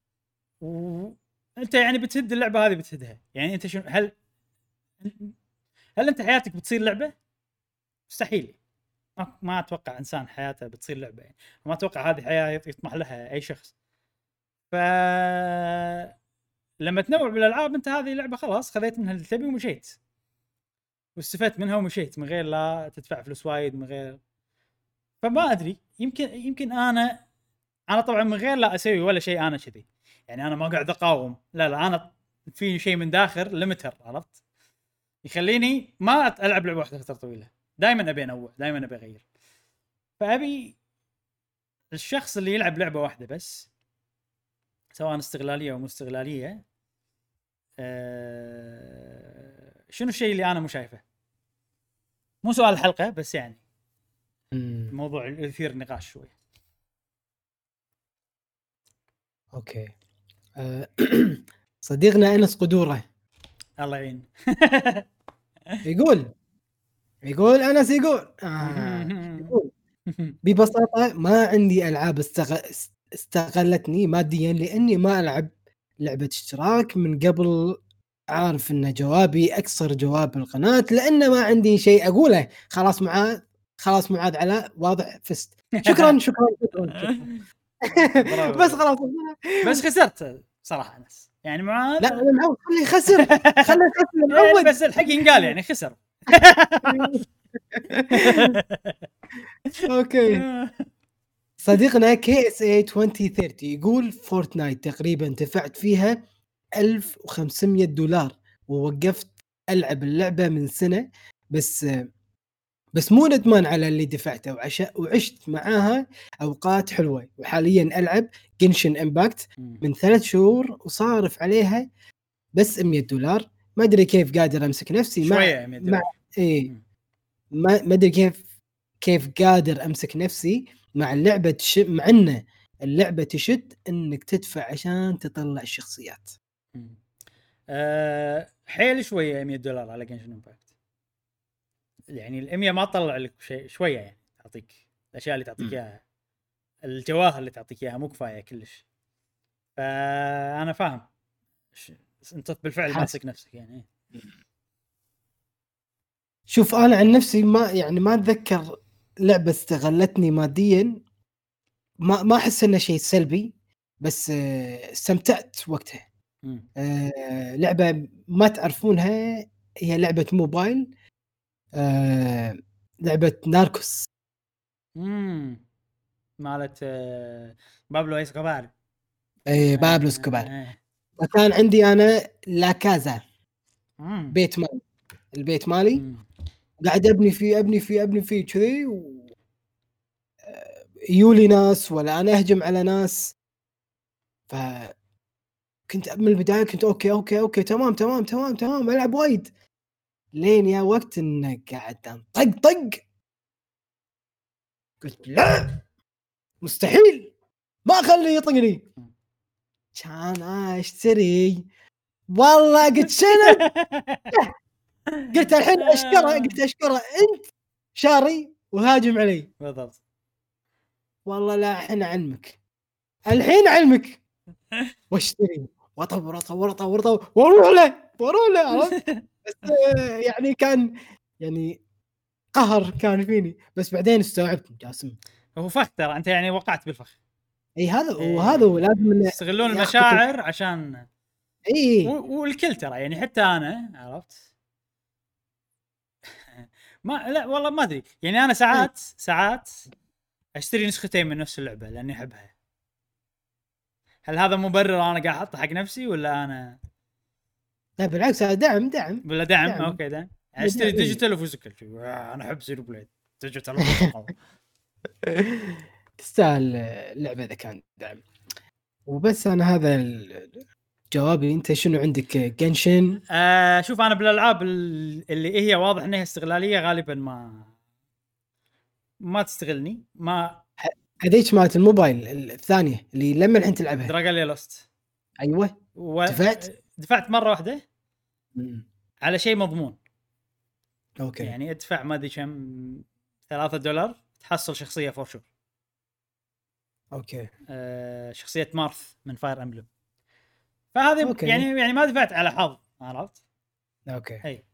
وانت يعني بتهد اللعبه هذه بتهدها. يعني انت شنو هل انت حياتك بتصير لعبه؟ مستحيل. ما اتوقع انسان حياته بتصير لعبه، يعني ما اتوقع هذه حياه يطمح لها اي شخص. ف لما تنوع بالالعاب انت هذه لعبه خلاص خذيت منها اللي تبي ومشيت، واستفدت منها ومشيت من غير لا تدفع فلوس وايد، من غير فما ادري يمكن انا طبعا من غير لا اسوي ولا شيء انا كذي يعني انا ما قاعد اقاوم لا انا في شيء من داخل ليمتر عرفت يخليني ما العب لعبه واحده فتره طويله دائما ابي انوع دائما ابي اغير فابي الشخص اللي يلعب لعبه واحده بس سواء استغلاليه او مو استغلاليه شنو الشيء اللي انا مو شايفه مو سؤال الحلقه بس يعني الموضوع يثير نقاش شوي اوكي صديقنا انس قدوره الله يعين يقول انس يقول ببساطه ما عندي العاب استغلتني ماديا لاني ما العب لعبه اشتراك من قبل عارف ان جوابي اكثر جواب القناه لان ما عندي شيء اقوله خلاص معاذ على واضح فست شكرا بس خلاص بس خسرت صراحه انس يعني معاذ لا انا معود خليه يخسر يعني بس الحق ينقال يعني خسر اوكي صديقنا KSA 2030 يقول فورتنايت تقريبا دفعت فيها $1500 ووقفت العب اللعبه من سنه بس مو ندمان على اللي دفعته وعشت معاها اوقات حلوه وحاليا العب جنشن امباكت من 3 شهور وصارف عليها بس $100 ما ادري كيف قادر امسك نفسي مع ما ادري كيف قادر امسك نفسي مع اللعبه مع ان اللعبه تشد انك تدفع عشان تطلع الشخصيات حيل شويه $100 على جنشن امباكت يعني ال100 ما تطلع لك شيء شويه يعني تعطيك الاشياء اللي تعطيك اياها الجواهر اللي تعطيك اياها مو كفايه كلش فانا فاهم انت بالفعل ماسك نفسك يعني شوف انا عن نفسي ما اتذكر لعبه استغلتني ماديا ما احس انه شيء سلبي بس استمتعت وقتها لعبه ما تعرفونها هي لعبه موبايل لعبه ناركوس مالت بابلو اسكوبار بابلو اسكوبار وكان عندي انا لا كازا بيت مالي البيت مالي قاعد ابني فيه كذي يولي ناس ولا انا اهجم على ناس فكنت من البدايه كنت اوكي تمام العب وايد لين يا وقت انه قاعد طق قلت لا مستحيل ما اخليه يطقني كان اشتري والله قلت شنو قلت الحين اشكره انت شاري وهاجم علي بالضبط والله لا الحين علمك واشتري واطور واروح له بس يعني كان يعني قهر كان فيني بس بعدين استوعبت جاسم هو فخ ترى انت يعني وقعت بالفخ اي هذا وهذا لازم يستغلون المشاعر عشان اي والكل ترى يعني حتى انا عرفت ما لا والله ما ادري يعني انا ساعات اشتري نسختين من نفس اللعبه لاني احبها هل هذا مبرر انا قاعد احطه حق نفسي ولا انا لا بالعكس هذا دعم ولا دعم اوكي دعم اشتري ديجيتال وفيزيكال انا احب زيرو بليد ديجيتال تستاهل اللعبه اذا كان دعم وبس انا هذا جوابي انت شنو عندك جنشن شوف انا بالالعاب اللي هي واضح انها استغلاليه غالبا ما تستغلني ما هذيك مالت الموبايل الثانيه اللي لما الحين تلعبها دراجاليا لوست ايوه دفعت مره واحده على شيء مضمون اوكي يعني ادفع ما ادري كم $3 تحصل شخصيه فور شور اوكي شخصيه مارث من فاير امبلم فهذه يعني ما دفعت على حظ عرفت اوكي اي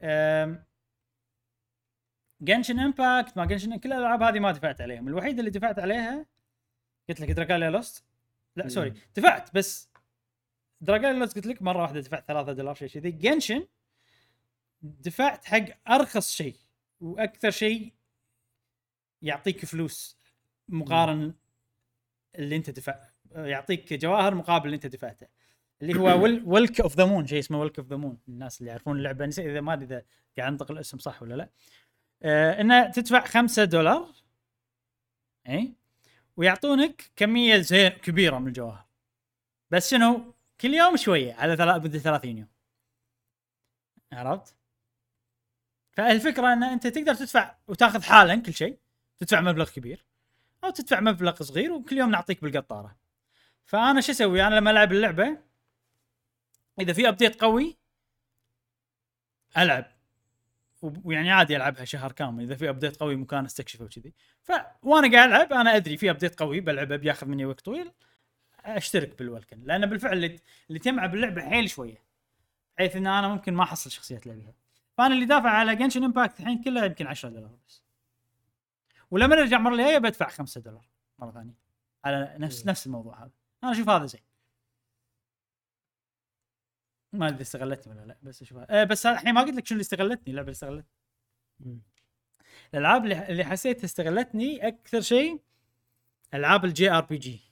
جنشن امباكت ما جنشن كل الالعاب هذه ما دفعت عليهم الوحيده اللي دفعت عليها قلت لك دراجاليا لوست لا سوري دفعت بس دراجاليا لوست قلت لك مره واحده دفعت $3 شيء كذي جنشن دفعت حق ارخص شيء واكثر شيء يعطيك فلوس مقارن اللي انت دفع، يعطيك جواهر مقابل اللي انت دفعته، اللي هو ولك اوف ذا مون، شيء اسمه ولك اوف ذا مون. الناس اللي يعرفون اللعبه اذا ما ادري اذا قاعد انطق الاسم صح ولا لا، انه تدفع $5 اي ويعطونك كميه زين كبيره من الجواهر، بس شنو كل يوم شويه على مده 30 يوم، عرفت؟ فالفكره ان انت تقدر تدفع وتاخذ حالا كل شيء، تدفع مبلغ كبير او تدفع مبلغ صغير وكل يوم نعطيك بالقطاره. فانا شو اسوي؟ انا لما العب اللعبه اذا في ابديت قوي العب، ويعني عادي العبها شهر كامل اذا في ابديت قوي مكان استكشفه وكذي. وانا قاعد العب انا ادري في ابديت قوي بلعبه بياخذ مني وقت طويل، اشترك بالولكن، لان بالفعل اللي تجمع باللعبه حيل شويه، بحيث ان انا ممكن ما احصل شخصيات لعبها. فانا اللي دافع على جنشن امباكت الحين كلها يمكن $10 بس، ولما نرجع مره الجايه بدفع $5 مره ثانيه على نفس الموضوع هذا. انا اشوف هذا زين، ما ادري استغلتني ولا لا، بس اشوفها بس الحين ما قلت لك شو اللي استغلتني. اللعبه اللي استغلتني الالعاب اللي حسيت استغلتني اكثر شيء العاب الجي ار بي جي.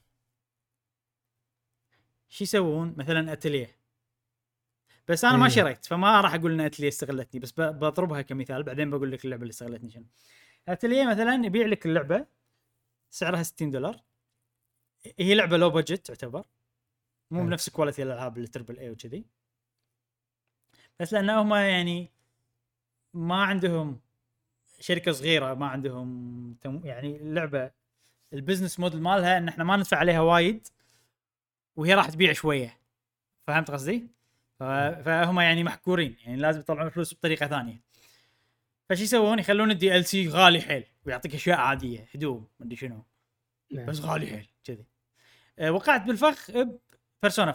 شو يسوون؟ مثلا اتليه، بس انا ما شريت فما راح اقول ان اتليه استغلتني، بس بضربها كمثال بعدين بقول لك اللعبه اللي استغلتني شنو. اتليه مثلا يبيع لك اللعبه سعرها $60، هي لعبه لو بادجت تعتبر، مو بنفس كواليتي الالعاب التربل اي وكذي، بس لانه هم يعني ما عندهم شركه صغيره، ما عندهم يعني اللعبه البزنس موديل مالها ان احنا ما ندفع عليها وايد وهي راح تبيع شويه، فهمت قصدي؟ فهم يعني محكورين، يعني لازم يطلعون فلوس بطريقه ثانيه. فشي يسوون؟ يخلون الدي ال سي غالي حيل ويعطيك اشياء عاديه هدوم ما ادري شنو، بس غالي حيل كذي. وقعت بالفخ بيرسونا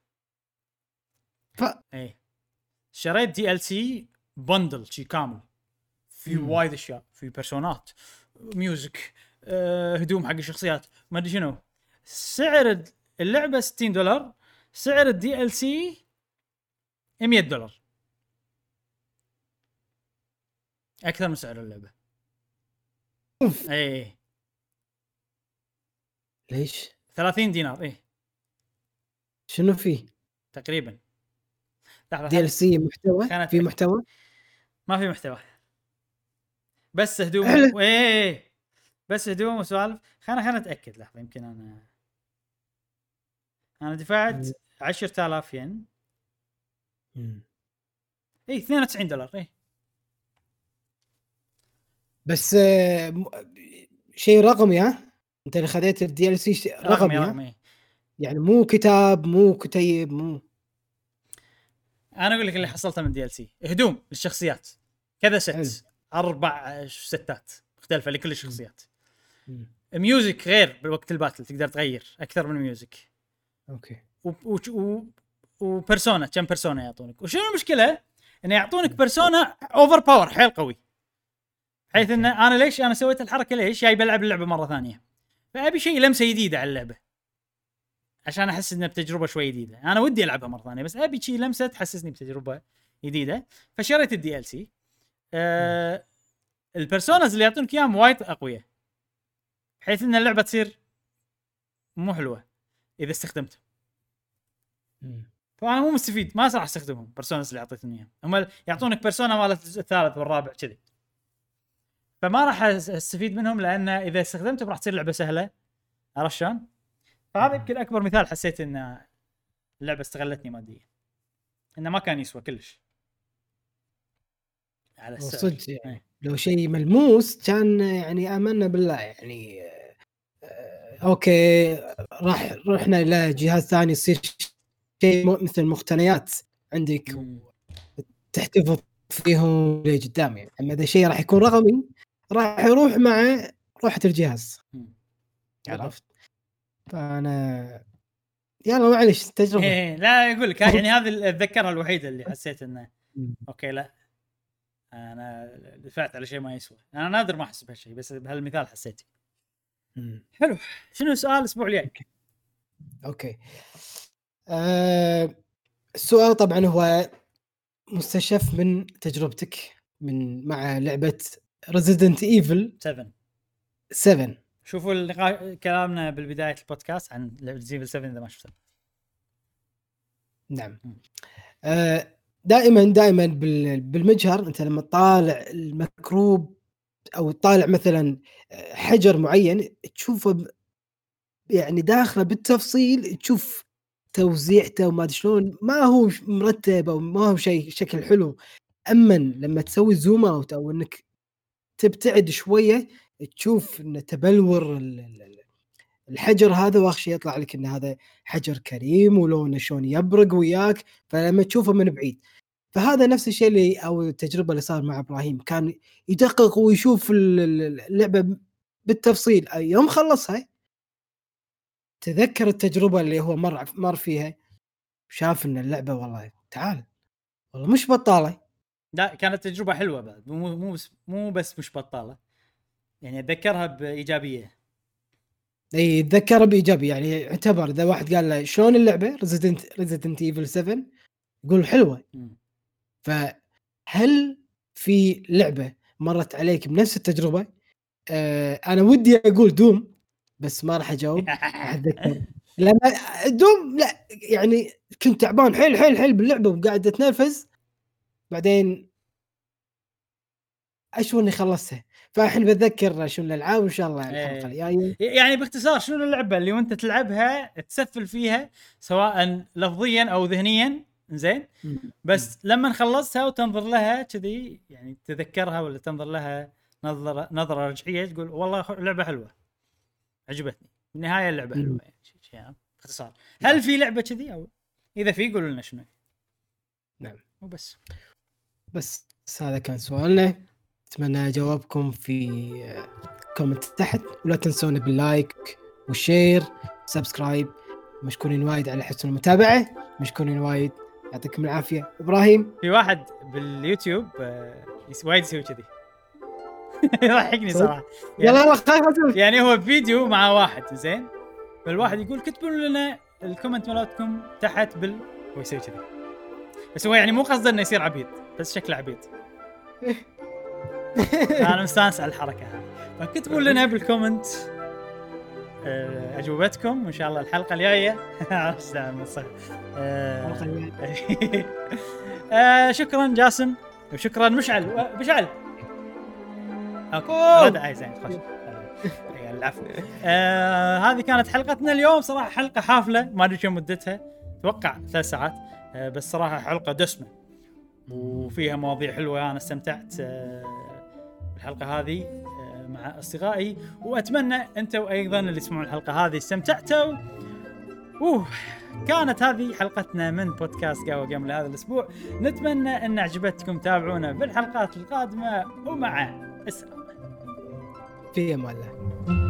5 اي شريت دي ال سي بندل شي كامل، في وايد اشياء، في بيرسونات، ميوزك، هدوم حق الشخصيات، ما ادري شنو. سعر اللعبه $60، سعر الدي ال سي $100، اكثر من سعر اللعبه. اي ليش $30 اي شنو فيه تقريبا. دي ال سي محتوى؟ في محتوى؟ ما في محتوى، بس هدوم بس هدوم وسوالف. خلنا نتاكد لحظه، يمكن انا دفعت 10,000 ين. اي $92 اي بس شيء رقمي. ها انت اللي خذيت الدي ال سي رقمي يعني مو كتاب مو كتيب مو. انا اقول لك اللي حصلته من دي ال سي هدوم للشخصيات كذا ست 4 ستات مختلفه لكل الشخصيات. ميوزك غير بوقت الباتل تقدر تغير اكثر من ميوزك. اوكي. وبيرسونا كم بيرسونا يعطونك. وشنو المشكله؟ انه يعطونك بيرسونا اوفر باور حيل قوي، حيث ان انا ليش انا سويت الحركه؟ ليش جاي بلعب اللعبه مره ثانيه؟ فابي شيء لمسه جديده على اللعبه عشان احس انها بتجربه شوي جديده. انا ودي العبها مره ثانيه بس ابي شيء لمسه تحسسني بتجربه جديده. فشريت الدي ال سي. البيرسوناز اللي يعطونك اياهم وايد اقوياء، بحيث ان اللعبه تصير مو حلوه اذا استخدمته. فانا مو مستفيد، ما راح استخدمهم بيرسوناز اللي اعطيتني اياهم. هم يعطونك بيرسونا مالت الثالث والرابع كذي، فما راح استفيد منهم، لان اذا استخدمتهم راح تصير لعبه سهله. عرفت شلون؟ فهذا يمكن اكبر مثال حسيت ان اللعبه استغلتني ماديا، انه ما كان يسوى كلش على السعر. صدق يعني لو شيء ملموس كان يعني آمنا بالله يعني. اوكي رحنا الى جهاز ثاني يصير شيء مثل مقتنيات عندك تحتفظ فيهم لقدام يعني. اما اذا شيء راح يكون رقمي راح يروح مع روحة الجهاز. عرفت؟ فانا يلا معلش تجربه. لا يقول لك يعني هذه الذكرها الوحيده اللي حسيت انه اوكي لا انا دفعت على شيء ما يسوى. انا نادر ما احس بهالشيء بس بهالمثال حسيت. حلو. شنو السؤال الاسبوع الجاي؟ اوكي. السؤال طبعا هو مستشف من تجربتك من مع لعبة Resident Evil 7. 7. شوفوا كلامنا بالبدايه البودكاست عن ريزيدنت 7 اذا ما شفتوا. نعم. دائما بالمجهر انت لما تطالع المكروب او تطالع مثلا حجر معين تشوفه يعني داخله بالتفصيل، تشوف توزيعته وما ادري شلون، ما هو مرتب او ما هو شيء شكل حلو. اما لما تسوي زوم اوت او انك تبتعد شويه تشوف ان تبلور الحجر هذا، واخر شيء يطلع لك ان هذا حجر كريم ولونه شلون يبرق وياك، فلما تشوفه من بعيد. فهذا نفس الشيء اللي او التجربه اللي صار مع ابراهيم، كان يدقق ويشوف اللعبه بالتفصيل. يوم خلصها تذكر التجربه اللي هو مر فيها، شاف ان اللعبه والله تعال والله مش بطاله. لا كانت تجربه حلوه بعد، مو بس مش بطاله، يعني اتذكرها بايجابيه. اي اتذكرها بايجابي، يعني اعتبر اذا واحد قال له شلون اللعبه ريزيدنت ايفل 7 يقول حلوه. فهل في لعبه مرت عليك بنفس التجربه؟ انا ودي اقول دوم بس ما راح اجاوب. اتذكر لما دوم لا يعني كنت تعبان حيل باللعبه وقاعد اتنرفز، بعدين اشو اني خلصتها. فالحين بتذكر شنو الالعاب وان شاء الله الحلقه الجايه. يعني باختصار شنو اللعبه اللي وانت تلعبها تسفل فيها سواء لفظيا او ذهنيا، زين، بس لما خلصتها وتنظر لها كذي يعني تذكرها ولا تنظر لها نظره رجعيه تقول والله لعبه حلوه عجبتني بالنهايه، اللعبه حلوه يعني باختصار. هل في لعبه كذي؟ او اذا في قولوا لنا شنو. نعم وبس بس هذا كان سؤالنا، اتمنى جوابكم في كومنت تحت، ولا تنسون باللايك والشير سبسكرايب. مشكورين وايد على حسن المتابعه، مشكورين وايد، يعطيكم العافيه. ابراهيم في واحد باليوتيوب وايد يسوي كذي يضحكني صراحه يلا خايف يعني هو فيديو مع واحد زين، فالواحد يقول كتبوا لنا الكومنت مالتكم تحت هو يسوي كذي، بس هو يعني مو قصده انه يصير عبيط، بس شكله عبيط. انا مستانس على الحركه هذه، فكتبوا لنا بالكومنت اجوبتكم وان شاء الله الحلقه الجايه شكرا جاسم وشكرا مشعل اوكي زين خوش العفو. هذه كانت حلقتنا اليوم، صراحه حلقه حافله ما ادري كم مدتها، اتوقع 3 ساعات، بس صراحه حلقه دسمه وفيها مواضيع حلوه. انا استمتعت بالحلقه هذه مع اصدقائي، واتمنى انتم ايضا اللي يسمعون الحلقه هذه استمتعتوا. كانت هذه حلقتنا من بودكاست قهوة جيمر لهذا الاسبوع، نتمنى ان عجبتكم. تابعونا بالحلقات القادمه، ومع السلامه. في امان الله.